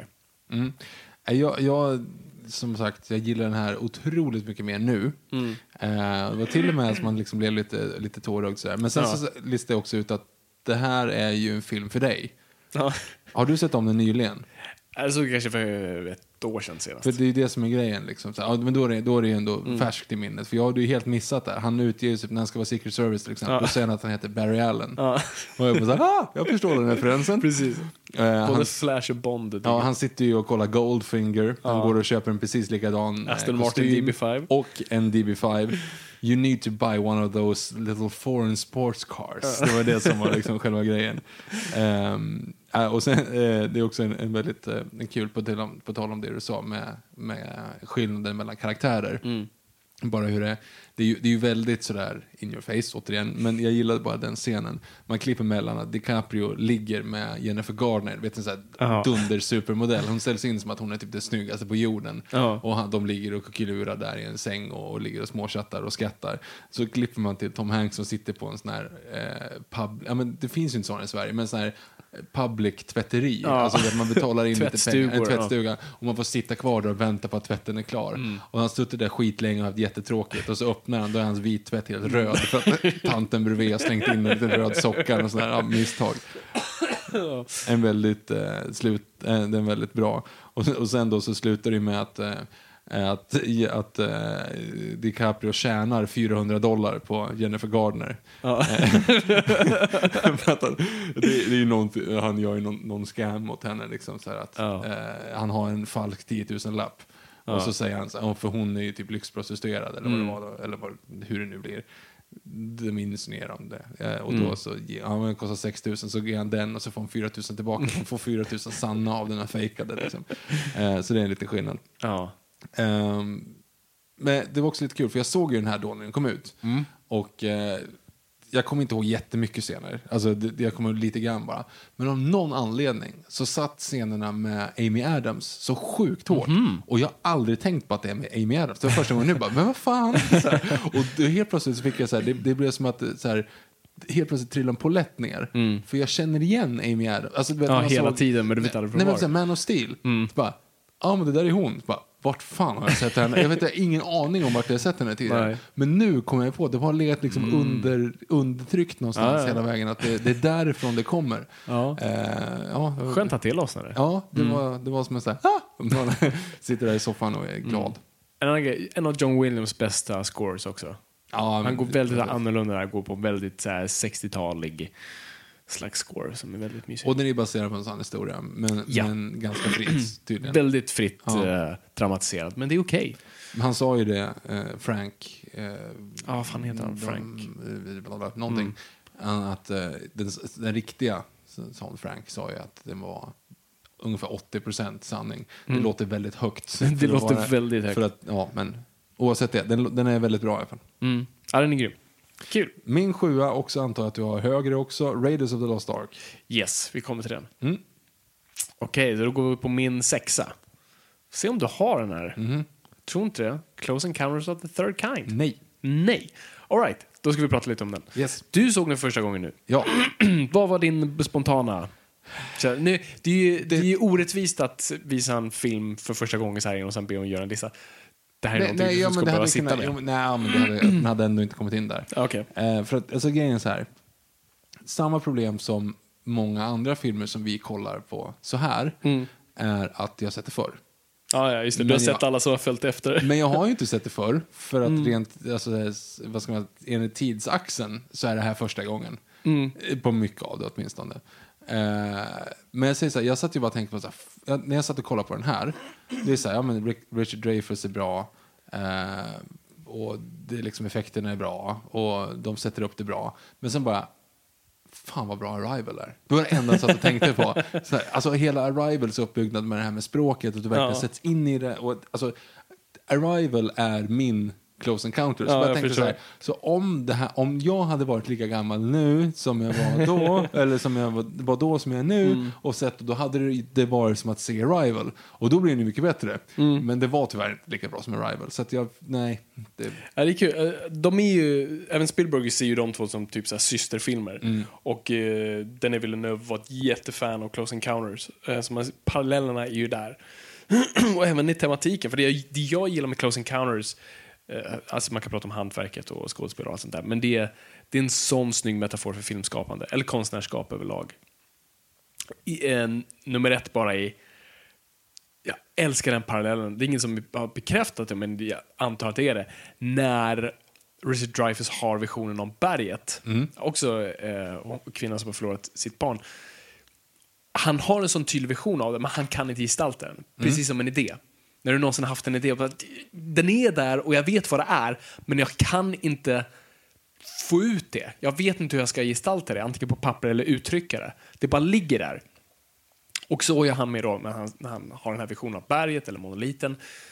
Jag som sagt, jag gillar den här otroligt mycket mer nu. Det var till och med att man liksom blev lite tårögd sådär. Men sen så listade jag också ut att det här är ju en film för dig. Ja. Har du sett om den nyligen? Jag såg kanske för ett år sedan senast. För det är ju det som är grejen liksom. Så, ja, men då är det ju ändå färskt i minnet. För jag hade ju helt missat det. Han utger sig när han ska vara Secret Service till exempel. Då säger han att han heter Barry Allen. Ja. Och jag bara såhär, jag förstår den referensen. Precis. Både Flash och Bond. Ja, han sitter ju och kollar Goldfinger. Han går och köper en precis likadan Aston Martin DB5. Och en DB5. You need to buy one of those little foreign sports cars. Det var det som var liksom själva grejen. Och sen, det är också en väldigt kul på tal om det du sa med skillnaden mellan karaktärer. Bara hur det är ju väldigt sådär in your face återigen, men jag gillade bara den scenen. Man klipper mellan att DiCaprio ligger med Jennifer Garner, vet en sån här dunder supermodell. Hon ställs in som att hon är typ det snyggaste på jorden. Och de ligger och kukilurar där i en säng och ligger och småchattar och skrattar. Så klipper man till Tom Hanks som sitter på en sån här pub. Ja, men det finns ju inte sån i Sverige, men sån här public tvätteri. Alltså att man betalar in lite pengar, en tvättstuga, och man får sitta kvar där och vänta på att tvätten är klar. Och han suttit där skitlänge och haft jättetråkigt, och så öppnar han, då är hans vit tvätt helt röd för att tanten bredvid har slängt in en liten röd socka och sådär, misstag. En väldigt den är väldigt bra. Och sen då så slutar det med att DiCaprio tjänar $400 på Jennifer Garner. Det är ju han gör ju någon scam mot henne liksom, så här att han har en falsk 10 000-lapp. Och så säger han så, för hon är ju typ lyxprostituerad eller vad det var, eller hur det nu blir. Det minns ner om det. Och då så det kostar 6 000, så ger han den och så får han 4 000 tillbaka. Han får 4 000 sanna av den här fejkade liksom. Så det är en liten skillnad. Men det var också lite kul, för jag såg ju den här då när den kom ut. Och jag kommer inte ihåg jättemycket scener. Alltså jag kommer lite grann bara. Men av någon anledning så satt scenerna med Amy Adams så sjukt hårt. Och jag har aldrig tänkt på att det är med Amy Adams. Det var första gången nu bara, men vad fan? Så här, och helt plötsligt så fick jag så här, det blev som att så här, helt plötsligt trillade en polett ner. För jag känner igen Amy Adams. Alltså, du vet, hela tiden, men du vet aldrig från var. Man of Steel. Så bara, men det där är hon. Så bara, vart fan har jag sett henne? Jag har ingen aning om vart jag har sett henne tidigare. Nej. Men nu kommer jag på att det har legat liksom undertryckt någonstans hela vägen. Att det är därifrån det kommer. Skönt att det lossnade. Ja, det var som en sån här, man sitter där i soffan och är glad. En av John Williams bästa scores också. Han går väldigt annorlunda där. Går på väldigt 60-talig slags score som är väldigt mysig. Och den är baserad på en sån historia, men ganska fritt tydligen. Väldigt fritt dramatiserat, men det är okej. Han sa ju det, Frank. Vad fan heter han? Frank? Någonting. Att den riktiga, som Frank sa ju att den var ungefär 80% sanning. Det låter väldigt högt. Det låter väldigt högt. För att, men oavsett det, den är väldigt bra i alla fall. Ja, den är grym. Kul. Min 7 också, antar jag att du har högre också. Raiders of the Lost Ark. Yes, vi kommer till den. Okej, då går vi på min 6. Se om du har den här. Tror inte det. Close Encounters of the Third Kind. Nej. All right, då ska vi prata lite om den. Yes. Du såg den första gången nu. Ja. Vad var din spontana? Så, nu, det är ju orättvist att visa en film för första gången så här och sen be om göra en lista. Det här är någonting som ska behöva sitta med. Nej, men det hade ändå inte kommit in där. Okay. För att, alltså, grejen är så här. Samma problem som många andra filmer som vi kollar på så här är att jag sett det förr. Ja, just det. Du har sett alla som har följt efter. Men jag har ju inte sett det förr. För att rent, alltså, vad ska man, enligt tidsaxeln så är det här första gången. På mycket av det åtminstone. Men jag säger så här, jag satt ju bara och tänkte på så här, när jag satt och kollade på den här, det är så här, ja men Richard Dreyfuss är bra, och det liksom, effekterna är bra och de sätter upp det bra, men sen bara, fan vad bra Arrival är. Det var det enda jag satt och tänkte på. Så här, alltså hela Arrivals uppbyggnad med det här med språket, och du verkligen sätts in i det, och alltså Arrival är min Close Encounters. Ja, jag tänkte så här, så om jag hade varit lika gammal nu som jag var då, eller som jag var då som jag är nu, och sett, då hade det varit som att se Arrival, och då blir det mycket bättre. Men det var tyvärr inte lika bra som Arrival, så att jag, nej. Ja, det är kul. De är ju, även Spielberg ser ju de två som typ så här systerfilmer, och Denis Villeneuve var ett jättefan av Close Encounters, så parallellerna är ju där. Och även i tematiken, för det jag gillar med Close Encounters, alltså man kan prata om hantverket och skådespel och allt sånt där, men det är en sån snygg metafor för filmskapande eller konstnärskap överlag. Nummer 1 bara är, jag älskar den parallellen. Det är ingen som har bekräftat det, men jag antar att det är det. När Richard Dreyfuss har visionen om berget, också kvinnan som har förlorat sitt barn, han har en sån tydlig vision av det, men han kan inte gestalta den. Precis som en idé. När du någonsin har haft en idé, den är där och jag vet vad det är, men jag kan inte få ut det. Jag vet inte hur jag ska gestalta det, antingen på papper eller uttrycka det. Det bara ligger där. Och så är han med då, när han har den här visionen av berget eller monoliten.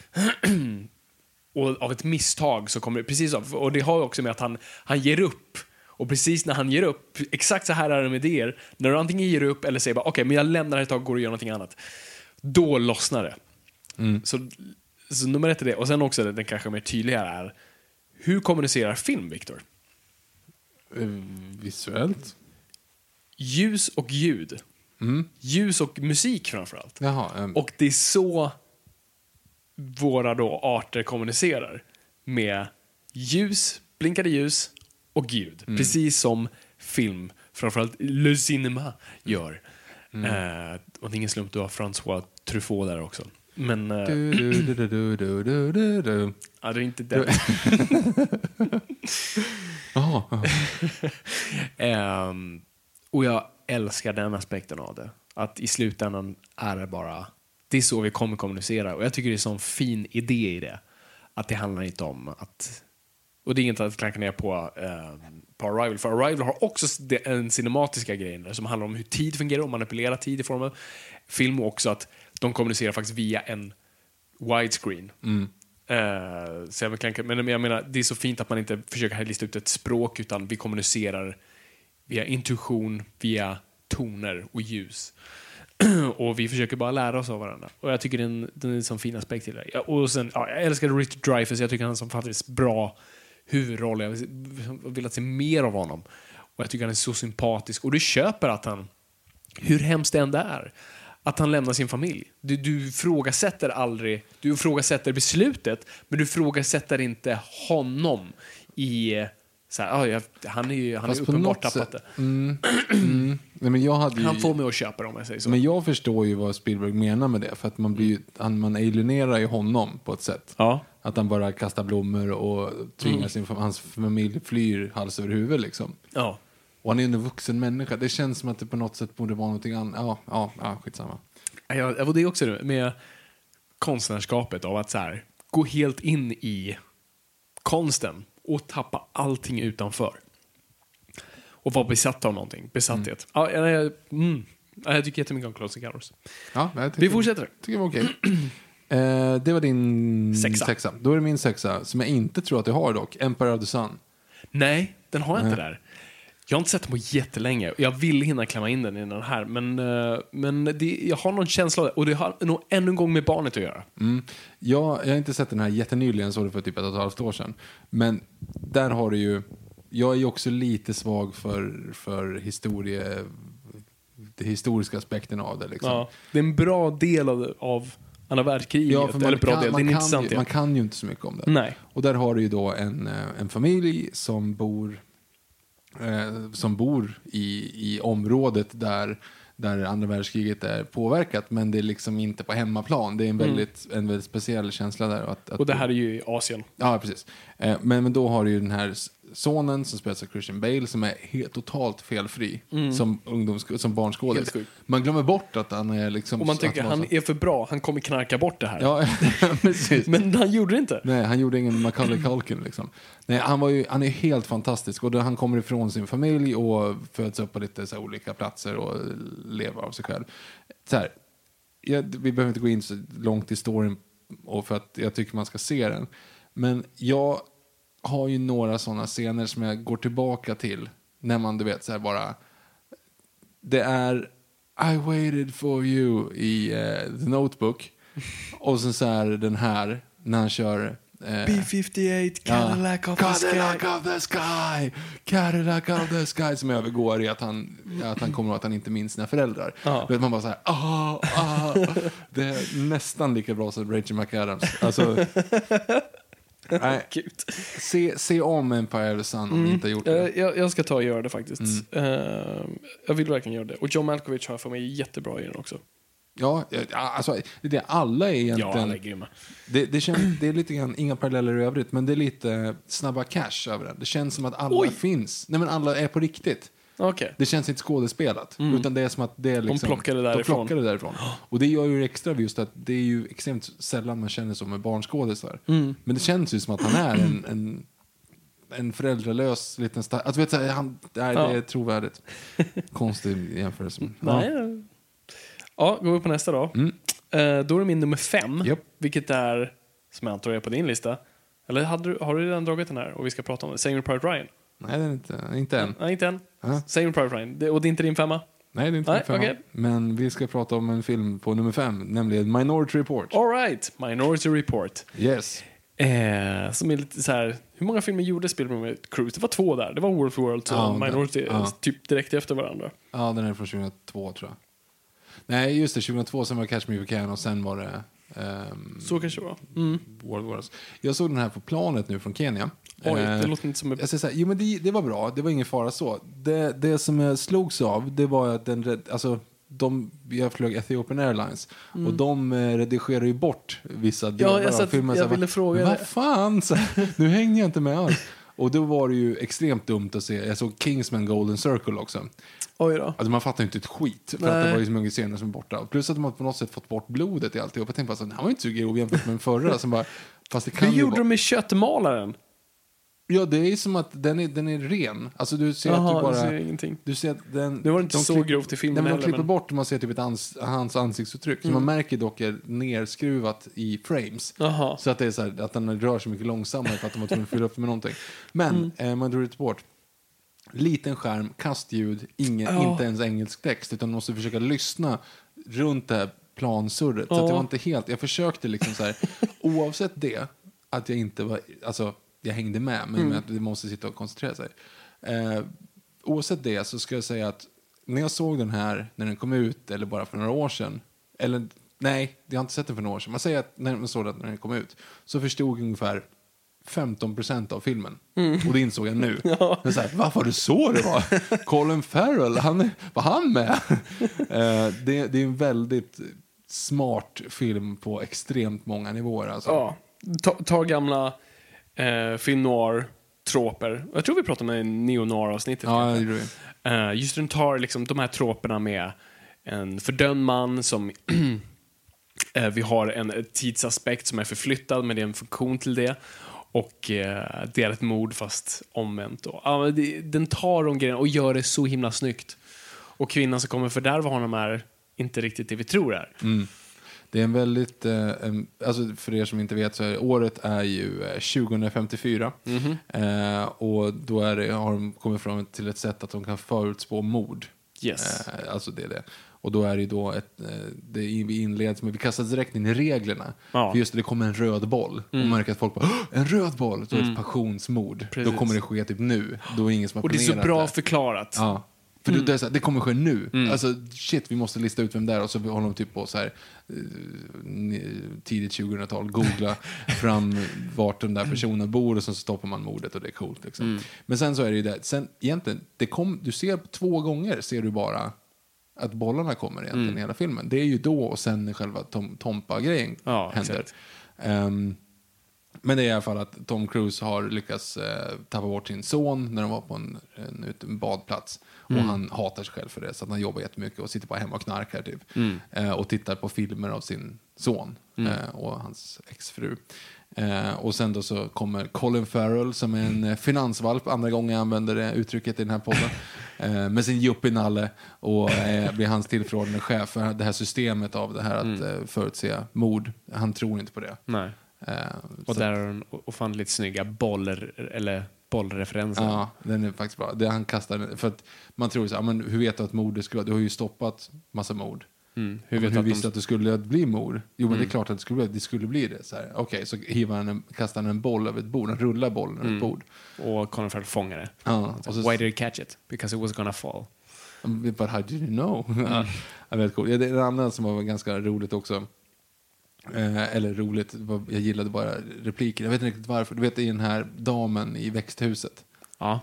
Och av ett misstag så kommer det precis av, och det har ju också med att han ger upp. Och precis när han ger upp, exakt så här är det med idéer, när du antingen ger upp eller säger bara okej, men jag lämnar det ett tag och går och gör någonting annat, då lossnar det. Så nummer 1 är det. Och sen också den kanske mer tydliga är, hur kommunicerar film, Victor? Visuellt. Ljus och ljud. Ljus och musik framförallt. Jaha, och det är så våra då arter kommunicerar, med ljus, blinkade ljus och ljud. Precis som film, framförallt le cinéma, gör. Och det är ingen slump, du har François Truffaut där också. Men ja, det är inte det. Och jag älskar den aspekten av det. Att i slutändan är det bara, det är så vi kommer kommunicera. Och jag tycker det är en sån fin idé i det. Att det handlar inte om att, och det är inget att klanka ner på Arrival. För Arrival har också en cinematiska grej där, som handlar om hur tid fungerar och manipulera tid i form av film, och också att de kommunicerar faktiskt via en widescreen. Så men jag menar, det är så fint att man inte försöker lista ut ett språk, utan vi kommunicerar via intuition, via toner och ljus. Och vi försöker bara lära oss av varandra. Och jag tycker den är en sån fin aspekt till det. Och sen, jag älskar Richard Dreyfuss. Jag tycker han är en fantastiskt bra huvudroll. Jag vill se mer av honom. Och jag tycker han är så sympatisk. Och du köper att han, hur hemskt det än är, att han lämnar sin familj. Du frågasätter aldrig, du frågasätter beslutet, men du frågasätter inte honom i så här, han är uppenbart tappat det. Nej, men han får mig att köpa det, om jag säger så. Men jag förstår ju vad Spielberg menar med det, för att man blir man alienerar ju honom på ett sätt. Ja. Att han bara kastar blommor och tvingar hans familj flyr hals över huvud liksom. Ja. Och han är en vuxen människa. Det känns som att det på något sätt borde vara någonting annat. Ja, skitsamma. Och det är också med konstnärskapet av att så här, gå helt in i konsten och tappa allting utanför. Och vara besatt av någonting. Besatthet. Jag tycker jättemycket om Close Encounters. Ja, vi fortsätter. Tycker det var okej. Det var din sexa. Då är det min sexa, som jag inte tror att jag har dock. Empire of the Sun. Nej, den har jag inte där. Jag har inte sett den på jättelänge. Jag vill hinna klämma in den i den här. Men jag har någon känsla av det. Och det har nog ännu en gång med barnet att göra. Jag har inte sett den här jättenyligen, så det för typ 1,5 år sedan. Men där har du ju, jag är ju också lite svag för det historiska aspekten av det. Liksom. Ja, det är en bra del av andra världskriget. Ja, för man kan ju inte så mycket om det. Nej. Och där har du ju då en familj som bor i området där andra världskriget är påverkat, men det är liksom inte på hemmaplan. Det är en väldigt speciell känsla där. Och det här är ju i Asien. Ja, precis. Men då har du ju den här sonen som spelas av Christian Bale som är helt totalt felfri som barnskådis. Man glömmer bort att han är liksom... Och man tycker han är för bra, han kommer knarka bort det här. Ja, precis. Men han gjorde det inte. Nej, han gjorde ingen Macaulay Culkin liksom. Nej, han är helt fantastisk och han kommer ifrån sin familj och föds upp på lite så här olika platser och lever av sig själv. Så här, vi behöver inte gå in så långt i storyn och för att jag tycker man ska se den. Men jag har ju några sådana scener som jag går tillbaka till när man, du vet, så här bara... Det är I waited for you i The Notebook och så är det den här när han kör B-58 Cadillac of the Sky. Cadillac of the Sky som övergår i att han kommer ihåg att han inte minns sina föräldrar. Vet man bara så här det är nästan lika bra som Rachel McAdams. Alltså nej, se om Empire of the Sun om ni inte har gjort det. Jag ska ta och göra det faktiskt. Jag vill verkligen göra det. Och John Malkovich har för mig jättebra i den också. Ja, alltså det alla är egentligen... Ja, alla är grymma. Det är lite grann, inga paralleller i övrigt, men det är lite snabba cash över det. Det känns som att alla finns. Nej, men alla är på riktigt. Okay. Det känns inte skådespelat, utan det är som att det är liksom... De plockade därifrån. Och det gör ju extra just att det är ju extremt sällan man känner som en barnskådisar. Men det känns ju som att han är en föräldralös liten alltså vet du, det är trovärdigt. Konstig jämförelse. Nej. Ja, går vi på nästa då. Då är det min nummer 5, vilket är, som jag antar är på din lista. Eller har du redan dragit den här och vi ska prata om det? Saving Private Ryan. Nej, det är inte än. Nej, inte än. Saving Private Ryan. Och det är inte din 5? Nej, det är inte min 5. Okay. Men vi ska prata om en film på nummer 5, nämligen Minority Report. All right, Minority Report. Yes. Som är lite så här, hur många filmer gjorde Spielberg med Cruise? Det var 2 där. Det var War of the Worlds och Minority typ direkt efter varandra. Ja, den är från 2002 tror jag. Nej, just det, 2002 sen var Catch Me If You Can och sen var det så kanske det var. World Wars. Jag såg den här på planet nu från Kenya. Oj, det låter inte som jag säger så här, jo men det var bra, det var ingen fara så. Det som jag slogs av, det var att jag flög Ethiopian Airlines och de redigerar ju bort vissa delar av filmen. Jag ville fråga vad fan, så, nu hängde jag inte med alls. Och då var det ju extremt dumt att se. Jag såg Kingsman Golden Circle också. Oj då. Alltså man fattar inte ett skit för att det var ju så många scener som är borta. Plus att de har på något sätt fått bort blodet i allt. Jag tänkte bara så, han var inte så grov jämfört med den förra. Som bara, fast det kan hur gjorde de med köttmalaren? Ja, det är som att den är ren. Alltså du ser att du bara... ser ingenting. Du ser att den... Det var inte så grovt i filmen heller. De klipper bort och man ser typ hans ansiktsuttryck. Så man märker dock är nerskruvat i frames. Så att det är så här, att den rör sig mycket långsammare för att de har tvungen att fylla upp med någonting. Men man drar det bort. Liten skärm, kastljud, inte ens engelsk text, utan man måste försöka lyssna runt det här plansurret. Så att det var inte helt... Jag försökte liksom så här, oavsett det, att jag inte var... Alltså, jag hängde med, men att vi måste sitta och koncentrera sig. Oavsett det så ska jag säga att när jag såg den här när den kom ut, eller bara för några år sedan, eller nej, jag har inte sett den för några år sedan. Man säger att när man såg den när den kom ut så förstod jag ungefär 15% av filmen. Och det insåg jag nu. Men så här, varför du så det var? Colin Farrell, var han med? Det är en väldigt smart film på extremt många nivåer. Alltså. Ja, ta gamla film noir-troper. Jag tror vi pratade med neo-noir-avsnittet. Ja, det gjorde vi. Just den tar liksom de här troperna med en fördömd man som... vi har en tidsaspekt som är förflyttad, men det är en funktion till det. Och det är ett mord fast omvänt då. Den tar de grejerna och gör det så himla snyggt. Och kvinnan som kommer fördärva honom är inte riktigt det vi tror är. Det är en väldigt, alltså för er som inte vet så är året är ju 2054. Och då har de kommit fram till ett sätt att de kan förutspå mord. Yes. Alltså det är det. Och då är det då vi inleds med, vi kastas direkt in i reglerna. För just det kommer en röd boll. Och man märker att folk bara, en röd boll! Så är det ett passionsmord. Precis. Då kommer det ske typ nu. Då är ingen som har och det är så bra förklarat. Ja. För det är så här, det kommer ske nu. Alltså shit, vi måste lista ut vem det är. Och så håller de typ på så här tidigt 2000-tal googla fram vart den där personen bor och så stoppar man mordet och det är coolt liksom. Men sen så är det ju det. Sen egentligen, du ser 2 gånger ser du bara att bollarna kommer egentligen i hela filmen. Det är ju då och sen själva Tompa-grejen händer. Men det är i alla fall att Tom Cruise har lyckats tappa bort sin son när de var på en badplats. Och han hatar sig själv för det. Så att han jobbar jättemycket och sitter bara hemma och knarkar typ. Och tittar på filmer av sin son och hans exfru. Och sen då så kommer Colin Farrell som är en finansvalp. Andra gången jag använder det uttrycket i den här podden. Med sin yuppie-nalle. Och blir hans tillförordnade chef för det här systemet av det här att förutse mord. Han tror inte på det. Nej. Och där har han ofantligt snygga bollreferenser. Ja, den är faktiskt bra. Det han kastar, för att man tror så här, men hur vet du att mord skulle vara? Du har ju stoppat massa mord. Hur visste att det skulle bli mord? Jo, men det är klart att det skulle bli det. Okej, så kastar han en boll över ett bord. Han rullar bollen över ett bord. Och Colin Farrell fångar det. Så, why did you catch it? Because it was gonna fall. But how did you know? Ja, väldigt cool. Det är en annan som var ganska roligt också. Eller roligt, jag gillade bara repliken. Jag vet inte riktigt varför. Du vet, i den här damen i växthuset. Ja.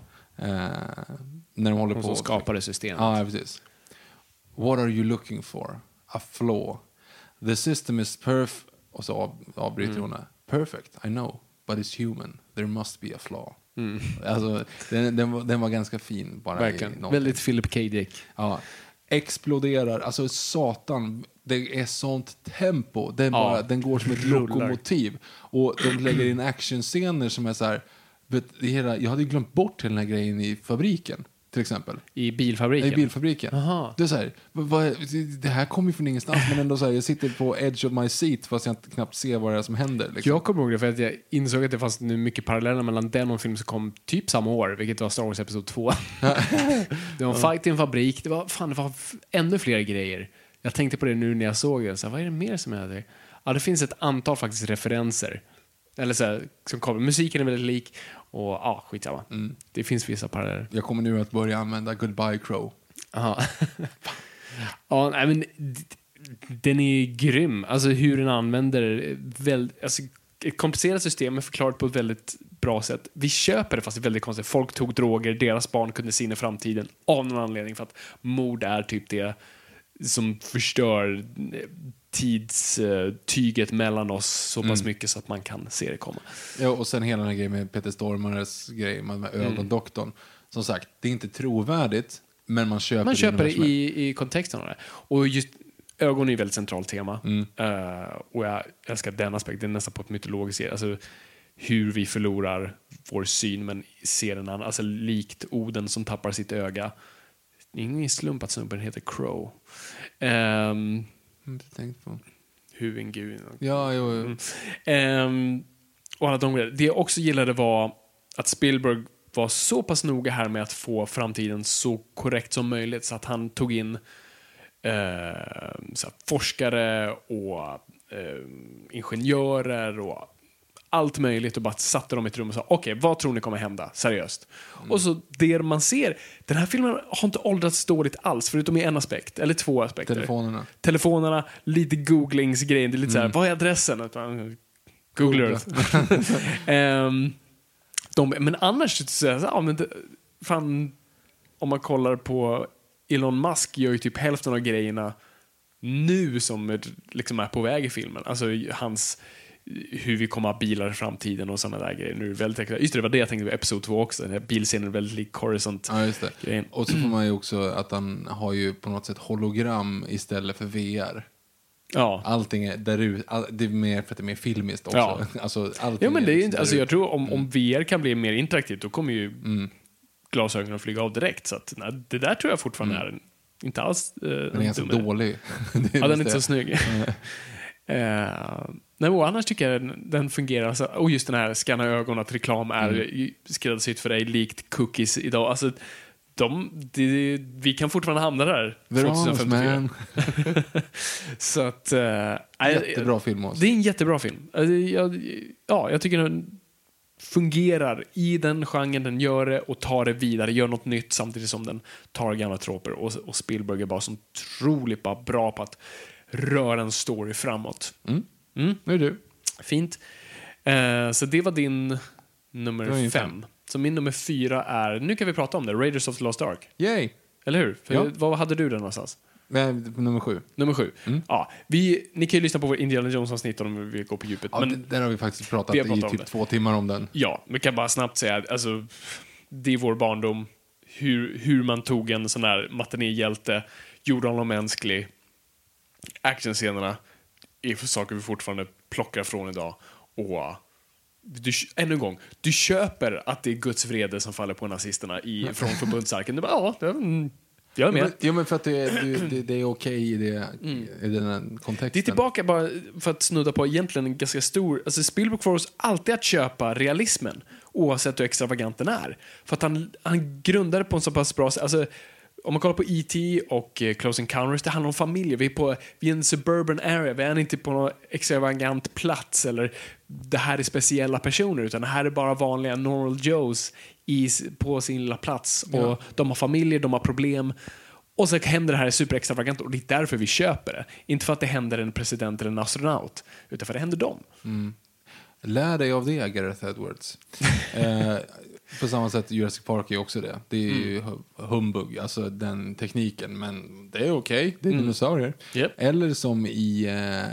När de håller och på så skapar det systemet. Ja, precis. What are you looking for? A flaw. The system is perfect. Och så avbryter hon. Perfect, I know. But it's human. There must be a flaw. Alltså, den var ganska fin. Bara verkligen. Väldigt Philip K. Dick. Ja. Exploderar. Alltså satan, det är sånt tempo. Den går som ett lokomotiv. Och de lägger in actionscener som är så här. Jag hade ju glömt bort hela den här grejen i fabriken. Till exempel. I bilfabriken? I bilfabriken. Aha. Det är så här, det här kommer ju från ingenstans, men ändå så här, jag sitter på edge of my seat fast jag knappt ser vad det är som händer. Liksom. Jag kommer ihåg det för att jag insåg att det fanns nu mycket paralleller mellan den och en film som kom typ samma år, vilket var Star Wars Episod 2. Det var en fight i en fabrik, det var ännu fler grejer. Jag tänkte på det nu när jag såg det. Så här, vad är det mer som är det? Ja, det finns ett antal faktiskt referenser. Eller så här, som kommer. Musiken är väldigt lik. Och skitsamma. Det finns vissa paralleller. Jag kommer nu att börja använda Goodbye Crow. Aha. Ja, nej, men den är grym. Alltså hur den använder ett komplicerat system är förklarat på ett väldigt bra sätt. Vi köper det fast det är väldigt konstigt. Folk tog droger, deras barn kunde se in i framtiden av någon anledning för att mord är typ det som förstör tidstyget mellan oss så pass mycket så att man kan se det komma. Ja, och sen hela den här grejen med Peter Stormares grej med ögondoktorn. Som sagt, det är inte trovärdigt, men man köper det i kontexten av det. Och just ögon är ju väldigt centralt tema. Och jag älskar den aspekten. Det är nästan på ett mytologiskt sätt. Alltså hur vi förlorar vår syn men ser en annan. Alltså likt Oden som tappar sitt öga. Det är ingen slump att snubben heter Crow. Inte tänkt på. Huvudgud. Ja, jo. Och alla de grejer. Det jag också gillade var att Spielberg var så pass noga här med att få framtiden så korrekt som möjligt så att han tog in så forskare och ingenjörer och allt möjligt och bara satte dem i ett rum och sa okej, vad tror ni kommer hända? Seriöst. Och så det man ser, den här filmen har inte åldrats dåligt alls förutom i en aspekt, eller 2 aspekter. Telefonerna, lite googlingsgrejen, det är lite så här, vad är adressen? Google Earth. Men annars så fan, om man kollar på Elon Musk gör ju typ hälften av grejerna nu som liksom är på väg i filmen. Alltså hur vi kommer att ha bilar i framtiden och sådana där grejer. Nu är det väldigt just det var det jag tänkte på Episod 2 också. Den här bilscenen är väldigt lik Coruscant. Ja, just det. Grejen. Och så får man ju också att han har ju på något sätt hologram istället för VR. Ja. Allting är där ute. Det är mer för att det är mer filmiskt också. Ja, alltså, men det är inte, alltså, jag tror om VR kan bli mer interaktivt då kommer ju glasögonen att flyga av direkt. Så att, nej, det där tror jag fortfarande är inte alls den är ganska dålig. Ja, den är inte så snygg. Nej, och annars tycker jag den fungerar så, och just den här scanna ögon att reklam är skräddarsytt för dig likt cookies idag. Alltså vi kan fortfarande hamna där 2054. Så att jättebra film också. Det är en jättebra film. Jag tycker fungerar i den genren, den gör det och tar det vidare, gör något nytt samtidigt som den tar gamla troper, och Spielberg är bara så otroligt bara bra på att röra en story framåt. Nu är du. Fint. Så det var din nummer 5. Så min nummer 4 är, nu kan vi prata om det, Raiders of the Lost Ark. Yay! Eller hur? För vad hade du den någonstans? Nummer 7. Nummer 7. Ja, ni kan ju lyssna på vår Indiana Jones-avsnitt om vi går på djupet. Ja, men den har vi faktiskt pratat i typ 2 timmar om den. Ja, men kan bara snabbt säga, alltså, det är vår barndom. Hur man tog en sån här matinéhjälte, gjorde honom mänsklig. Actionscenerna är för saker vi fortfarande plockar från idag. Och ännu en gång, du köper att det är Guds vrede som faller på nazisterna från förbundsarken. Du bara, jag är med. Ja, men för att det är okej i den kontexten. Det är tillbaka bara för att snudda på egentligen en ganska stor... Alltså Spielberg får oss alltid att köpa realismen, oavsett hur extravagant den är. För att han grundade på en så pass bra... Alltså, om man kollar på E.T. och Close Encounters, det handlar om familjer. Vi är i en suburban area. Vi är inte på någon extravagant plats eller det här är speciella personer, utan det här är bara vanliga normal Joes på sin lilla plats. Ja. Och de har familjer, de har problem. Och så händer det här superextravagant, och det är därför vi köper det. Inte för att det händer en president eller en astronaut, utan för att det händer dem. Lär dig av det, Gareth Edwards. På samma sätt Jurassic Park är också det. Det är ju humbug, alltså den tekniken. Men det är okej. Det är dinosaurier. Yep. Eller som i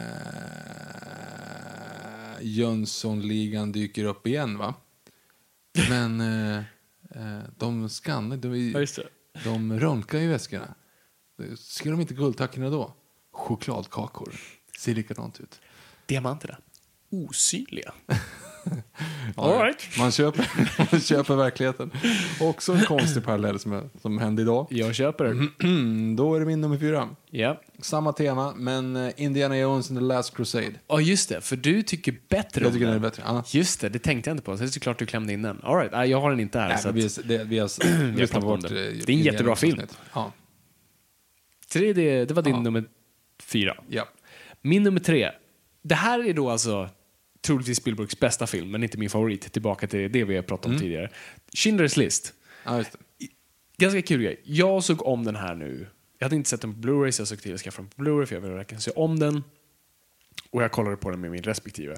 Jönssonligan dyker upp igen, va? Men de skannar, de röntgar ju väskorna. Ser de inte guldtackorna då? Chokladkakor. Ser likadant ut. Diamanterna. Osynliga. All right. Man köper verkligheten. Också en konstig parallell som hände idag. Jag köper det. Då är det min nummer 4. Ja. Samma tema, men Indiana Jones and the Last Crusade. Ja, just det. För du tycker bättre jag tycker den är bättre. Just det tänkte jag inte på. Så det är klart du klämde in den. All right. Jag har den inte här. Nej, så vi har lyssnat på det. Det är en jättebra film. Ja. Det var din nummer 4. Ja. Min nummer 3. Det här är då alltså troligtvis Spielbergs bästa film, men inte min favorit. Tillbaka till det vi har pratat om tidigare. Schindler's List. Ja, just det. Ganska kul grej. Jag såg om den här nu. Jag hade inte sett den på Blu-ray, så jag såg till att skaffa den på Blu-ray, för jag ville verkligen se om den. Och jag kollade på den med min respektive.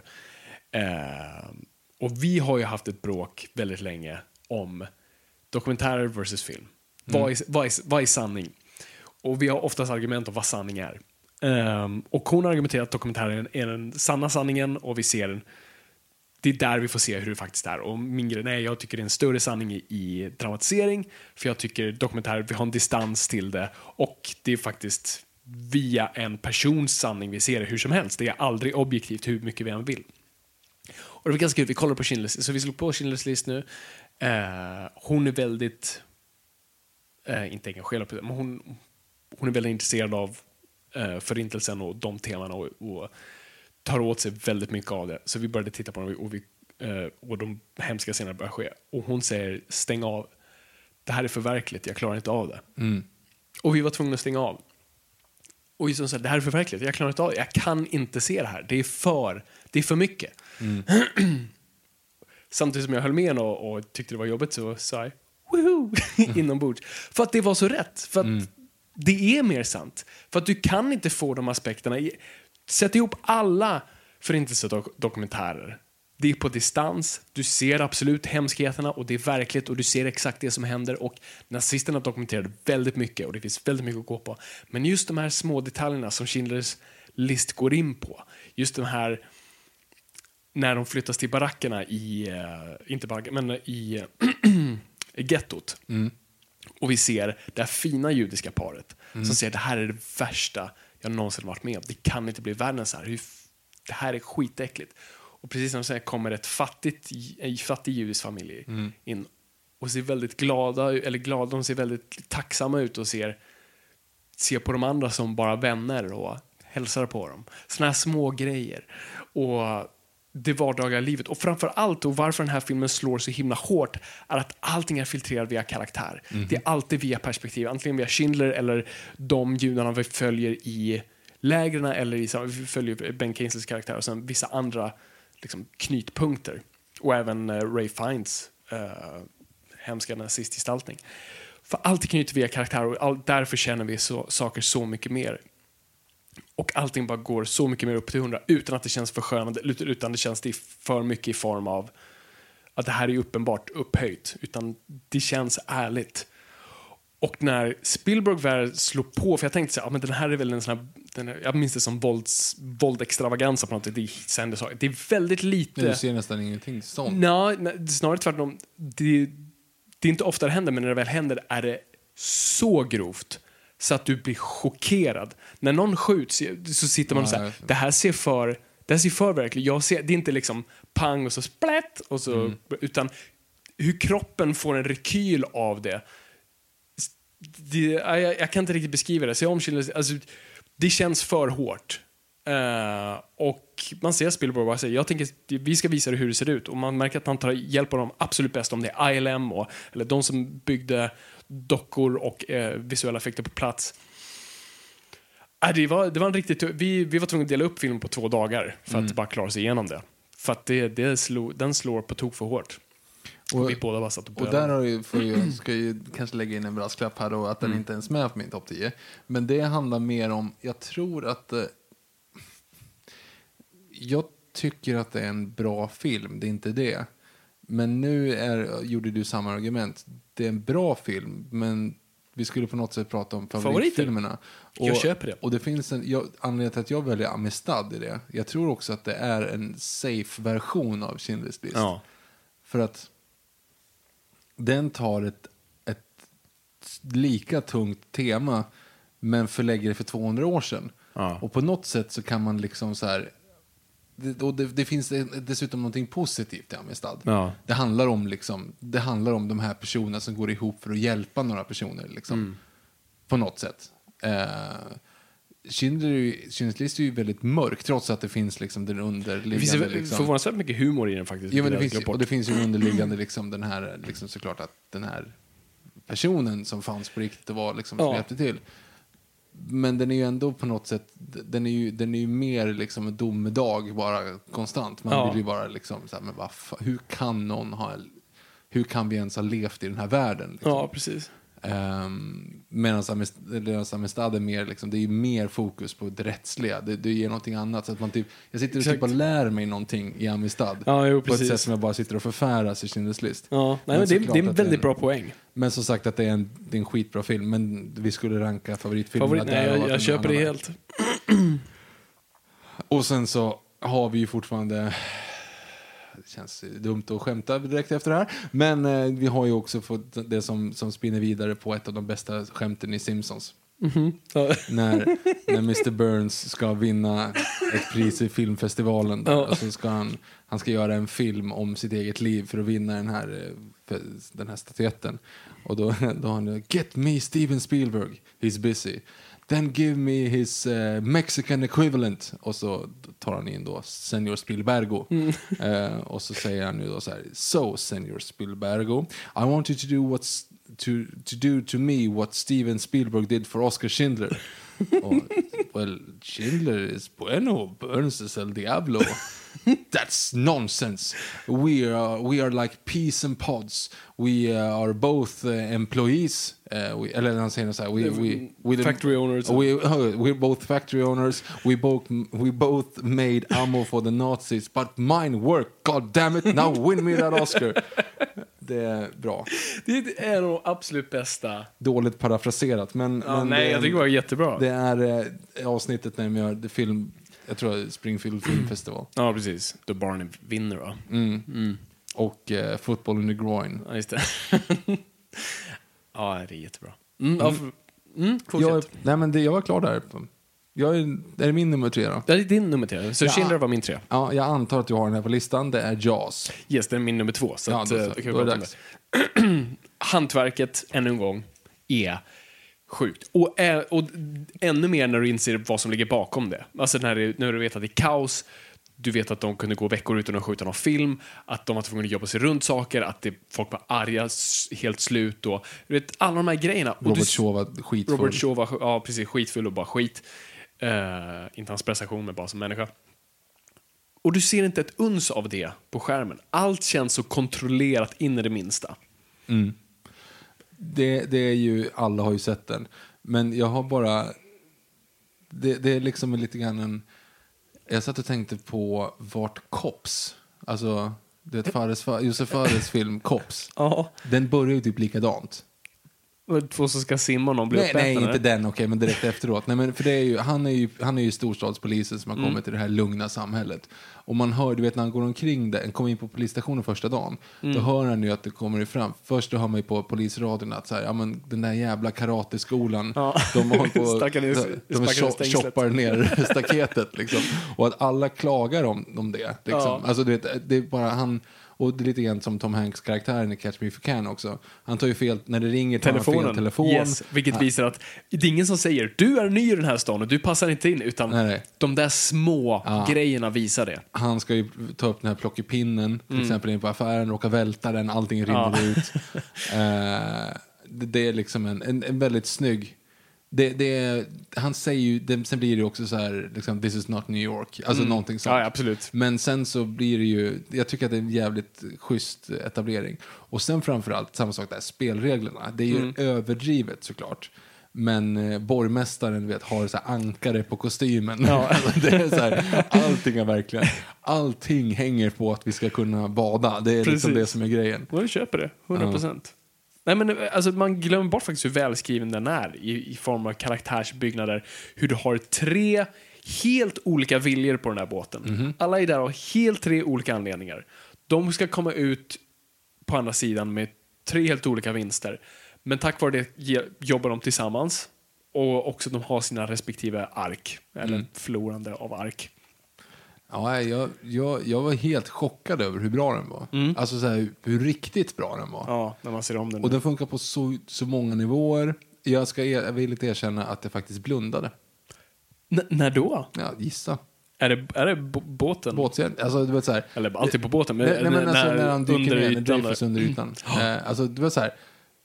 Och vi har ju haft ett bråk väldigt länge om dokumentärer versus film. Vad är sanning? Och vi har oftast argument om vad sanning är. Och hon argumenterar att dokumentären är den sanna sanningen, och vi ser den. Det är där vi får se hur det faktiskt är. Och min grej, nej, jag tycker det är en större sanning i dramatisering, för jag tycker dokumentärer, vi har en distans till det, och det är faktiskt via en persons sanning vi ser det hur som helst. Det är aldrig objektivt hur mycket vi än vill. Och det var ganska kul, vi kollar på Schindler's List. Så vi slog på Schindler's List nu. Hon är väldigt inte engagerad, men hon är väldigt intresserad av förintelsen och de teman, och tar åt sig väldigt mycket av det. Så vi började titta på dem, och de hemska scenerna började ske. Och hon säger, stäng av. Det här är för verkligt, jag klarar inte av det. Och vi var tvungna att stänga av. Och just så, det här är för verkligt, jag klarar inte av det. Jag kan inte se det här. Det är för mycket. Samtidigt som jag höll med och tyckte det var jobbigt, så sa jag woohoo inombords. För att det var så rätt. För att det är mer sant. För att du kan inte få de aspekterna. Sätt ihop alla förintelsedokumentärer. Det är på distans. Du ser absolut hemskheterna, och det är verkligt, och du ser exakt det som händer. Och nazisterna dokumenterade väldigt mycket, och det finns väldigt mycket att gå på. Men just de här små detaljerna som Schindler's List går in på. Just de här när de flyttas till barackerna i gettot. Och vi ser det här fina judiska paret som säger, det här är det värsta jag någonsin varit med om. Det kan inte bli värre än så här. Det här är skitäckligt. Och precis som de säger, kommer ett fattig judisk familj in och ser väldigt glada, de ser väldigt tacksamma ut, och ser på de andra som bara vänner och hälsar på dem. Såna här små grejer. Och det vardagliga livet. Och framför allt, och varför den här filmen slår så himla hårt, är att allting är filtrerat via karaktär. Det är alltid via perspektiv. Antingen via Schindler eller de judarna vi följer i lägren, eller vi följer Ben Kingsleys karaktär och sen vissa andra liksom knytpunkter. Och även Ray Fiennes hemska nazistgestaltning. För allt knyter via karaktär och därför känner vi saker så mycket mer. Och allting bara går så mycket mer upp till 100 utan att det känns förskönande, utan det känns det för mycket i form av att det här är uppenbart upphöjt, utan det känns ärligt. Och när Spielberg väl slår på, för jag tänkte så här, men den här är väl en sån här, jag minns det som våldextravaganza på något sätt. Det är väldigt lite. Du ser nästan ingenting sånt. Nej, snarare tvärtom. Det är inte ofta det händer, men när det väl händer är det så grovt så att du blir chockerad. När någon skjuts så sitter man och säger, det här ser för verkligen. Det är inte liksom pang och så splätt och så, utan hur kroppen får en rekyl av det. Jag kan inte riktigt beskriva det. Alltså, det känns för hårt. Och man ser Spielberg bara säger, jag tänker vi ska visa dig hur det ser ut, och man märker att han tar hjälp av dem absolut bäst, om det är ILM eller de som byggde dockor och visuella effekter på plats. Det var en riktigt vi var tvungna att dela upp filmen på 2 dagar för att bara klara sig igenom det, för att den slår på tok för hårt. Och vi båda var satt och där har jag ska ju kanske lägga in en brasklapp här då, att den inte ens med på min topp 10. Men det handlar mer om, jag tror att jag tycker att det är en bra film, det är inte det. Men nu gjorde du samma argument. Det är en bra film, men vi skulle på något sätt prata om favoritfilmerna. Jag köper det. Och det finns anledning till att jag väljer Amistad i det. Jag tror också att det är en safe version av Schindler's List. Ja. För att den tar ett lika tungt tema, men förlägger det för 200 år sedan. Ja. Och på något sätt så kan man liksom så här, det finns dessutom någonting positivt i Amistad. Ja. Det handlar om de här personerna som går ihop för att hjälpa några personer liksom. På något sätt. Schindler's List är ju väldigt mörk, trots att det finns liksom den underliggande. Det finns förvånansvärt mycket humor i den faktiskt. Ja, men det finns ju underliggande liksom den här liksom, såklart att den här personen som fanns på riktigt och var liksom som hjälpte till. Men den är ju ändå på något sätt, den är ju mer liksom en domedag bara konstant. Man vill ju bara liksom så här, men hur kan vi ens ha levt i den här världen liksom? Ja, precis. Medan Amistad är mer liksom, det är ju mer fokus på det rättsliga. Det ger någonting annat, så att man typ, jag sitter och typ och lär mig någonting i Amistad på ett sätt som jag bara sitter och förfäras i Schindler's List. Ja, nej, men det är en väldigt bra poäng. Men som sagt att det är en skitbra film, men vi skulle ranka favoritfilmerna där. Jag köper det helt. Och sen så har vi ju fortfarande, det känns dumt att skämta direkt efter det här, men vi har ju också fått det som spinner vidare på ett av de bästa skämten i Simpsons. När Mr. Burns ska vinna ett pris i filmfestivalen där, och så ska han ska göra en film om sitt eget liv för att vinna den här statyetten. Och då han get me Steven Spielberg, he's busy. Then give me his Mexican equivalent. Och så tar han in då Senor Spielbergo. Och så säger han nu då så här: So, Senor Spielbergo, I want you to do to do to me what Steven Spielberg did for Oscar Schindler. Well, Schindler is bueno, Burns is el diablo. That's nonsense. We are like peas and pods. We are both employees. Eller han säger så här, we factory owners. We're both factory owners. We both made ammo for the Nazis, but mine work. God damn it! Now win me that Oscar. Det är bra. Det är nog absolut bästa. Dåligt parafraserat, men nej, jag tycker det var jättebra. Det är avsnittet när de gör film. Jag tror Springfield Film Festival. Ja, precis. Då Barney vinner, va? Och Football in the Groin. Ja, just det. Ja, det är jättebra. Jag var klar där. Det är min nummer 3 då. Det är din nummer 3. Så Schindler var min 3. Ja, jag antar att du har den här på listan. Det är Jaws. Yes, det är min nummer 2. Så då är det dags. Hantverket, ännu en gång, är sjukt. Och ännu mer när du inser vad som ligger bakom det. Alltså när du vet att det är kaos, du vet att de kunde gå veckor utan att skjuta någon film, att de var tvungna att jobba sig runt saker, att folk var arga, helt slut och du vet, alla de här grejerna. Robert Shaw var skitfull. Robert Shaw var precis, skitfull och bara skit. Inte hans prestation, men bara som människa. Och du ser inte ett uns av det på skärmen. Allt känns så kontrollerat in i det minsta. Mm. Det är ju, alla har ju sett den. Men jag har bara... Det är liksom lite grann en... Jag satt och tänkte på vart Cops... Alltså, det är Josef Fares film Cops. Ja. Den börjar ju typ likadant. Två som ska simma och någon blir uppäten. Nej, inte den, okej, men direkt efteråt. Nej, men för det är ju, han är ju storstadspolisen som har kommit till det här lugna samhället. Och man hör, du vet, när han går omkring där, kommer in på polisstationen första dagen, då hör han ju att det kommer fram. Först då hör man ju på polisradion att så här, ja men den där jävla karateskolan, de har på de shoppar ner staketet liksom. Och att alla klagar om det liksom. Alltså du vet, det är bara han. Och det är lite grann som Tom Hanks karaktären i Catch Me If You Can också. Han tar ju fel, när det ringer tar han fel telefon. Yes, vilket visar att det är ingen som säger du är ny i den här stan och du passar inte in, utan de där små grejerna visar det. Han ska ju ta upp den här plockpinnen till exempel in på affären, råka välta den, allting rinner ut. Det är liksom en väldigt snygg. Han säger ju, sen blir det också så här liksom, this is not New York, alltså någonting sånt. Ja, absolut. Men sen så blir det ju, jag tycker att det är en jävligt schysst etablering. Och sen framförallt samma sak där, spelreglerna, det är ju överdrivet såklart. Men borgmästaren har så här ankare på kostymen. Det är så här, allting hänger på att vi ska kunna bada. Det är liksom det som är grejen. Och jag köper det, 100%. Nej, men alltså, man glömmer bort faktiskt hur välskriven den är i form av karaktärsbyggnader. Hur du har 3 helt olika viljor på den här båten. Alla är där av helt 3 olika anledningar. De ska komma ut på andra sidan med 3 helt olika vinster. Men tack vare det jobbar de tillsammans. Och också de har sina respektive ark. Eller förlorande av ark. Ja, jag var helt chockad över hur bra den var. Alltså så här, hur riktigt bra den var. Ja, när man ser om den. Och den funkar på så många nivåer. Jag vill inte erkänna att jag faktiskt blundade. När då? Ja, gissa. Är det båten? Båtserien, alltså du vet så här. Eller alltid på båten, men när han dyker ner, när Dreyfus under ytan. Alltså det var så här.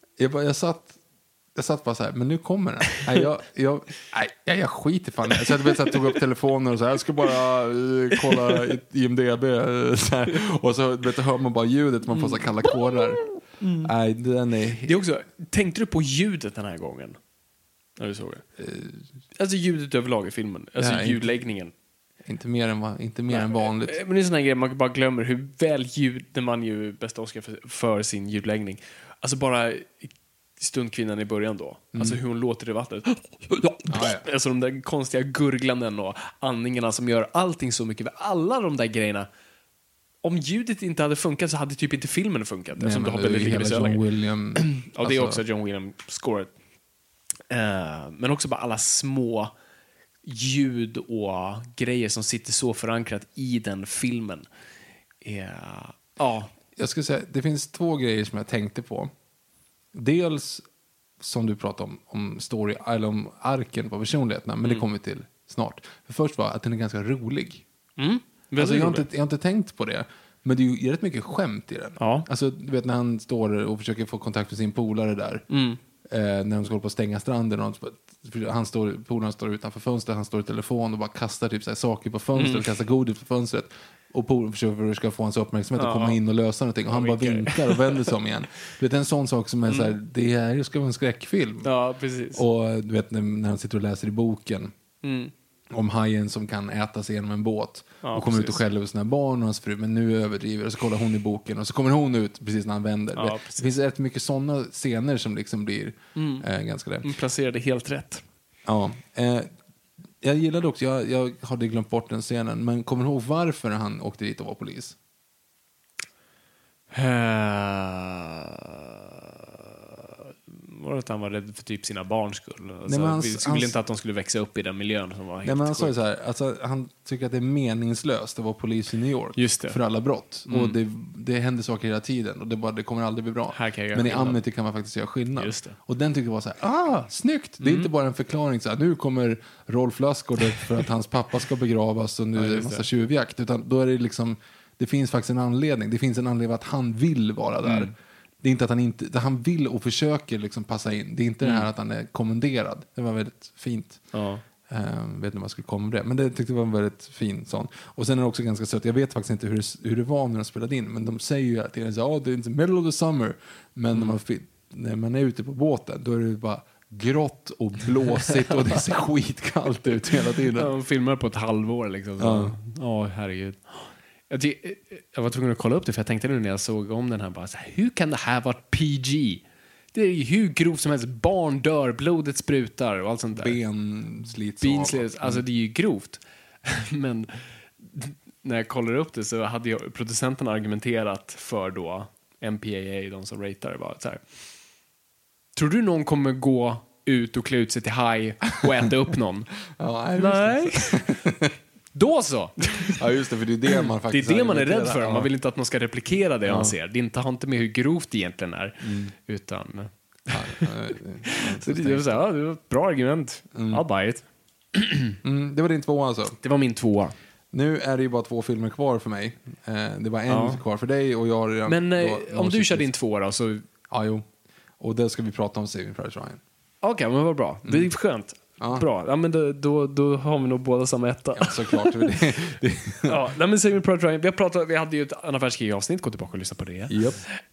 Jag satt bara så här, men nu kommer den. Jag skiter fan. Så jag tog upp telefonen och så här, jag ska bara kolla IMDb så här. Och så hör man bara ljudet, man får så kalla kårar. Nej, den är... Det är också, tänkte du på ljudet den här gången? När du såg det? Alltså ljudet överlag i filmen, alltså ljudläggningen. Inte mer än vanligt. Men det är en sån här grej man bara glömmer hur väl när man ju bästa Oscar för sin ljudläggning. Alltså bara stundkvinnan i början då. Alltså hur hon låter i vattnet. Alltså de där konstiga gurglanden och andningarna som gör allting så mycket. Alla de där grejerna. Om ljudet inte hade funkat så hade typ inte filmen funkat. Nej, det har väldigt lika visuella John William. Ja, det är också John Williams scoret. Men också bara alla små ljud och grejer som sitter så förankrat i den filmen. Jag skulle säga, det finns 2 grejer som jag tänkte på. Dels som du pratade om story, eller om arken på personligheterna, men det kommer vi till snart. För först var att den är ganska rolig. Alltså, jag har inte tänkt på det, men det är ju rätt mycket skämt i den. Ja. Alltså du vet när han står och försöker få kontakt med sin polare där. När de ska hålla på att stänga stranden och polaren står utanför fönstret, han står i telefon och bara kastar typ så här saker på fönstret och kastar godis på fönstret. Och polaren försöker få hans uppmärksamhet och komma in och lösa någonting. Och han bara vinkar och vänder sig om igen. Du vet, en sån sak som är så här, det här ska vara en skräckfilm. Ja, precis. Och du vet när han sitter och läser i boken om hajen som kan äta sig genom en båt och kommer ut och skäller över sina barn och hans fru, men nu överdriver, och så kollar hon i boken och så kommer hon ut precis när han vänder. Det finns rätt mycket sådana scener som liksom blir ganska rätt. Placerade helt rätt. Ja. Jag gillade också, jag hade glömt bort den scenen, men kommer du ihåg varför han åkte dit och var polis? Var det att han var rädd för typ sina barns skull? Alltså, ville inte att de skulle växa upp i den miljön som var helt. Nej, men han sa ju så här, alltså, han tycker att det är meningslöst att vara polis i New York för alla brott. Och det händer saker hela tiden och det kommer aldrig bli bra. Men i Amity kan man faktiskt göra skillnad. Och den tycker jag var så här, snyggt! Det är inte bara en förklaring så här, nu kommer Rolf Lassgård för att hans pappa ska begravas och nu är det en massa tjuvjakt. Utan då är det liksom, det finns faktiskt en anledning. Det finns en anledning att han vill vara där. Det är inte att han vill och försöker liksom passa in. Det är inte det här att han är kommenderad. Det var väldigt fint. Vet inte om jag skulle komma med det. Men det tyckte jag var en väldigt fin sån. Och sen är det också ganska sött. Jag vet faktiskt inte hur det var när de spelade in. Men de säger ju att det är the middle of the summer. Men när man är ute på båten, då är det bara grått och blåsigt och det ser skitkallt ut hela tiden. Ja, de filmar på ett halvår liksom. Ja, herregud. Jag var tvungen att kolla upp det, för jag tänkte nu när jag såg om den här bara så här, hur kan det här vara PG? Det är ju hur grovt som helst. Barn dör, blodet sprutar och allt sånt där. Ben slits av. Alltså det är ju grovt. Men när jag kollar upp det så hade producenten argumenterat för då MPAA, de som ratear, var så här: tror du någon kommer gå ut och klä ut sig till haj och äta upp någon? Nej. Då så. Ja, just det, för det är det man faktiskt... Det är det man är rädd för. Man vill inte att någon ska replikera det man ser. Det har inte med hur grovt det egentligen är. Utan... Så det var ett bra argument. I'll buy it. Det var din 2 alltså? Det var min 2. Nu är det ju bara 2 filmer kvar för mig. Det var en kvar för dig och jag har redan... Men om du kör din 2 då så... Ja, jo. Och där ska vi prata om Saving Private Ryan. Okej, men vad bra. Det är skönt. Ja. Bra. Ja, men då har vi nog båda samma etta. Ja, såklart. Ja, men Saving Private Ryan. Vi hade ju ett andra världskrig-avsnitt. Gå tillbaka och lyssna på det. Yep.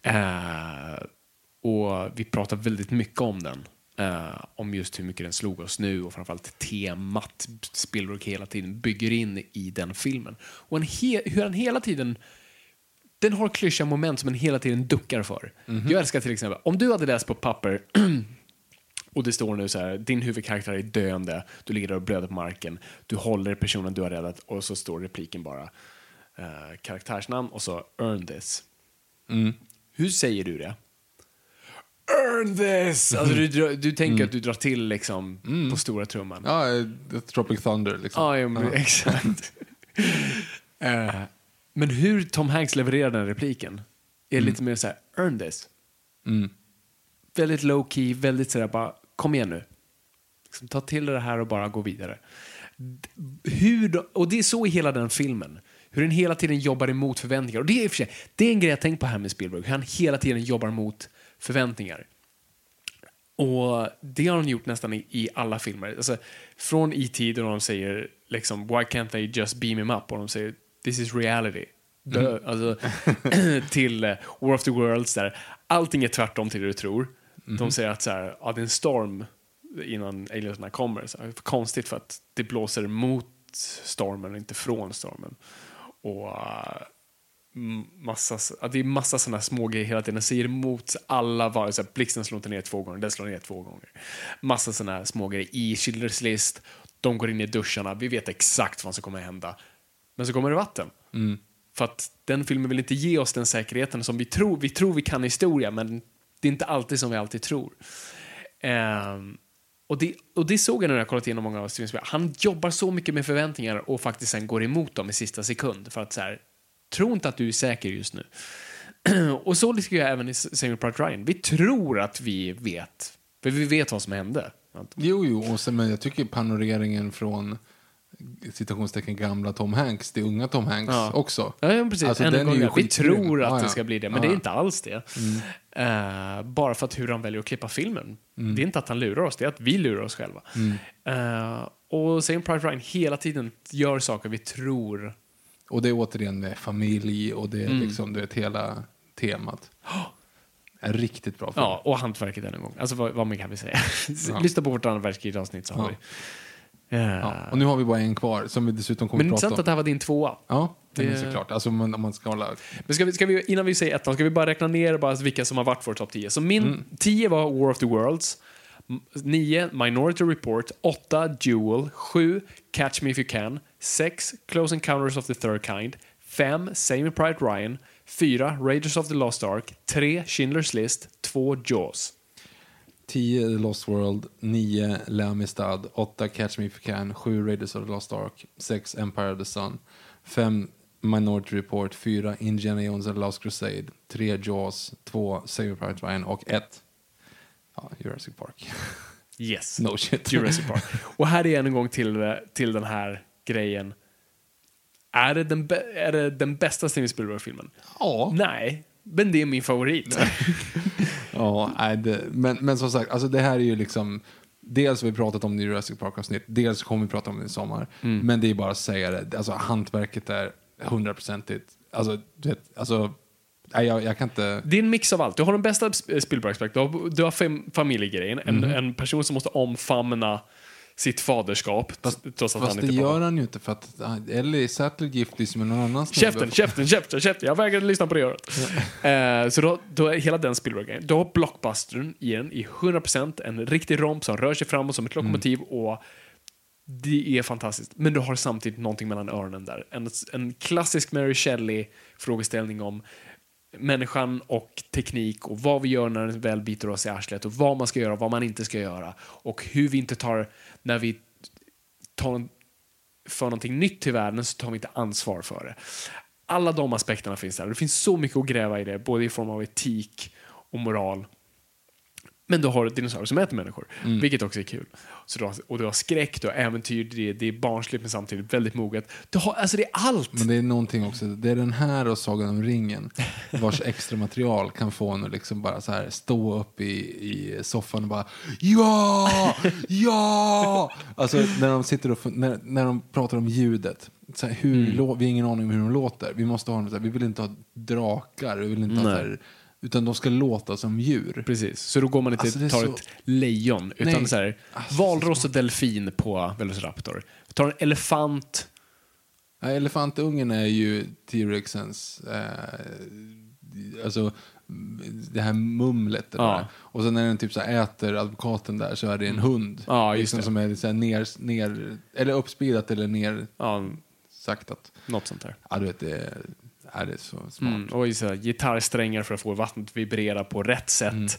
Och vi pratade väldigt mycket om den. Om just hur mycket den slog oss nu. Och framförallt temat Spielberg hela tiden bygger in i den filmen. Och hur han hela tiden... Den har klyschiga moment som den hela tiden duckar för. Jag älskar till exempel, om du hade läst på papper och det står nu så här: din huvudkaraktär är döende, du ligger där och blöder på marken, du håller personen du har räddat och så står repliken bara karaktärsnamn och så earn this. Hur säger du det? Earn this! Alltså du tänker att du drar till liksom på stora trumman. Ja, Tropic Thunder liksom. Ja, exakt. Men hur Tom Hanks levererar den repliken är lite mer så här: earn this. Väldigt low key, väldigt sådär bara, kom igen nu. Liksom, ta till det här och bara gå vidare. Och det är så i hela den filmen. Hur den hela tiden jobbar emot förväntningar. Och det är i och för sig, det är en grej jag tänkt på här med Spielberg. Hur han hela tiden jobbar mot förväntningar. Och det har han gjort nästan i alla filmer. Alltså, från E.T. då de säger liksom, why can't they just beam him up? Och de säger, this is reality. Alltså, till War of the Worlds där allting är tvärtom till det du tror. De säger att så här, det är en storm innan aliensarna kommer. Så här, konstigt för att det blåser mot stormen och inte från stormen. Och det är massa sådana små grejer hela tiden. Den säger emot alla varelser. Blixten slår inte ner 2 gånger, den slår ner 2 gånger. Massa sådana små grejer i Schindler's List. De går in i duscharna. Vi vet exakt vad som kommer att hända. Men så kommer det vatten. För att den filmen vill inte ge oss den säkerheten som vi tror vi kan historia, men det är inte alltid som vi alltid tror. Och det såg jag när jag kollat igenom många av Steven Spielberg. Han jobbar så mycket med förväntningar och faktiskt sen går emot dem i sista sekund. För att så här, tro inte att du är säker just nu. Och så tycker jag även i Saving Private Ryan. Vi tror att vi vet. För vi vet vad som hände. Jo, och sen, men jag tycker panoreringen från citationstecken gamla Tom Hanks, det unga Tom Hanks också. Ja, precis. Alltså, vi tror att det ska bli det, men det är inte alls det. Bara för att hur han väljer att klippa filmen. Det är inte att han lurar oss, det är att vi lurar oss själva. Och Saving Private Ryan hela tiden gör saker vi tror. Och det är återigen med familj och det är liksom, du vet, hela temat. En riktigt bra film. Ja, och hantverket en gång. Alltså vad man kan vi säga. Lyssna på vårt andra världskrigsavsnitt så har vi. Ja, och nu har vi bara en kvar som vi dessutom kommer att prata om. Men inte sant att det här var din 2. Ja, det är såklart. Alltså om man ska hålla... Men ska vi, innan vi säger 1, ska vi bara räkna ner bara vilka som har varit vår topp 10. Så min 10 var War of the Worlds, 9 Minority Report, 8 Duel, 7 Catch Me If You Can, 6 Close Encounters of the Third Kind, 5 Saving Private Ryan, 4 Raiders of the Lost Ark, 3 Schindler's List, 2 Jaws. 10 The Lost World, 9 L'Amistad, 8 Catch Me If You Can, 7 Raiders of the Lost Ark, 6 Empire of the Sun, 5 Minority Report, 4 Indiana Jones and the Last Crusade, 3 Jaws, 2 Saving Private Ryan och 1 Jurassic Park. Yes. No shit. Jurassic Park. Och här är en gång till den här grejen. Är det den bästa Steven Spielberg-filmen? Ja. Nej, men det är min favorit. Ja, men som sagt, alltså det här är ju liksom, dels har vi pratat om det i Jurassic Park-avsnitt, dels kommer vi prata om det i sommar. Men det är bara att säga det. Alltså hantverket är 100%. Alltså, du vet, jag kan inte... Det är en mix av allt. Du har den bästa Spielberg-aspekt. Du har familjegrejen. En person som måste omfamna sitt faderskap. Fast det gör han ju inte för att Ellie Sattler giftig som någon annan snubbe. Käften. Jag vägrade lyssna på det örat. Så då är hela den Spielberg-grejen. Du har blockbustern i den i 100%. En riktig romp som rör sig framåt som ett lokomotiv och det är fantastiskt. Men du har samtidigt någonting mellan öronen där. En klassisk Mary Shelley-frågeställning om människan och teknik och vad vi gör när den väl biter oss i arslet och vad man ska göra och vad man inte ska göra och hur vi inte tar, när vi tar för någonting nytt till världen så tar vi inte ansvar för det. Alla de aspekterna finns där. Det finns så mycket att gräva i det, både i form av etik och moral. Men du har dinosaurier som äter människor, vilket också är kul. Och du har skräck, du har äventyr, det är barnsligt men samtidigt väldigt moget. Det är allt. Men det är någonting också, det är den här och Sagan om ringen vars extra material kan få en att liksom bara så här stå upp i soffan och bara ja! Alltså när de sitter och när de pratar om ljudet. Så här, vi har ingen aning om hur de låter. Vi måste ha vi vill inte ha drakar, vi vill inte ha så här, utan de ska låta som djur. Precis, så då går man inte ett lejon utan så här, valross och delfin på Velociraptor. Tar en elefant. Ja, elefantungen är ju T-Rexens alltså det här mumlet där. Och sen när den typ så här äter advokaten där så är det en hund. Ja, just liksom, som är så här ner eller uppspeedat eller ner saktat. Något sånt där. Ja, du vet det är så smart. Och så gitarrsträngar för att få vattnet att vibrera på rätt sätt.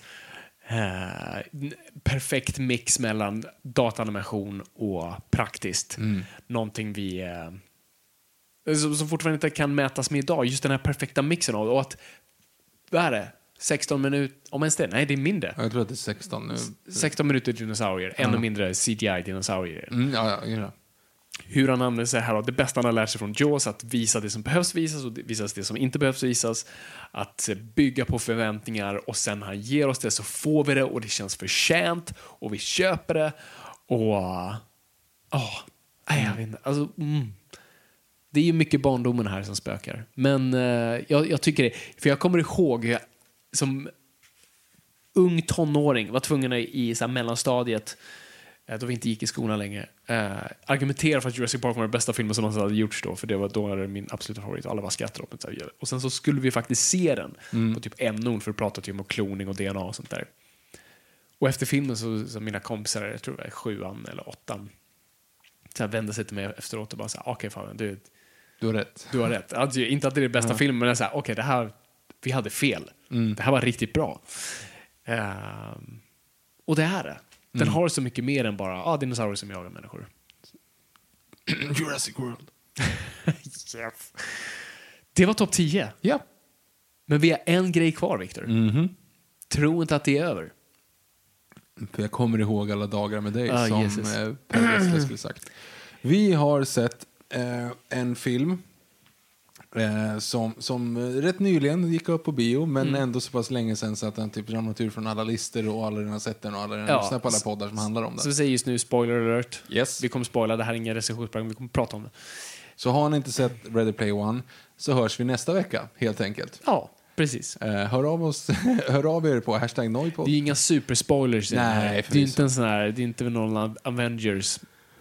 Perfekt mix mellan dataanimation och praktiskt. Någonting vi som fortfarande inte kan mätas med idag. Just den här perfekta mixen av och att vad är det? 16 minuter, om ens det? Nej, det är mindre. Jag tror att det är 16 nu. 16 minuter dinosaurier, ännu mindre CGI-dinosaurier. Ja. Hur han använder sig här och det bästa han har lärt sig från Jaws, att visa det som behövs visas och visas det som inte behövs visas, att bygga på förväntningar och sen han ger oss det så får vi det och det känns förtjänt och vi köper det och jag vet inte, alltså det är ju mycket barndomen här som spökar, men jag tycker det, för jag kommer ihåg hur jag som ung tonåring var tvungen i så här mellanstadiet då vi inte gick i skolan längre argumentera för att Jurassic Park var den bästa filmen som någonsin hade gjorts då, för det var min absoluta favorit och alla var skrattade åt den. Och sen så skulle vi faktiskt se den på typ NO för att prata typ om kloning och DNA och sånt där. Och efter filmen så mina kompisar, jag tror det var 7:an eller 8:an, så här vände sig till mig efteråt och bara så här, okej, fan, du har rätt. Du har rätt. Alltså, inte att det är den bästa filmen, men så här, okej, det här, vi hade fel. Det här var riktigt bra. Och det är det. Den har så mycket mer än bara dinosaurier som jagar människor. Jurassic World. Yes. Det var topp 10. Ja. Men vi har en grej kvar, Victor. Tro inte att det är över. För jag kommer ihåg alla dagar med dig som Per Gessle skulle sagt. Vi har sett en film som rätt nyligen gick upp på bio, men ändå så pass länge sedan så att den typ ramlat ur från alla listor och alla redan har sett den och alla redan lyssnat på alla poddar som handlar om det. Så vi säger just nu spoiler alert. Yes. Vi kommer spoila, det här är ingen recensionsprogram, vi kommer prata om det. Så har ni inte sett Ready Player One så hörs vi nästa vecka, helt enkelt. Ja, precis. Hör av er på #Noipod. Det är inga superspoilers. Nej, det är inte en sån här, det är inte någon Avengers.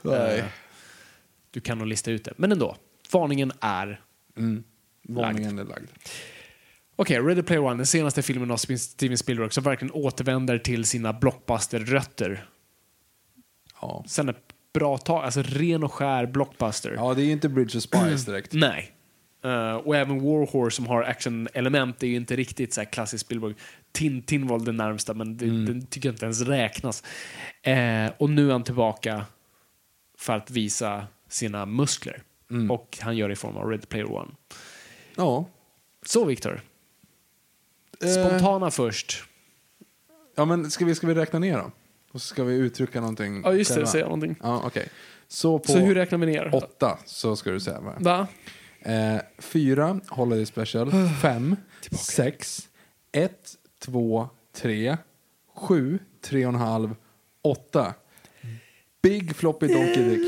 Du kan nog lista ut det. Men ändå, varningen är varningen är lagd. Okej, Ready Player One, den senaste filmen av Steven Spielberg som verkligen återvänder till sina blockbuster-rötter. Ja. Sen ett bra tag, alltså ren och skär blockbuster. Ja, det är ju inte Bridge of Spies direkt. Nej. Och även War Horse som har action-element är ju inte riktigt så här klassisk Spielberg. Tintin var det närmsta, men den tycker jag inte ens räknas. Och nu är han tillbaka för att visa sina muskler. Och han gör det i form av Ready Player One. Ja. Så, Victor. Spontana först. Ja, men ska vi räkna ner då? Och så ska vi uttrycka någonting. Ja, just det, säga någonting. Ja, okej. Så hur räknar vi ner? 8 så ska du säga, va? Va? 4, Holiday Special. 5, 6, 1, 2, 3, 7, 3,5, 8. Big floppy donkey dick.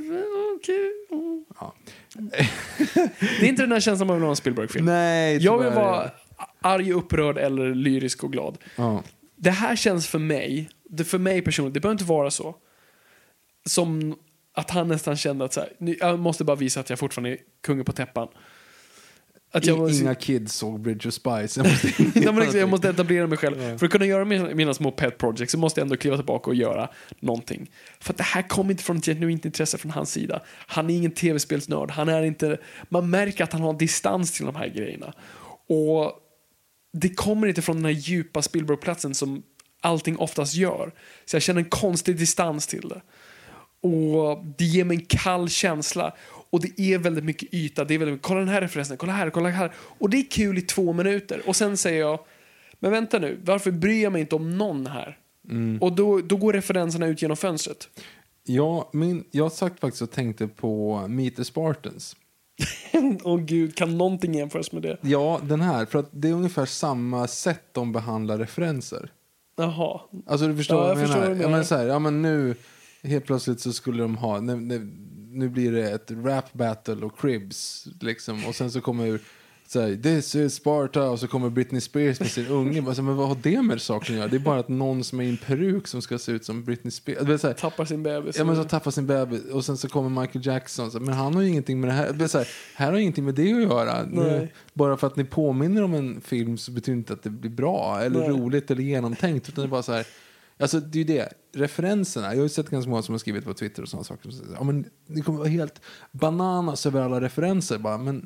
Ja. Det är inte den här känslan man vill ha en Spielberg-film. Nej, jag vill vara arg, upprörd eller lyrisk och glad. Ja. Det här känns för mig personligen, det behöver inte vara så, som att han nästan kände att så här, jag måste bara visa att jag fortfarande är kungen på täppan. Att Inga kids såg Bridge of Spice. Jag måste etablera mig själv. Ja. För att kunna göra mina små pet projects så måste jag ändå kliva tillbaka och göra någonting. För att det här kommer inte från ett genuint intresse från hans sida. Han är ingen tv-spelsnörd. Man märker att han har en distans till de här grejerna. Och det kommer inte från den här djupa Spielberg-platsen som allting oftast gör. Så jag känner en konstig distans till det. Och det ger mig en kall känsla. Och det är väldigt mycket yta. Det är väldigt mycket, kolla den här referensen, kolla här. Och det är kul i 2 minuter. Och sen säger jag, men vänta nu, varför bryr jag mig inte om någon här? Och då går referenserna ut genom fönstret. Ja, men jag sagt faktiskt och tänkte på Meet the Spartans. Gud, kan någonting jämföras med det? Ja, den här. För att det är ungefär samma sätt de behandlar referenser. Jaha. Alltså du förstår vad jag menar? Ja, men så här, men nu helt plötsligt så skulle de ha nu blir det ett rap battle och cribs liksom, och sen så kommer så här, this is Sparta, och så kommer Britney Spears med sin unge. Alltså, men vad har det med saken att göra? Det är bara att någon som är i en peruk som ska se ut som Britney Spears. Det är så här, tappar sin bebis. Ja, men så tappar sin bebis. Och sen så kommer Michael Jackson. Så, men han har ju ingenting med det här. Det är så här har ingenting med det att göra. Nu, bara för att ni påminner om en film så betyder inte att det blir bra eller roligt eller genomtänkt. Utan det är bara så här. Alltså det är ju det. Referenserna. Jag har ju sett ganska många som har skrivit på Twitter och sådana saker. Ja, men det kommer vara helt bananas över alla referenser. Bara, men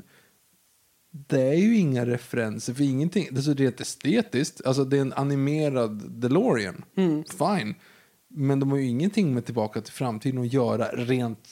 det är ju inga referenser för ingenting. Det är så rent estetiskt. Alltså det är en animerad DeLorean. Fine. Men de har ju ingenting med Tillbaka till framtiden att göra rent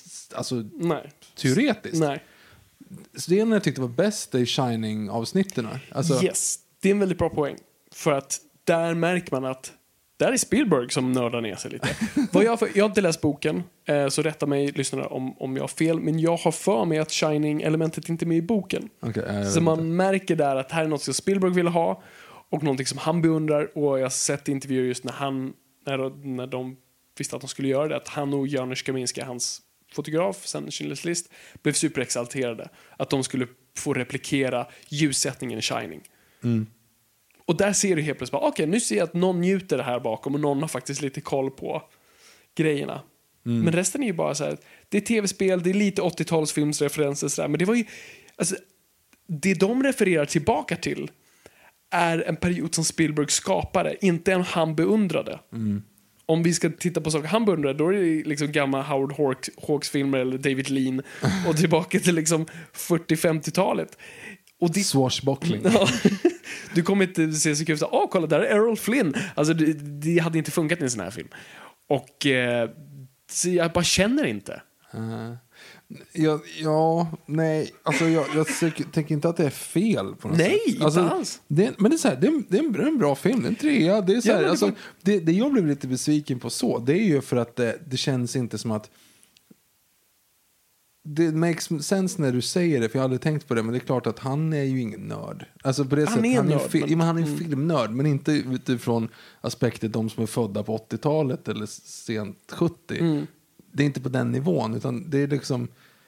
teoretiskt. Nej. Så det jag tyckte var bäst i Shining-avsnitten. Alltså, yes, det är en väldigt bra poäng. För att där märker man att där är Spielberg som nördar ner sig lite. Jag har inte läst boken, så rätta mig lyssnarna om jag har fel. Men jag har för mig att Shining-elementet inte är med i boken. Okay, så man märker där att här är något som Spielberg ville ha och någonting som han beundrar. Och jag har sett intervjuer just när de visste att de skulle göra det, att han och Janusz Kaminski, hans fotograf, sen Schindler's List, blev superexalterade. Att de skulle få replikera ljussättningen i Shining. Och där ser du helt plötsligt, okej, nu ser jag att någon njuter det här bakom och någon har faktiskt lite koll på grejerna. Men resten är ju bara så här, det är tv-spel, det är lite 80-talsfilmsreferenser så där, men det var ju, alltså, det de refererar tillbaka till är en period som Spielberg skapade, inte en han beundrade. Om vi ska titta på saker han beundrade, då är det liksom gamla Howard Hawks filmer eller David Lean och tillbaka till liksom 40-50-talet. Swashbuckling. Ja, du kommer inte se så kul så, kolla, där är Errol Flynn. Alltså det hade inte funkat i en sån här film. Och så jag bara känner inte. Nej. Alltså jag tänker inte att det är fel på något sätt. Nej, inte alls. Men det är så här, det är en bra film, det är en 3. Det är så här, alltså, det jag blev lite besviken på det är ju för att det känns inte som att det makes sense när du säger det, för jag har aldrig tänkt på det, men det är klart att han är ju ingen nörd. Alltså på det sättet, han är en filmnörd, men inte utifrån aspektet de som är födda på 80-talet eller sent 70. Det är inte på den nivån, utan det är liksom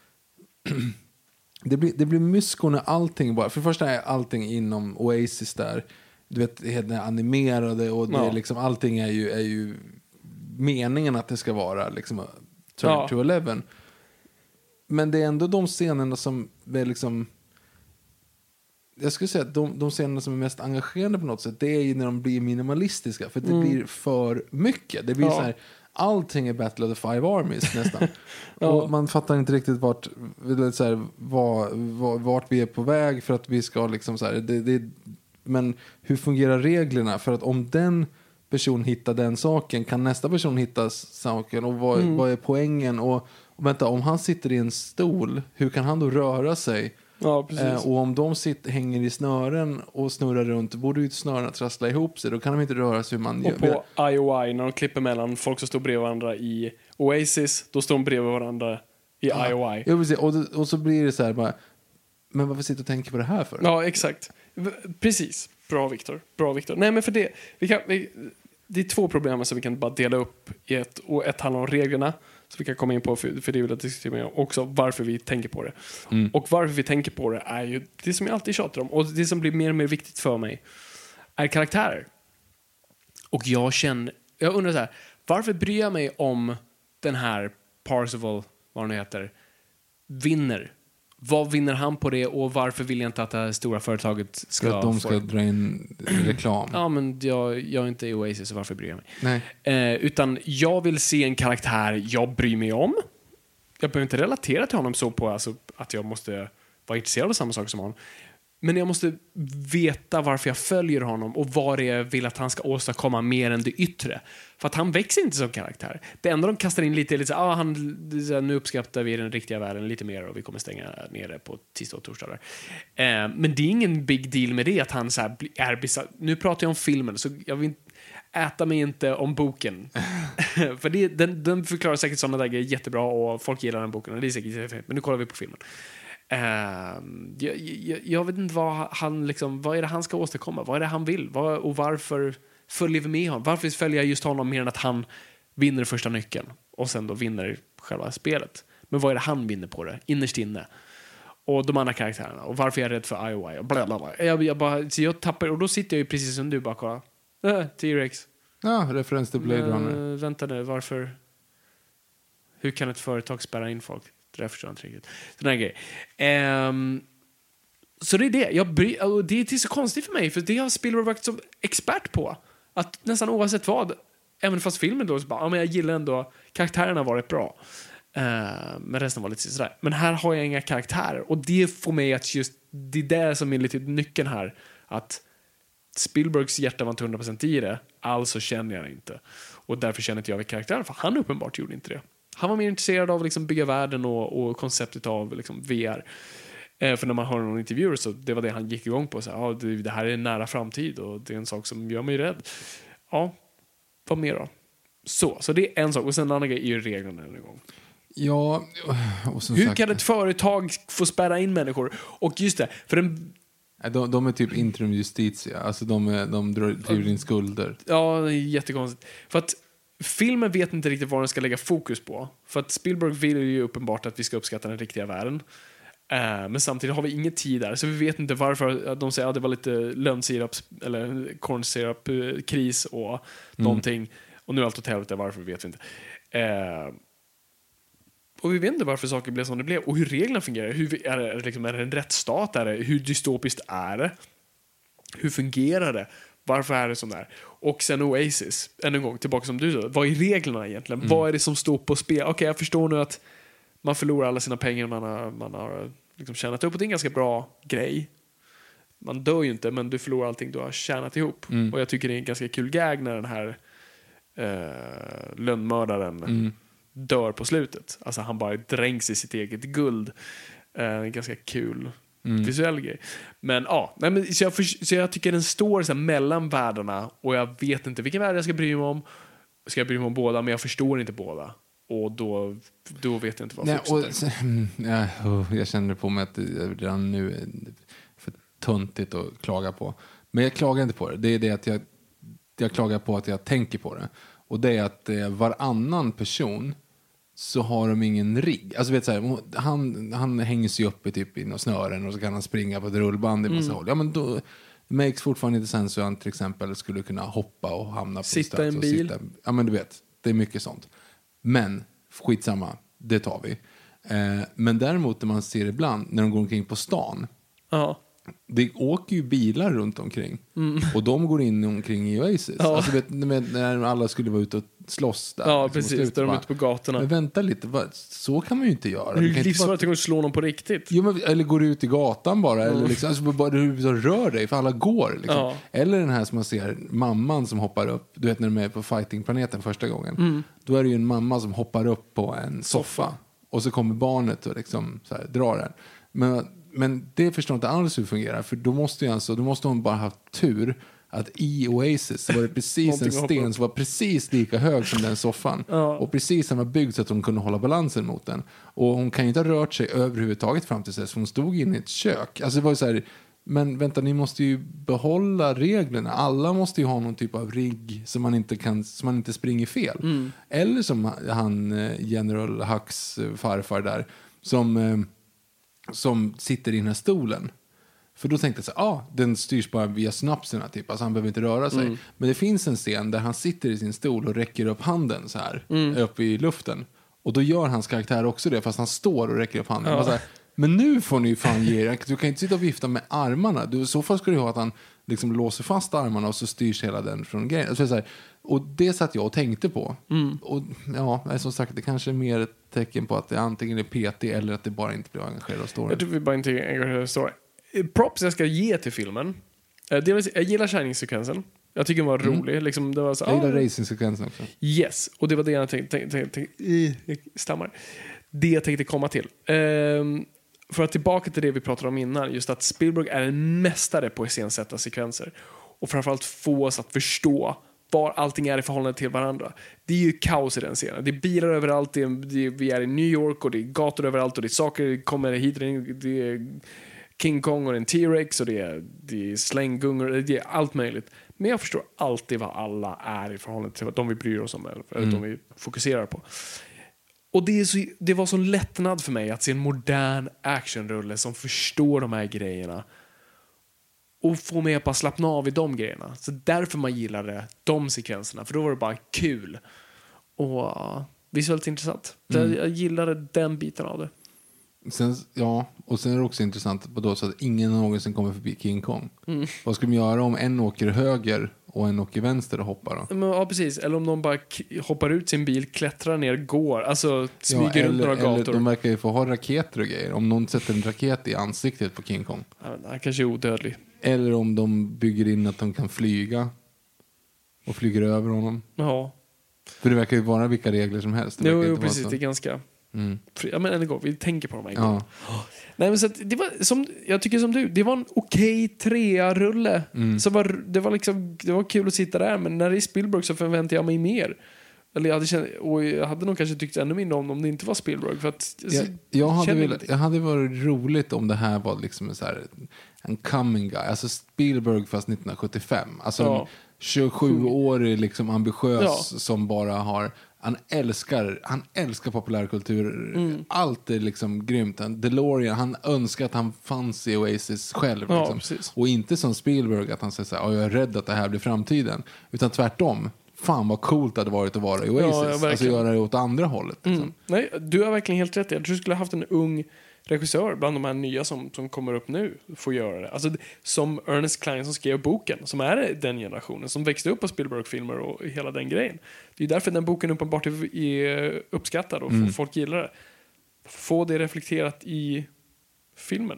det blir mysko när allting bara, för det första är allting inom Oasis där, du vet, det är animerade och det är liksom, allting är ju meningen att det ska vara liksom turn to 11. Men det är ändå de scenerna som är liksom, jag skulle säga att de scenerna som är mest engagerande på något sätt, det är ju när de blir minimalistiska, för det blir för mycket. Det blir så här, allting är Battle of the Five Armies nästan. Och man fattar inte riktigt vart vi är på väg, för att vi ska liksom så här, men hur fungerar reglerna? För att om den person hittar den saken, kan nästa person hitta saken, och vad är poängen? Och vänta, om han sitter i en stol, hur kan han då röra sig? Ja, precis. Och om de hänger i snören och snurrar runt, borde ju snören trassla ihop sig, då kan de inte röra sig hur man gör. Och på IOI, när de klipper mellan folk som står bredvid varandra i Oasis, då står de bredvid varandra i IOI. Ja, precis. Och så blir det så här bara, men varför sitter du och tänker på det här för? Ja, exakt. Precis. Bra, Victor. Nej, men för det är 2 problem som vi kan bara dela upp i ett handlar om reglerna, Så vi kan komma in på, för det vill jag diskutera också, varför vi tänker på det. Och varför vi tänker på det är ju det som jag alltid tjatar om, och det som blir mer och mer viktigt för mig är karaktärer. Och jag undrar så här, varför bryr jag mig om den här Parzival, vad han heter, vinner? Vad vinner han på det, och varför vill jag inte att det här stora företaget ska... För att de ska dra in reklam. Ja, men jag är inte i Oasis, så varför bryr jag mig? Nej. Utan jag vill se en karaktär jag bryr mig om. Jag behöver inte relatera till honom så på alltså, att jag måste vara intresserad av samma sak som honom. Men jag måste veta varför jag följer honom och vad det är jag vill att han ska åstadkomma mer än det yttre. För att han växer inte som karaktär. Det enda de kastar in lite är så, nu uppskattar vi den riktiga världen lite mer och vi kommer stänga ner det på tisdag och torsdagar. Men det är ingen big deal med det att han så här är besatt. Nu pratar jag om filmen, så jag vill äta mig inte om boken. För den förklarar säkert sådana där grejer jättebra och folk gillar den boken och det är säkert jättefint. Men nu kollar vi på filmen. Jag vet inte vad han liksom, vad är det han ska åstadkomma, vad är det han vill, och varför följer vi med honom, varför följer jag just honom mer än att han vinner första nyckeln och sen då vinner själva spelet. Men vad är det han vinner på det innerst inne, och de andra karaktärerna, och varför är jag rädd för IOI och bla bla bla. Jag tappar, och då sitter jag ju precis som du bara kolla T-Rex, referens till Blade Runner. Vänta nu, varför, hur kan ett företag spärra in folk? Det förstår jag inte riktigt. Sån här grej. Så det är det. Det är så konstigt för mig, för det har Spielberg varit som expert på. Att nästan oavsett vad, även fast filmen då, så bara, men jag gillar ändå, karaktärerna har varit bra. Men resten var lite sådär. Men här har jag inga karaktärer. Och det får mig att just, det är det som är lite nyckeln här. Att Spielbergs hjärta var inte 100% i det. Alltså känner jag det inte. Och därför känner inte jag vid karaktären, för han uppenbart gjorde inte det. Han var mer intresserad av liksom bygga världen och konceptet av liksom VR. För när man hör någon intervju så det var det han gick igång på. Så, det här är en nära framtid och det är en sak som gör mig rädd. Ja, vad mer då? Så det är en sak. Och sen en annan grej är ju reglerna en gång. Ja, och som hur sagt, kan ett företag få spärra in människor? Och just det, för de är typ interim justitia. Alltså de driver in skulder. Ja, det är jättekonstigt. För att filmen vet inte riktigt vad den ska lägga fokus på. För att Spielberg vill ju uppenbart att vi ska uppskatta den riktiga världen. Men samtidigt har vi ingen tid där. Så vi vet inte varför de säger att det var lite lönnsirap eller cornsirap-kris och någonting. Och nu är allt åt helvete, varför vet vi inte. Och vi vet inte varför saker blev som det blev. Och hur reglerna fungerar. Är det en rättsstat? Hur dystopiskt är det? Hur fungerar det? Varför är det sån där? Och sen Oasis, än en gång, tillbaka som du sa. Vad är reglerna egentligen? Vad är det som står på spel? Okej, jag förstår nu att man förlorar alla sina pengar man har liksom tjänat upp. Och det är en ganska bra grej. Man dör ju inte, men du förlorar allting du har tjänat ihop. Och jag tycker det är en ganska kul gag när den här lönnmördaren dör på slutet. Alltså han bara dränks i sitt eget guld. En ganska kul visuell grej. Men så jag tycker den står så här mellan världarna och jag vet inte vilken värld jag ska bry mig om. Ska jag bry mig om båda, men jag förstår inte båda. Och då vet jag inte vad jag känner på mig att det redan nu är för töntigt att klaga på. Men jag klagar inte på det. Det är det att jag klagar på att jag tänker på det. Och det är att varannan person så har de ingen rigg. Alltså vet så här, han hänger sig upp i typ i några snören och så kan han springa på ett rullband i massa håll. Ja, men då makes fortfarande inte sen så han till exempel skulle kunna hoppa och hamna på sitta i en bil. Ja, men du vet, det är mycket sånt. Men skitsamma, det tar vi. Men däremot när man ser ibland när de går omkring på stan. Ja. Det åker ju bilar runt omkring. Och de går in omkring i Oasis. Ja. Alltså när alla skulle vara ute och slåss där. Ja, precis. Där de är ute på gatorna. Men vänta lite, så kan man ju inte göra. Det är livsfarligt att slå någon på riktigt. Jo, men, eller går du ut i gatan bara. Eller liksom, alltså, bara du rör dig, för alla går. Liksom. Ja. Eller den här som man ser, mamman som hoppar upp. Du vet när de är på fightingplaneten första gången. Då är det ju en mamma som hoppar upp på en soffa. Och så kommer barnet och liksom, så här, drar den. Men det förstår inte alls hur det fungerar. För då måste hon bara ha tur att i Oasis så var det precis en sten som var precis lika hög som den soffan. Ja. Och precis som var byggd så att hon kunde hålla balansen mot den. Och hon kan ju inte ha rört sig överhuvudtaget fram till sig. Så hon stod inne i ett kök. Alltså det var ju så här, men vänta, ni måste ju behålla reglerna. Alla måste ju ha någon typ av rigg så man inte springer fel. Eller som han General Hux farfar där som sitter i den här stolen. För då tänkte jag så den styrs bara via snapserna typ. Alltså han behöver inte röra sig. Men det finns en scen där han sitter i sin stol och räcker upp handen så här. Upp i luften. Och då gör hans karaktär också det. Fast han står och räcker upp handen. Ja. Så här, men nu får ni ju fan ge er. Du kan inte sitta och vifta med armarna. I så fall ska du ha att han liksom låser fast armarna och så styrs hela den från grejen. Alltså så här, och det satt jag och tänkte på. Och ja, som sagt, det kanske är mer ett tecken på att det antingen är PT eller att det bara inte blir engagerad av storyn. Jag tror vi bara inte är engagerade av storyn. Props jag ska ge till filmen. Jag gillar Shining-sekvensen. Jag tycker den var rolig. Liksom, det var så, jag gillar racing-sekvensen också. Yes, och det var det jag tänkte stammar. Det jag tänkte komma till. För att tillbaka till det vi pratade om innan. Just att Spielberg är en mästare på att iscensätta sekvenser. Och framförallt få oss att förstå var allting är i förhållande till varandra. Det är ju kaos i den scenen. Det är bilar överallt. Vi är i New York och det är gator överallt. Och det är saker kommer hit. Det är King Kong och en T-Rex och det är slänggungor, det är allt möjligt. Men jag förstår alltid vad alla är i förhållande till de vi bryr oss om eller de vi fokuserar på. Och det var så lättnad för mig att se en modern actionrulle som förstår de här grejerna och få mig att bara slappna av i de grejerna. Så därför man gillade de sekvenserna, för då var det bara kul och visuellt intressant. Jag gillade den biten av det. Sen är det också intressant på då så att ingen någonsin kommer förbi King Kong. Vad ska de göra om en åker höger och en åker vänster och hoppar då? Men, ja, precis. Eller om de bara hoppar ut sin bil, klättrar ner, går. Alltså smyger runt några gator. Eller de verkar ju få ha raketer och grejer. Om någon sätter en raket i ansiktet på King Kong. Han kanske är odödlig. Eller om de bygger in att de kan flyga och flyger över honom. Ja. För det verkar ju vara vilka regler som helst. Jo, precis. Det är ganska... Ja, men ändå, vi tänker på de här grejerna. Nej, men så att det var som jag tycker som du, det var en okej 3-rulle. Så det var kul att sitta där, men när det är Spielberg så förväntar jag mig mer. Eller jag hade nog kanske tyckt ännu mindre om det inte var Spielberg för att jag hade varit roligt om det här var liksom en coming guy, alltså Spielberg fast 1975. Alltså 27-årig liksom ambitiös som bara har han älskar populärkultur. Allt är liksom grymt. DeLorean, han önskar att han fanns i Oasis själv. Liksom. Och inte som Spielberg att han säger så här, jag är rädd att det här blir framtiden. Utan tvärtom. Fan vad coolt det hade varit att vara i Oasis. Alltså göra det åt andra hållet. Liksom. Nej, du har verkligen helt rätt. Jag tror du skulle ha haft en ung regissör bland de här nya som kommer upp nu får göra det. Alltså som Ernest Cline som skrev boken, som är den generationen som växte upp på Spielberg-filmer och hela den grejen. Det är därför den boken uppenbart är uppskattad och folk gillar det. Få det reflekterat i filmen.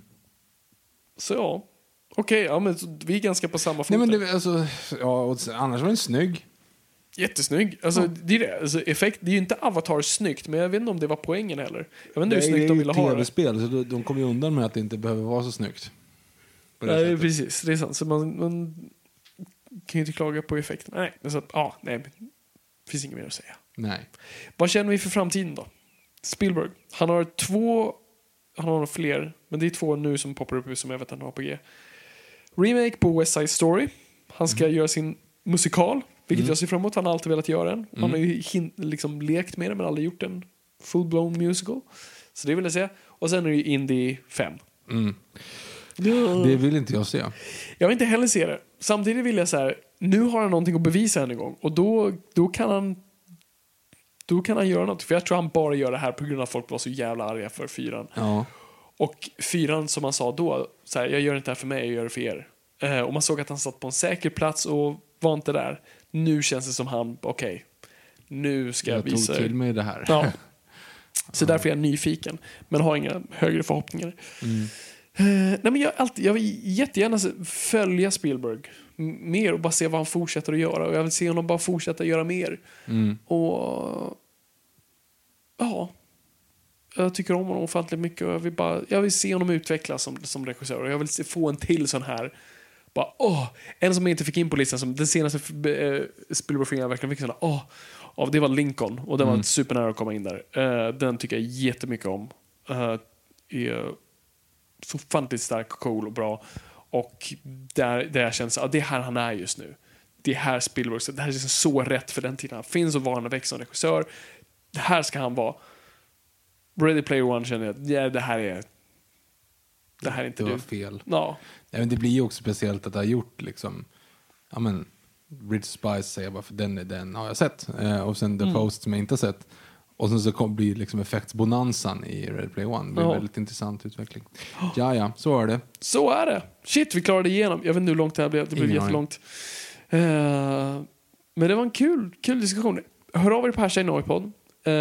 Så ja. Okej, men vi är ganska på samma fot. Nej, men annars var den snygg. Jättesnygg. Alltså, det är det. Alltså, effekt, det är ju inte Avatar snyggt, men jag vet inte om det var poängen heller. Jag vet inte hur snyggt de ville ha det. Det är ju tv-spel, så de kommer ju undan med att det inte behöver vara så snyggt. Nej, precis. Det är sant. Så man kan ju inte klaga på effekten. Nej, men så det finns inget mer att säga. Nej. Vad känner vi för framtiden då? Spielberg. Han har fler, men det är 2 nu som poppar upp som jag vet att han har på G. Remake på West Side Story. Han ska göra sin musikal, vilket jag ser fram emot. Han har alltid velat göra den. Han har ju liksom lekt med den men aldrig gjort en full-blown musical. Så det vill jag säga. Och sen är det ju Indy 5. Det vill inte jag se. Jag vill inte heller se det. Samtidigt vill jag så här, nu har han någonting att bevisa en gång. Och då kan han göra något. För jag tror han bara gör det här på grund av att folk var så jävla arga för 4. Ja. Och 4 som han sa då, så här, jag gör inte det här för mig, jag gör det för er. Och man såg att han satt på en säker plats och var inte där. Nu känns det som han, nu ska jag visa. Jag tog till mig det här. Ja. Så därför är jag nyfiken. Men har inga högre förhoppningar. Nej, men jag vill jättegärna följa Spielberg mer och bara se vad han fortsätter att göra. Och jag vill se honom bara fortsätta göra mer. Och jag tycker om honom ofantligt mycket och jag vill se honom utvecklas som regissör. Och jag vill få en till sån här en som jag inte fick in på listan, som den senaste Spielberg-filmen jag verkligen fick sån det var Lincoln och den var supernära att komma in där. Den tycker jag jättemycket om. så ofantligt stark och cool och bra. Och där jag känner det är här han är just nu. Det är här Spielberg, det här är så rätt för den tiden han finns och var han växt som regissör. Det här ska han vara. Ready Player One känner jag att det här är inte det var du. fel. Ja. Ja, men det blir ju också speciellt att det har gjort liksom, ja men Bridge Spice säger bara för den har jag sett och sen The Post som jag inte har sett och sen så blir liksom effektsbonansan i Ready Player One. Det blir en väldigt intressant utveckling. Ja, så är det. Så är det. Shit, vi klarade igenom. Jag vet inte hur långt det här blev. Det blev jättelångt. Men det var en kul diskussion. Hör av er på #Noipod.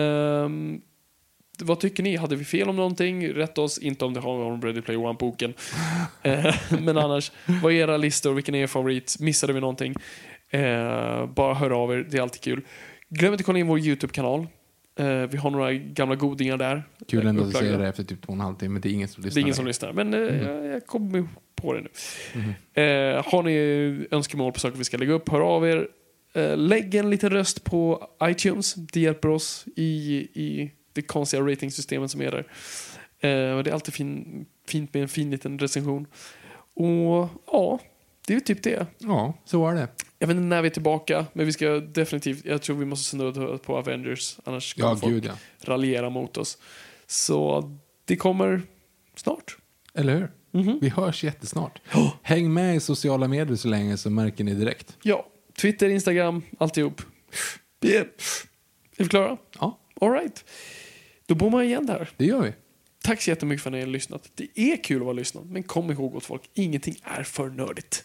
Vad tycker ni? Hade vi fel om någonting? Rätta oss, inte om det har om Ready Player One-boken. Men annars, vad är era listor? Vilken är er favorit? Missade vi någonting? Bara hör av er, det är alltid kul. Glöm inte att kolla in vår YouTube-kanal. Vi har några gamla godingar där. Kul ändå att se det efter typ 2,5 timme, men det är ingen som lyssnar. Det är ingen som lyssnar, men jag kommer på det nu. Har ni önskemål på saker vi ska lägga upp, hör av er. Lägg en liten röst på iTunes. Det hjälper oss i det konstiga ratingsystemet som är där. Det är alltid fint med en fin liten recension. Och ja, det är typ det. Ja, så är det. Jag vet inte när vi är tillbaka, men vi ska definitivt, jag tror vi måste snurra på Avengers, annars kommer folk raljera mot oss. Så det kommer snart. Eller hur? Vi hörs jättesnart. Häng med i sociala medier så länge så märker ni direkt. Ja, Twitter, Instagram, alltihop. Är vi klara? Ja. All right. Då bommar igen där. Det gör vi. Tack så jättemycket för att ni har lyssnat. Det är kul att vara lyssnat, men kom ihåg åt folk, ingenting är för nördigt.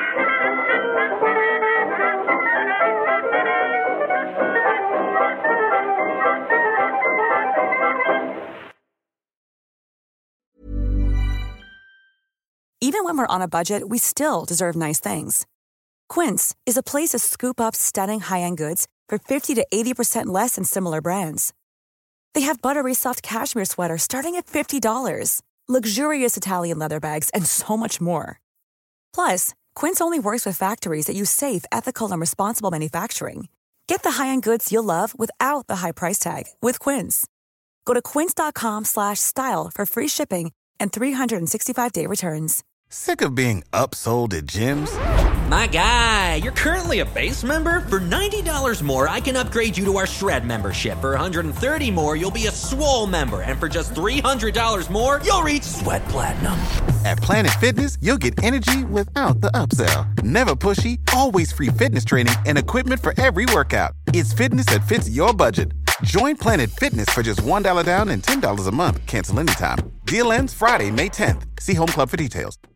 Even when we're on a budget, we still deserve nice things. Quince is a place to scoop up stunning high-end goods for 50 to 80% less than similar brands. They have buttery soft cashmere sweaters starting at $50, luxurious Italian leather bags, and so much more. Plus, Quince only works with factories that use safe, ethical, and responsible manufacturing. Get the high-end goods you'll love without the high price tag with Quince. Go to quince.com/style for free shipping and 365-day returns. Sick of being upsold at gyms? My guy, you're currently a base member. For $90 more, I can upgrade you to our Shred membership. For $130 more, you'll be a Swole member. And for just $300 more, you'll reach Sweat Platinum. At Planet Fitness, you'll get energy without the upsell. Never pushy, always free fitness training and equipment for every workout. It's fitness that fits your budget. Join Planet Fitness for just $1 down and $10 a month. Cancel anytime. Deal ends Friday, May 10th. See Home Club for details.